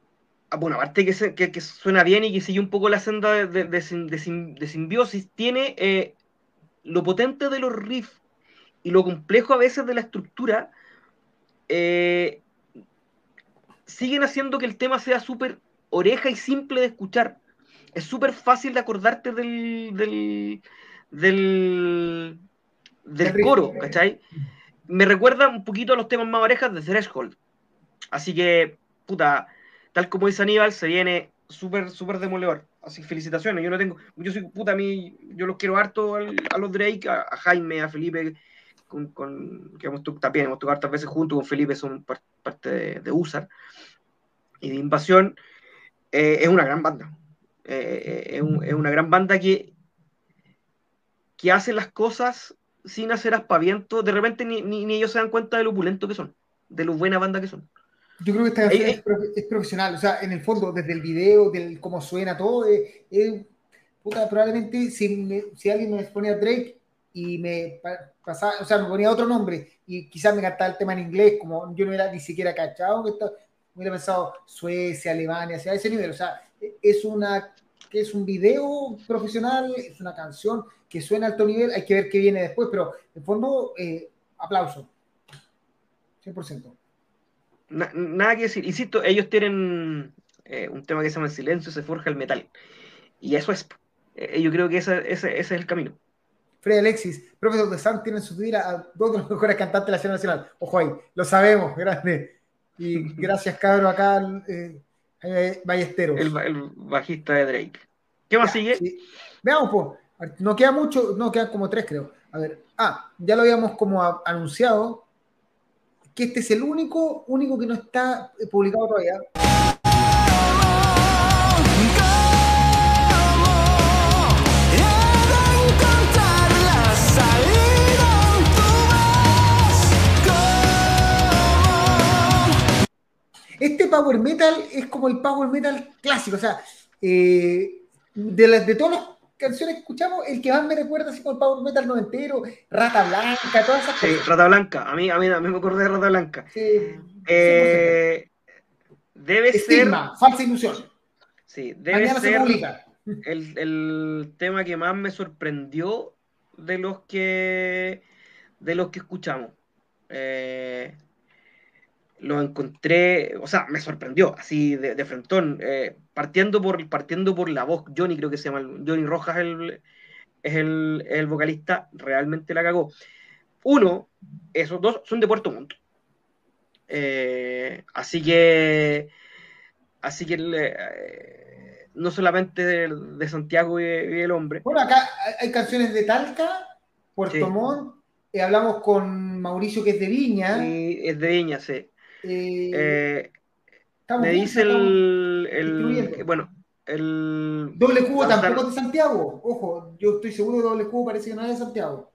S2: bueno, aparte que, se, que, que suena bien y que sigue un poco la senda de, de, de, sim- de sim- de simbiosis, tiene eh, lo potente de los riffs y lo complejo a veces de la estructura, eh, siguen haciendo que el tema sea súper oreja y simple de escuchar. Es súper fácil de acordarte del, del, del,
S1: Del
S2: del
S1: riff.
S2: coro, ¿cachai? Me recuerda un poquito a los temas más orejas de Threshold. Así que, puta, tal como dice Aníbal, se viene súper, súper demoledor. Así que felicitaciones. Yo no tengo, yo soy puta, a mí, yo los quiero harto al- a los Drake, a, a Jaime, a Felipe, con, con, que hemos tocado también, hemos tocado hartas veces juntos con Felipe, son par- parte de, de U S A R y de Invasión. Eh, es una gran banda. Eh, eh, es, un- es una gran banda que, que hace las cosas sin hacer aspaviento. De repente ni, ni, ni ellos se dan cuenta de lo opulento que son, de lo buena banda que son.
S1: Yo creo que esta
S2: Ey,
S1: canción es,
S2: ey,
S1: profe- es profesional, o sea, en el fondo, desde el video, del cómo suena todo, eh, eh, puta, probablemente si, me- si alguien me ponía Drake y me pa- pasaba, o sea, me ponía otro nombre y quizás me cantaba el tema en inglés, como yo no era ni siquiera cachado, que esto, hubiera pensado Suecia, Alemania, o sea, a ese nivel, o sea, es una que es un video profesional, es una canción que suena a alto nivel, hay que ver qué viene después, pero en el fondo, eh, aplauso, cien por ciento.
S2: na- nada que decir. Insisto, ellos tienen eh, un tema que se llama El silencio se forja el metal. Y eso es. Eh, yo creo que ese, ese, ese es el camino.
S1: Freddy Alexis, Profesor de Sam tiene en su vida a dos de los mejores cantantes de la escena nacional. Ojo ahí, lo sabemos, grande. Y gracias, cabro, acá, eh, eh,
S2: El,
S1: Ballesteros.
S2: ba- el bajista de Drake. ¿Qué más
S1: Ya,
S2: sigue?
S1: sí. Veamos, pues. No queda mucho, no, quedan como tres, creo. A ver, ah, ya lo habíamos como a- anunciado, que este es el único, único que no está eh, publicado todavía. Este power metal es como el power metal clásico, o sea, eh, de, las de todas las canciones que escuchamos, el que más me recuerda así como el power metal noventero, Rata Blanca, todas esas
S2: Sí,
S1: cosas.
S2: Rata Blanca. A mí, a mí, a mí me acordé de Rata Blanca.
S1: Sí, cien por ciento.
S2: Eh, debe ser,
S1: Estigma, falsa ilusión.
S2: sí, debe
S1: Mañana se
S2: ser
S1: publica.
S2: el, el tema que más me sorprendió de los que de los que escuchamos. Eh, lo encontré, o sea, me sorprendió, así de, de frentón, eh, partiendo por, partiendo por la voz. Johnny, creo que se llama, Johnny Rojas el, es el, el vocalista, realmente la cagó. Uno, esos dos son de Puerto Montt. Eh, así que, así que eh, no solamente de, de Santiago y, y el hombre.
S1: Bueno, acá hay- hay canciones de Talca, Puerto
S2: Sí,
S1: Montt, eh, hablamos con Mauricio que es de Viña,
S2: y es de Viña, sí.
S1: eh,
S2: Eh,
S1: estamos
S2: me
S1: bien, o sea,
S2: dice
S1: estamos
S2: el, el,
S1: distribuyendo.
S2: bueno, el
S1: Doble Cubo tampoco
S2: lanzar,
S1: es de Santiago. Ojo, yo estoy seguro que Doble Cubo parece que no es de Santiago.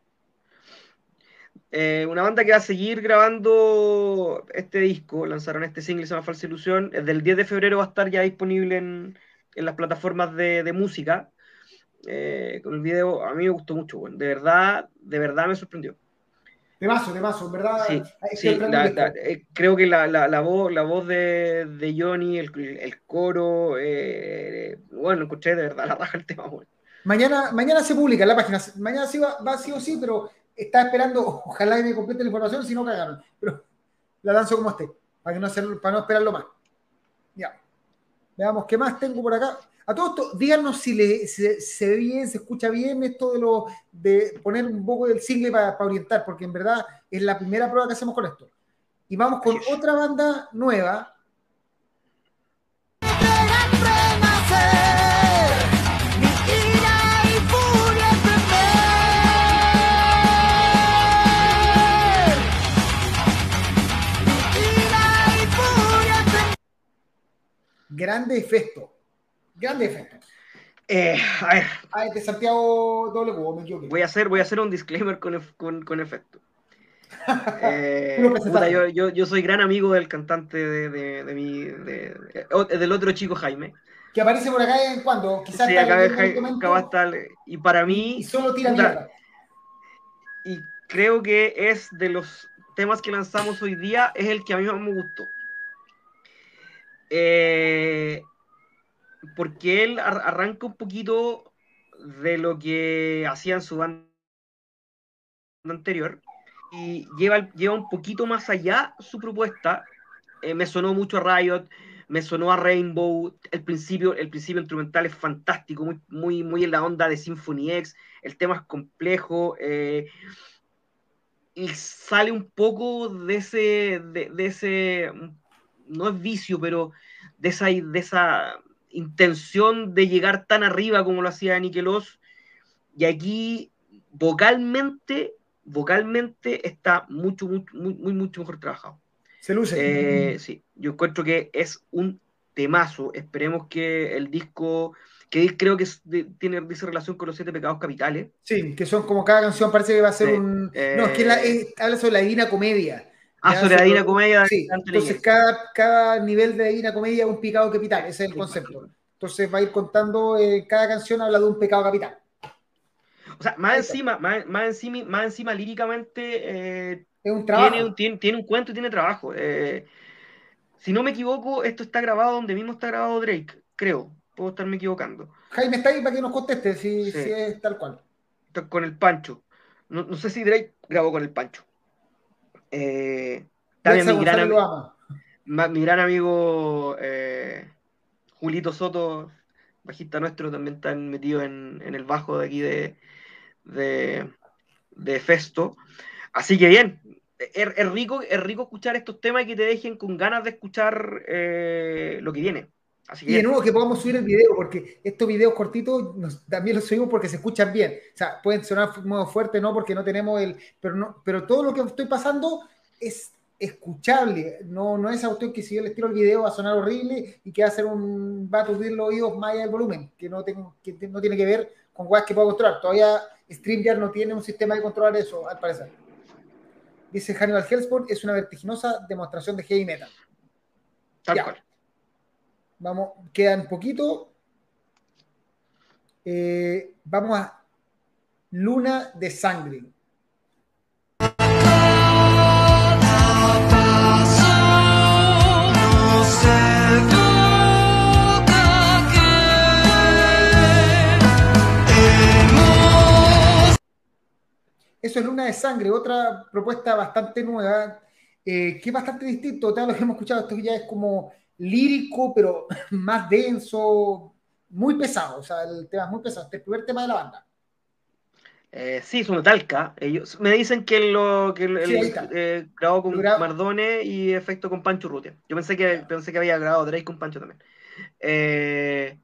S2: eh, una banda que va a seguir grabando este disco, lanzaron este single, se llama Falsa Ilusión, desde el diez de febrero va a estar ya disponible en, en las plataformas de, de música. Eh, con el video, a mí me gustó mucho, bueno, de verdad, de verdad me sorprendió.
S1: Temazo, temazo, en verdad,
S2: Sí,
S1: estoy
S2: sí,
S1: esperando el
S2: la- la-
S1: disco.
S2: eh, creo que la, la, la voz, la voz de, de Johnny, el, el coro, eh, bueno, escuché de verdad la raja el tema, bueno.
S1: Mañana, mañana se publica en la página. Mañana sí va, va sí o sí, pero está esperando, ojalá y me complete la información, si no cagaron. Pero la lanzo como esté, para, que no hacer, para no esperarlo más. Ya. Veamos qué más tengo por acá. A todo esto, díganos si le, se, se ve bien, se escucha bien esto de, lo, de poner un poco del single para, para orientar, porque en verdad es la primera prueba que hacemos con esto. Y vamos con
S2: Así es.
S1: otra banda nueva. Grande efecto. Grande efecto.
S2: Eh, a ver,
S1: Ah, de Santiago doble cubo, me equivoqué.
S2: voy a hacer, voy a hacer un disclaimer con, ef- con, con efecto.
S1: Puro
S2: Eh, puta,
S1: presentaje.
S2: yo, yo, yo soy gran amigo del cantante de, de, de mi, de- de- o- del otro chico Jaime.
S1: Que aparece por acá en cuando, quizás
S2: Sí,
S1: está
S2: acá,
S1: leyendo en este
S2: acá va a
S1: momento
S2: estar, y para
S1: y, y
S2: mí,
S1: solo tira
S2: puta,
S1: mierda.
S2: y creo que es de los temas que lanzamos hoy día, es el que a mí más me gustó. eh, porque él ar- arranca un poquito de lo que hacía en su banda anterior y lleva, lleva un poquito más allá su propuesta. Eh, me sonó mucho a Riot, me sonó a Rainbow. El principio, el principio instrumental es fantástico, muy, muy, muy en la onda de Symphony X. El tema es complejo eh, y sale un poco de ese, de, de ese, no es vicio, pero de esa, de esa intención de llegar tan arriba como lo hacía Nickelos. Y aquí vocalmente, vocalmente está mucho, mucho, muy, muy, mucho mejor trabajado.
S1: Se luce.
S2: Eh, sí, yo encuentro que es un temazo. Esperemos que el disco, que creo que es de, tiene dice relación con los siete pecados capitales.
S1: Sí, que son como cada canción parece que va a ser
S2: Sí,
S1: un...
S2: eh,
S1: No, es que la, es, habla sobre la Divina Comedia.
S2: Ah,
S1: Ya,
S2: sobre la Divina
S1: sobre-
S2: Comedia.
S1: Sí, entonces cada, cada nivel de Divina Comedia es un pecado capital, ese es el concepto. Entonces va a ir contando, eh, cada canción habla de un pecado capital.
S2: O sea, más encima, más, más encima, más encima líricamente eh,
S1: es un trabajo.
S2: Tiene un, tiene, tiene un cuento y tiene trabajo. Eh, si no me equivoco, esto está grabado donde mismo está grabado Drake, creo. Puedo estarme equivocando.
S1: Jaime está ahí para que nos conteste si,
S2: Sí.
S1: si es tal cual.
S2: Con el Pancho. No, no sé si Drake grabó con el Pancho. Eh, también mi gran,
S1: lo ama.
S2: mi gran amigo eh, Julito Soto, bajista nuestro, también está metido en, en el bajo de aquí de, de, de Festo. Así que bien, es, es, rico, es rico escuchar estos temas y que te dejen con ganas de escuchar eh, lo que viene. Así que
S1: y de nuevo que podamos subir el video, porque estos videos cortitos nos, también los subimos porque se escuchan bien. O sea, pueden sonar modo fuerte, no porque no tenemos el... Pero, no, pero todo lo que estoy pasando es escuchable. No, no es a usted que si yo les tiro el video va a sonar horrible y que va a hacer un... va a aturdir los oídos más allá del volumen, que no, tengo, que no tiene que ver con cosas que puedo controlar. Todavía StreamYard no tiene un sistema de controlar eso, al parecer. Dice Hannibal Hellsport, es una vertiginosa demostración de heavy metal.
S2: Tal
S1: ya.
S2: cual.
S1: Vamos, quedan poquito. Eh, vamos a Luna de Sangre. Eso es Luna de Sangre, otra propuesta bastante nueva, eh, que es bastante distinto. Todo lo que hemos escuchado, esto ya es como lírico, pero más denso, muy pesado. O sea, el tema es muy pesado. Este es el primer tema de la banda.
S2: Eh, sí, es una talca. Ellos me dicen que lo que el,
S1: sí,
S2: eh, grabó con
S1: gra
S2: Mardone y efecto con Pancho Urrutia. Yo pensé que pensé que había grabado Drake con Pancho también. Eh,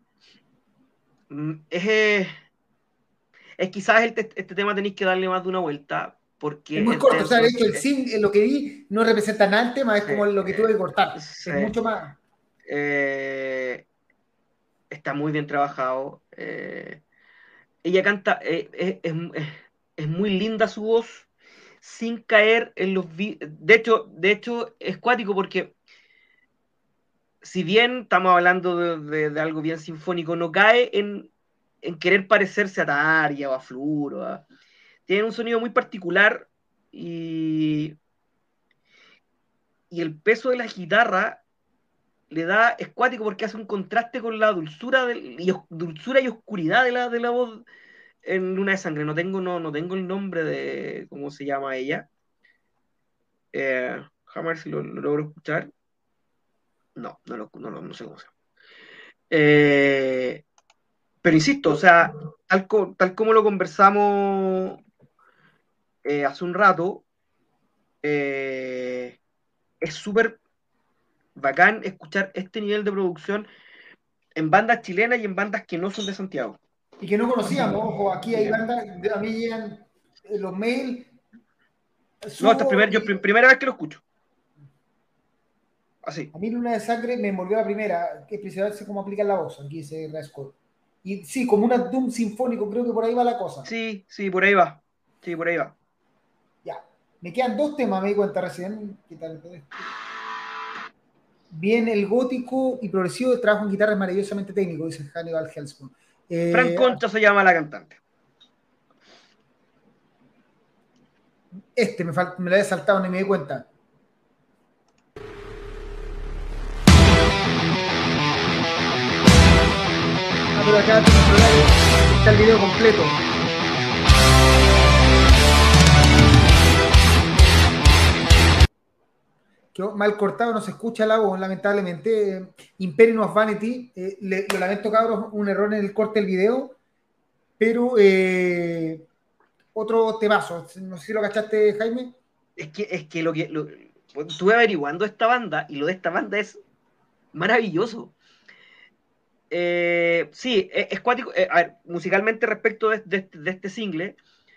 S2: es, es quizás este, este tema tenéis que darle más de una vuelta porque
S1: es muy corto. Tema, o sea, de hecho, el sim, lo que vi no representa nada el tema, es sí, como lo que tuve que cortar. Sí, es mucho más.
S2: Eh, está muy bien trabajado. Eh, ella canta, eh, es, es, es muy linda su voz, sin caer en los... De hecho, de hecho, es cuático porque si bien estamos hablando de, de, de algo bien sinfónico, no cae en, en querer parecerse a Tarja o a Fluro. A... Tiene un sonido muy particular y, y el peso de la guitarra le da, es cuático porque hace un contraste con la dulzura, de, y, dulzura y oscuridad de la, de la voz en Luna de Sangre. No tengo, no, no tengo el nombre de cómo se llama ella. Eh, a ver si lo, lo logro escuchar. No, no, lo, no, no, no sé cómo se llama. Eh, pero insisto, o sea, tal, co, tal como lo conversamos eh, hace un rato, eh, es súper bacán escuchar este nivel de producción en bandas chilenas y en bandas que no son de Santiago.
S1: Y que no conocíamos, ojo, aquí hay bandas, a mí llegan los mails.
S2: No, esta es primer, yo, primera vez que lo escucho. Así.
S1: A mí Luna de Sangre me envolvió la primera, que precisamente cómo aplican la voz, aquí dice Rasco. Y sí, como una Doom sinfónico, creo que por ahí va la cosa.
S2: Sí, sí, por ahí va. Sí, por ahí va.
S1: Ya. Me quedan dos temas, me di cuenta recién. ¿Qué tal? Bien, el gótico y progresivo de trabajo en guitarra es maravillosamente técnico, dice Hannibal Hellsport.
S2: Eh, Fran Concha se llama la cantante.
S1: Este me, me lo había saltado, ni me di cuenta. Ah, pero acá está el video completo. Quedó mal cortado, no se escucha la voz, lamentablemente. Imperium of Vanity, eh, le, lo lamento, cabros, un error en el corte del video, pero eh, otro temazo. No sé si lo cachaste, Jaime.
S2: Es que, es que lo que lo, estuve averiguando esta banda y lo de esta banda es maravilloso. Eh, sí, es, es cuático. Eh, a ver, musicalmente respecto de, de, de este single,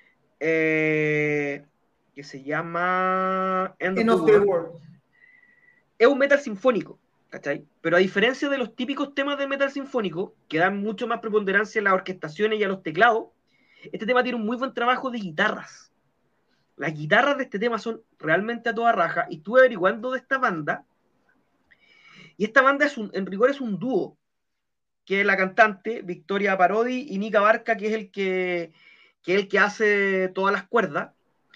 S2: eh, que se llama End,
S1: End
S2: of,
S1: of
S2: the
S1: the
S2: World,
S1: World.
S2: Es un metal sinfónico, ¿cachai? Pero a diferencia de los típicos temas de metal sinfónico, que dan mucho más preponderancia a las orquestaciones y a los teclados, este tema tiene un muy buen trabajo de guitarras. Las guitarras de este tema son realmente a toda raja, y estuve averiguando de esta banda, y esta banda es un, en rigor es un dúo, que es la cantante Victoria Parodi y Nika Barca, que es el que, que, es el que hace todas las cuerdas.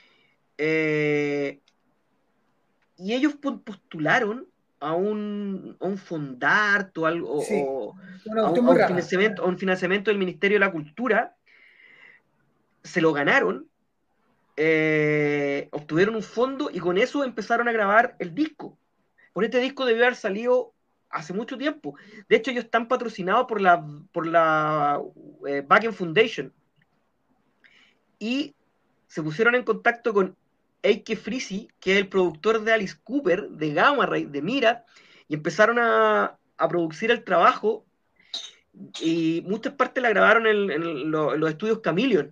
S2: Eh, y ellos postularon a un, a un fondart o algo,
S1: Sí,
S2: o,
S1: una
S2: a, un,
S1: cuestión
S2: a,
S1: muy
S2: un
S1: rara.
S2: financiamiento, a un financiamiento del Ministerio de la Cultura. Se lo ganaron, eh, obtuvieron un fondo y con eso empezaron a grabar el disco. Por este disco debió haber salido hace mucho tiempo. De hecho, ellos están patrocinados por la, por la eh, Backen Foundation. Y se pusieron en contacto con Eike Frisi, que es el productor de Alice Cooper, de Gamma Ray, de Mira, y empezaron a, a producir el trabajo, y muchas partes la grabaron en, en, lo, en los estudios Chameleon.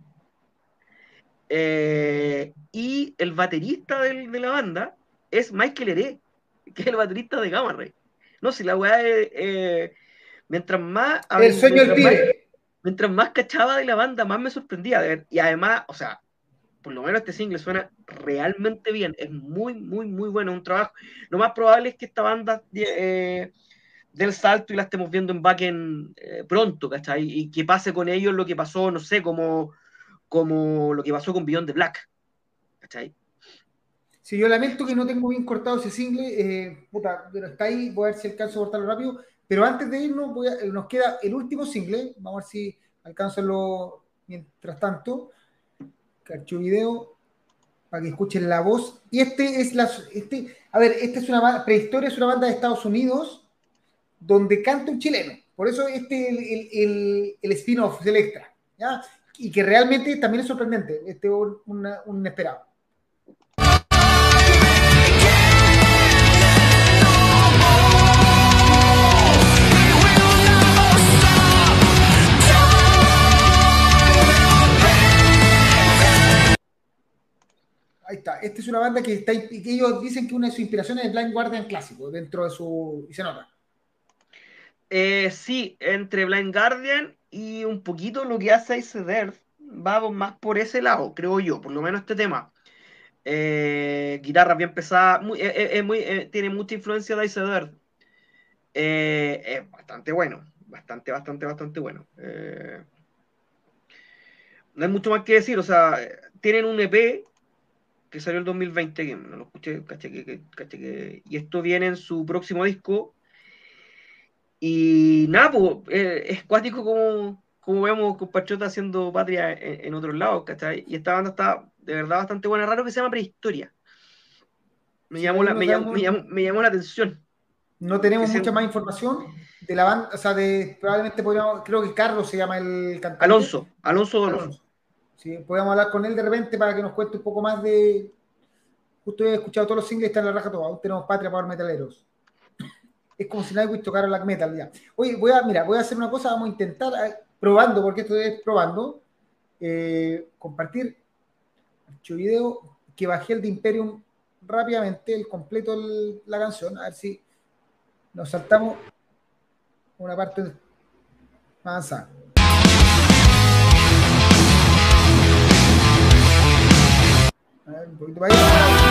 S2: Eh, y el baterista del, de la banda es Michael Heré, que es el baterista de Gamma Ray. No, si la weá es... Eh, mientras más... A
S1: El
S2: ver,
S1: sueño del
S2: mientras, más,
S1: pibe.
S2: mientras más cachaba de la banda, más me sorprendía. De ver, y además, o sea, por lo menos este single suena realmente bien, es muy, muy, muy bueno, un trabajo. Lo más probable es que esta banda eh, dé el salto y la estemos viendo en Backen eh, pronto, ¿cachai? Y que pase con ellos lo que pasó, no sé, como, como lo que pasó con Beyond the Black, ¿cachai?
S1: Sí, yo lamento que no tengo bien cortado ese single, eh, puta, pero está ahí, voy a ver si alcanzo a cortarlo rápido, pero antes de irnos voy a, nos queda el último single, vamos a ver si alcanzo a hacerlo mientras tanto. Archivo video para que escuchen la voz. Y este es la. Este, a ver, esta es una prehistoria, es una banda de Estados Unidos donde canta un chileno. Por eso este es el, el, el, el spin-off, el extra. ¿Ya? Y que realmente también es sorprendente. Este es un, una, un inesperado. Ahí está. Esta es una banda que, está, que ellos dicen que una de sus inspiraciones es Blind Guardian clásico, dentro de su... y se nota.
S2: Eh, sí, entre Blind Guardian y un poquito lo que hace Ice Earth, va más por ese lado, creo yo, por lo menos este tema. Eh, guitarras bien pesadas, muy, eh, eh, muy, eh, tiene mucha influencia de Ice Earth. Eh, es bastante bueno, bastante, bastante, bastante bueno. Eh, no hay mucho más que decir, o sea, tienen un E P que salió el dos mil veinte, que no lo escuché, caché que, que, caché que, y esto viene en su próximo disco. Y nada, pues, eh, es cuático como, como vemos con Pachota haciendo patria en, en otros lados, ¿cachai? Y esta banda está de verdad bastante buena, raro que se llama Prehistoria. Me,
S1: Sí,
S2: llamó, la,
S1: no,
S2: me, llamó,
S1: tenemos,
S2: me, llamó, me llamó la atención.
S1: no tenemos
S2: Ese,
S1: mucha más información de la banda, o sea, de probablemente podríamos, creo que Carlos se llama el cantante.
S2: Alonso, Alonso Donoso.
S1: Alonso. Sí, podemos hablar con él de repente para que nos cuente un poco más de... Justo he escuchado todos los singles, está en la raja todo, aún tenemos Patria para metaleros. Es como si Nightwish tocara black metal ya. Oye, voy a, mira, voy a hacer una cosa, vamos a intentar, probando, porque esto es probando, eh, compartir archivo video, que bajé el de Imperium rápidamente, el completo de la canción, a ver si nos saltamos una parte más avanzada. A ver, un poquito para allá.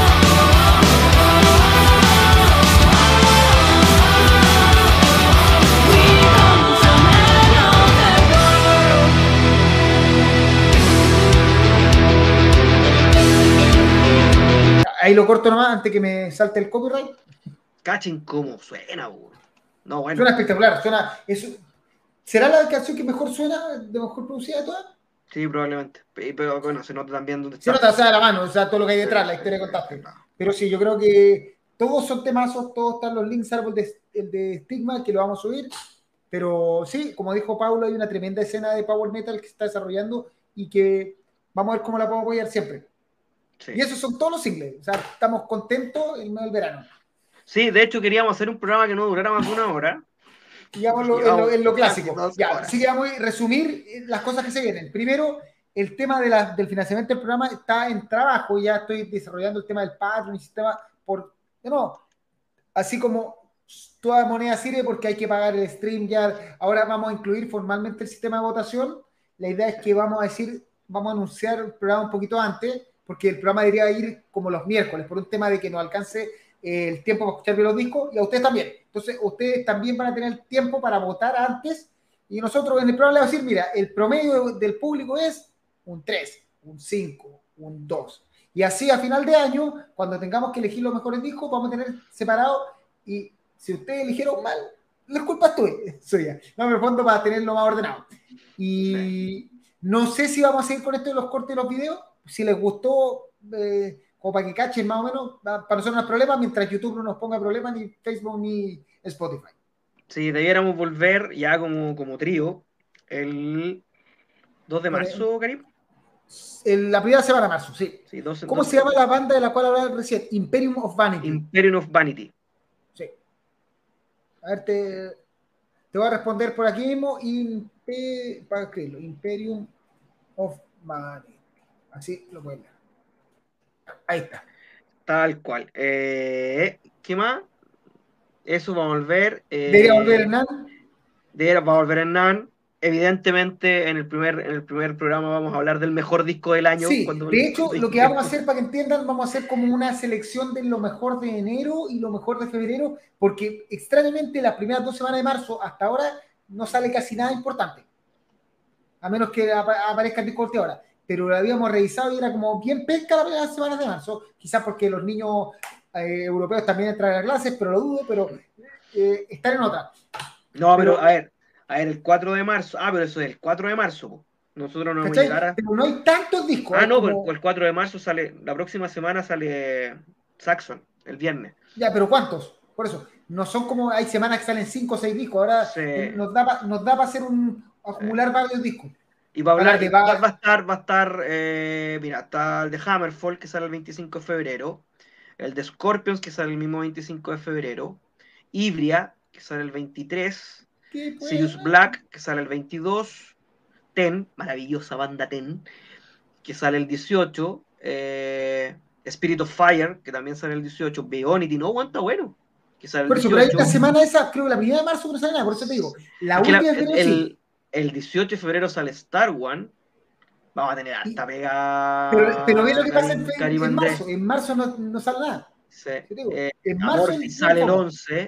S1: Ahí lo corto nomás antes que me salte el copyright.
S2: Cachen cómo suena, bro. No, bueno.
S1: Suena espectacular, suena. Es, ¿Será la canción que mejor suena, de mejor producida de todas?
S2: Sí, probablemente. Pero bueno, se nota también dónde
S1: Se
S2: está.
S1: nota, o sea, la mano, o sea, todo lo que hay detrás, la historia que contaste. Pero sí, yo creo que todos son temazos, todos están los links, salvo el de, el de Stigma, que lo vamos a subir. Pero sí, como dijo Paulo, hay una tremenda escena de Power Metal que se está desarrollando y que vamos a ver cómo la podemos apoyar siempre. Sí. Y esos son todos los singles. O sea, estamos contentos en medio del verano.
S2: Sí, de hecho queríamos hacer un programa que no durara más de una hora.
S1: Digamos lo, en, lo, en lo clásico. Ya, así que vamos a resumir las cosas que se vienen. Primero, el tema de la, del financiamiento del programa está en trabajo. Ya estoy desarrollando el tema del Patreon y sistema por... No, así como toda moneda sirve porque hay que pagar el stream ya. Ahora vamos a incluir formalmente el sistema de votación. La idea es que vamos a decir, vamos a anunciar el programa un poquito antes, porque el programa debería ir como los miércoles, por un tema de que nos alcance el tiempo para escuchar bien los discos, y a ustedes también. Entonces, ustedes también van a tener tiempo para votar antes, y nosotros en el programa le vamos a decir, mira, el promedio del público es un tres, un cinco, un dos. Y así a final de año, cuando tengamos que elegir los mejores discos, vamos a tener separado, y si ustedes eligieron mal, la culpa es tuya. No, me fondo para tenerlo más ordenado. Y no sé si vamos a seguir con esto de los cortes de los videos, si les gustó... Eh, o para que cachen más o menos, para nosotros no es problema, mientras YouTube no nos ponga problemas, ni Facebook ni Spotify.
S2: Sí, debiéramos volver ya como, como trío el dos de marzo, Karim.
S1: En la primera semana de marzo, sí.
S2: sí dos,
S1: ¿Cómo
S2: dos,
S1: se llama la banda de la cual hablaba recién? Imperium of Vanity.
S2: Imperium of Vanity.
S1: Sí. A ver, te, te voy a responder por aquí mismo, Impe, para escribirlo, Imperium of Vanity. Así lo pueden ver. Ahí está.
S2: Tal cual. Eh, ¿Qué más? Eso va a volver. Eh,
S1: ¿Debería volver Hernán?
S2: Debería, va a volver Hernán. Evidentemente, en el, primer, en el primer programa vamos a hablar del mejor disco del año.
S1: Sí,
S2: cuando
S1: de hecho, lo que vamos a hacer, para que entiendan, vamos a hacer como una selección de lo mejor de enero y lo mejor de febrero, porque extrañamente las primeras dos semanas de marzo hasta ahora no sale casi nada importante. A menos que ap aparezca el disco de ahora. Pero lo habíamos revisado y era como bien pesca las primeras semanas de marzo, quizás porque los niños eh, europeos también entran a clases, pero lo dudo, pero eh, están en otra.
S2: No, pero, pero a ver, a ver, el cuatro de marzo, ah, pero eso es el cuatro de marzo, nosotros no vamos a llegar a...
S1: Pero no hay tantos discos.
S2: Ah, no,
S1: como...
S2: pero el cuatro de marzo sale, la próxima semana sale Saxon, el viernes.
S1: Ya, pero ¿cuántos? Por eso, no son como, hay semanas que salen cinco o seis discos, ahora sí. nos, da, nos da para hacer un, acumular sí. varios discos.
S2: Y va a hablar, de, va, va a estar, va a estar, eh, mira, está el de Hammerfall, que sale el veinticinco de febrero, el de Scorpions, que sale el mismo veinticinco de febrero, Ibria, que sale el veintitrés, Sirius Black, que sale el veintidós, Ten, maravillosa banda Ten, que sale el dieciocho, eh, Spirit of Fire, que también sale el dieciocho, Beonity, no aguanta bueno, que sale el
S1: por eso,
S2: dieciocho.
S1: Pero hay una semana esa, creo que la primera de marzo no sale nada, por eso te digo, la última
S2: la,
S1: de febrero
S2: el,
S1: sí.
S2: El dieciocho de febrero sale Star One. Vamos a tener harta pega.
S1: Pero, pero ve lo que pasa en, en, en marzo. En marzo no, no sale nada.
S2: Sí.
S1: Digo,
S2: eh,
S1: en marzo
S2: sale el once.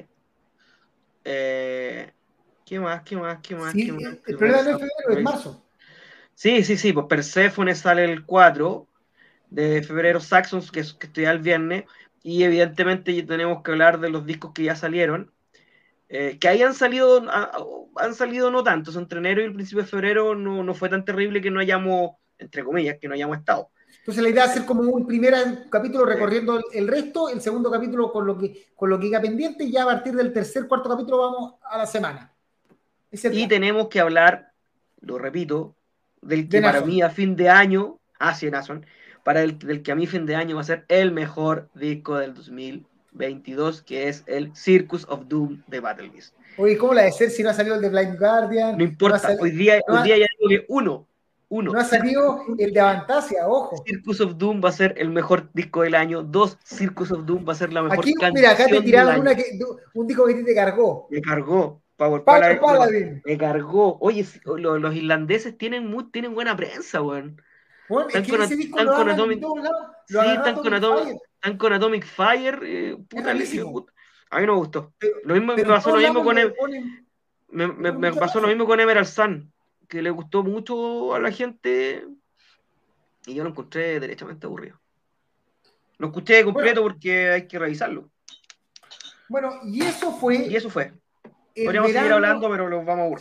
S2: Eh, ¿Qué más? ¿Qué más? ¿Qué más?
S1: Sí,
S2: ¿Qué más?
S1: el problema no es febrero, es marzo.
S2: Sí, sí, sí. Pues Persephone sale el cuatro de febrero. Saxons, que, que estoy el viernes. Y evidentemente ya tenemos que hablar de los discos que ya salieron. Eh, que ahí han salido, han salido no tantos, entre enero y el principio de febrero no, no fue tan terrible que no hayamos, entre comillas, que no hayamos estado.
S1: Entonces la idea es hacer como un primer capítulo recorriendo el resto, el segundo capítulo con lo que con lo que queda pendiente, y ya a partir del tercer, cuarto capítulo vamos a la semana.
S2: Y tenemos que hablar, lo repito, del que de para mí a fin de año, ah, sí, Nason, para el del que a mí fin de año va a ser el mejor disco del dos mil veintidós, que es el Circus of Doom de Battle Beast.
S1: Oye, ¿cómo la de ser si no ha salido el de Blind Guardian?
S2: No importa, no salido, hoy día, no hoy día ha, ya digo que uno, uno.
S1: No ha salido el de Avantasia, ojo.
S2: Circus of Doom va a ser el mejor disco del año. Dos, Circus of Doom va a ser la mejor
S1: Aquí,
S2: canción.
S1: Mira, acá te tiraron una que, un disco que te cargó.
S2: Me cargó. Power
S1: Power
S2: Paladin. Me cargó. Oye, los, los irlandeses tienen, muy, tienen buena prensa, weón.
S1: Bueno, están es que con, ese disco lo
S2: con
S1: Atomic,
S2: sí, están con Atomic, están con Atomic Fire. Eh, puta, a mí no me gustó. Pero, lo mismo me pasó lo mismo con em, ponen, me, me, me pasó lo mismo con Emerald Sun, que le gustó mucho a la gente y yo lo encontré derechamente aburrido. Lo escuché completo bueno, porque hay que revisarlo.
S1: Bueno, y eso fue.
S2: Y eso fue. Podríamos verano, seguir hablando, pero los vamos a aburrir.
S1: Sí.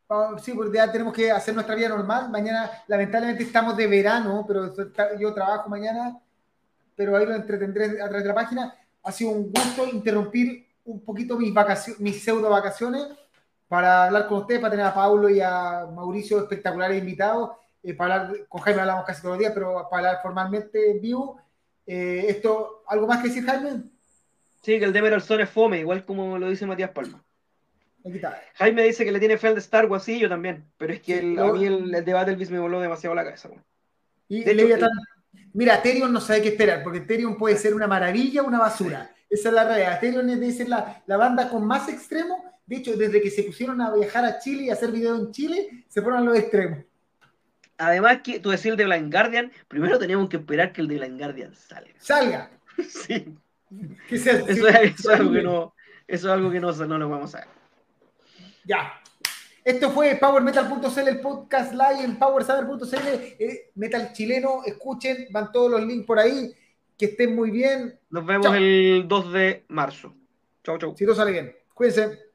S1: Sí, porque ya tenemos que hacer nuestra vida normal. Mañana, lamentablemente, estamos de verano, pero yo trabajo mañana, pero ahí lo entretendré a través de la página. Ha sido un gusto interrumpir un poquito mis vacaciones, mis pseudo vacaciones, para hablar con ustedes, para tener a Paulo y a Mauricio espectaculares invitados. Eh, para hablar, con Jaime hablamos casi todos los días, pero para hablar formalmente en vivo. Eh, esto, ¿algo más que decir, Jaime?
S2: Sí, que el Demer Alzón es fome, igual como lo dice Matías Palma.
S1: Aquí está.
S2: Jaime dice que le tiene fe al de Star Wars, sí, yo también, pero es que
S1: Sí,
S2: el,
S1: lo...
S2: a mí el, el debate del bis me voló demasiado la cabeza. Bueno.
S1: Y
S2: de hecho,
S1: Leviathan, mira, Therion no sabe qué esperar, porque Therion puede ser una maravilla o una basura. Esa es la realidad. Therion debe ser la, la banda con más extremos. De hecho, desde que se pusieron a viajar a Chile y a hacer videos en Chile, se fueron a los extremos.
S2: Además, que tú decís el de Blind Guardian, primero teníamos que esperar que el de Blind Guardian salga.
S1: Salga.
S2: Sí.
S1: Que sea,
S2: eso,
S1: sí,
S2: es, eso, es algo que no, eso es algo que no, no lo vamos a ver.
S1: Ya. Esto fue Power Metal punto c l, el podcast live en Power Saber punto c l. Eh, metal chileno, escuchen, van todos los links por ahí. Que estén muy bien.
S2: Nos vemos
S1: Chau.
S2: el dos de marzo. Chau, chau.
S1: Si todo sale bien. Cuídense.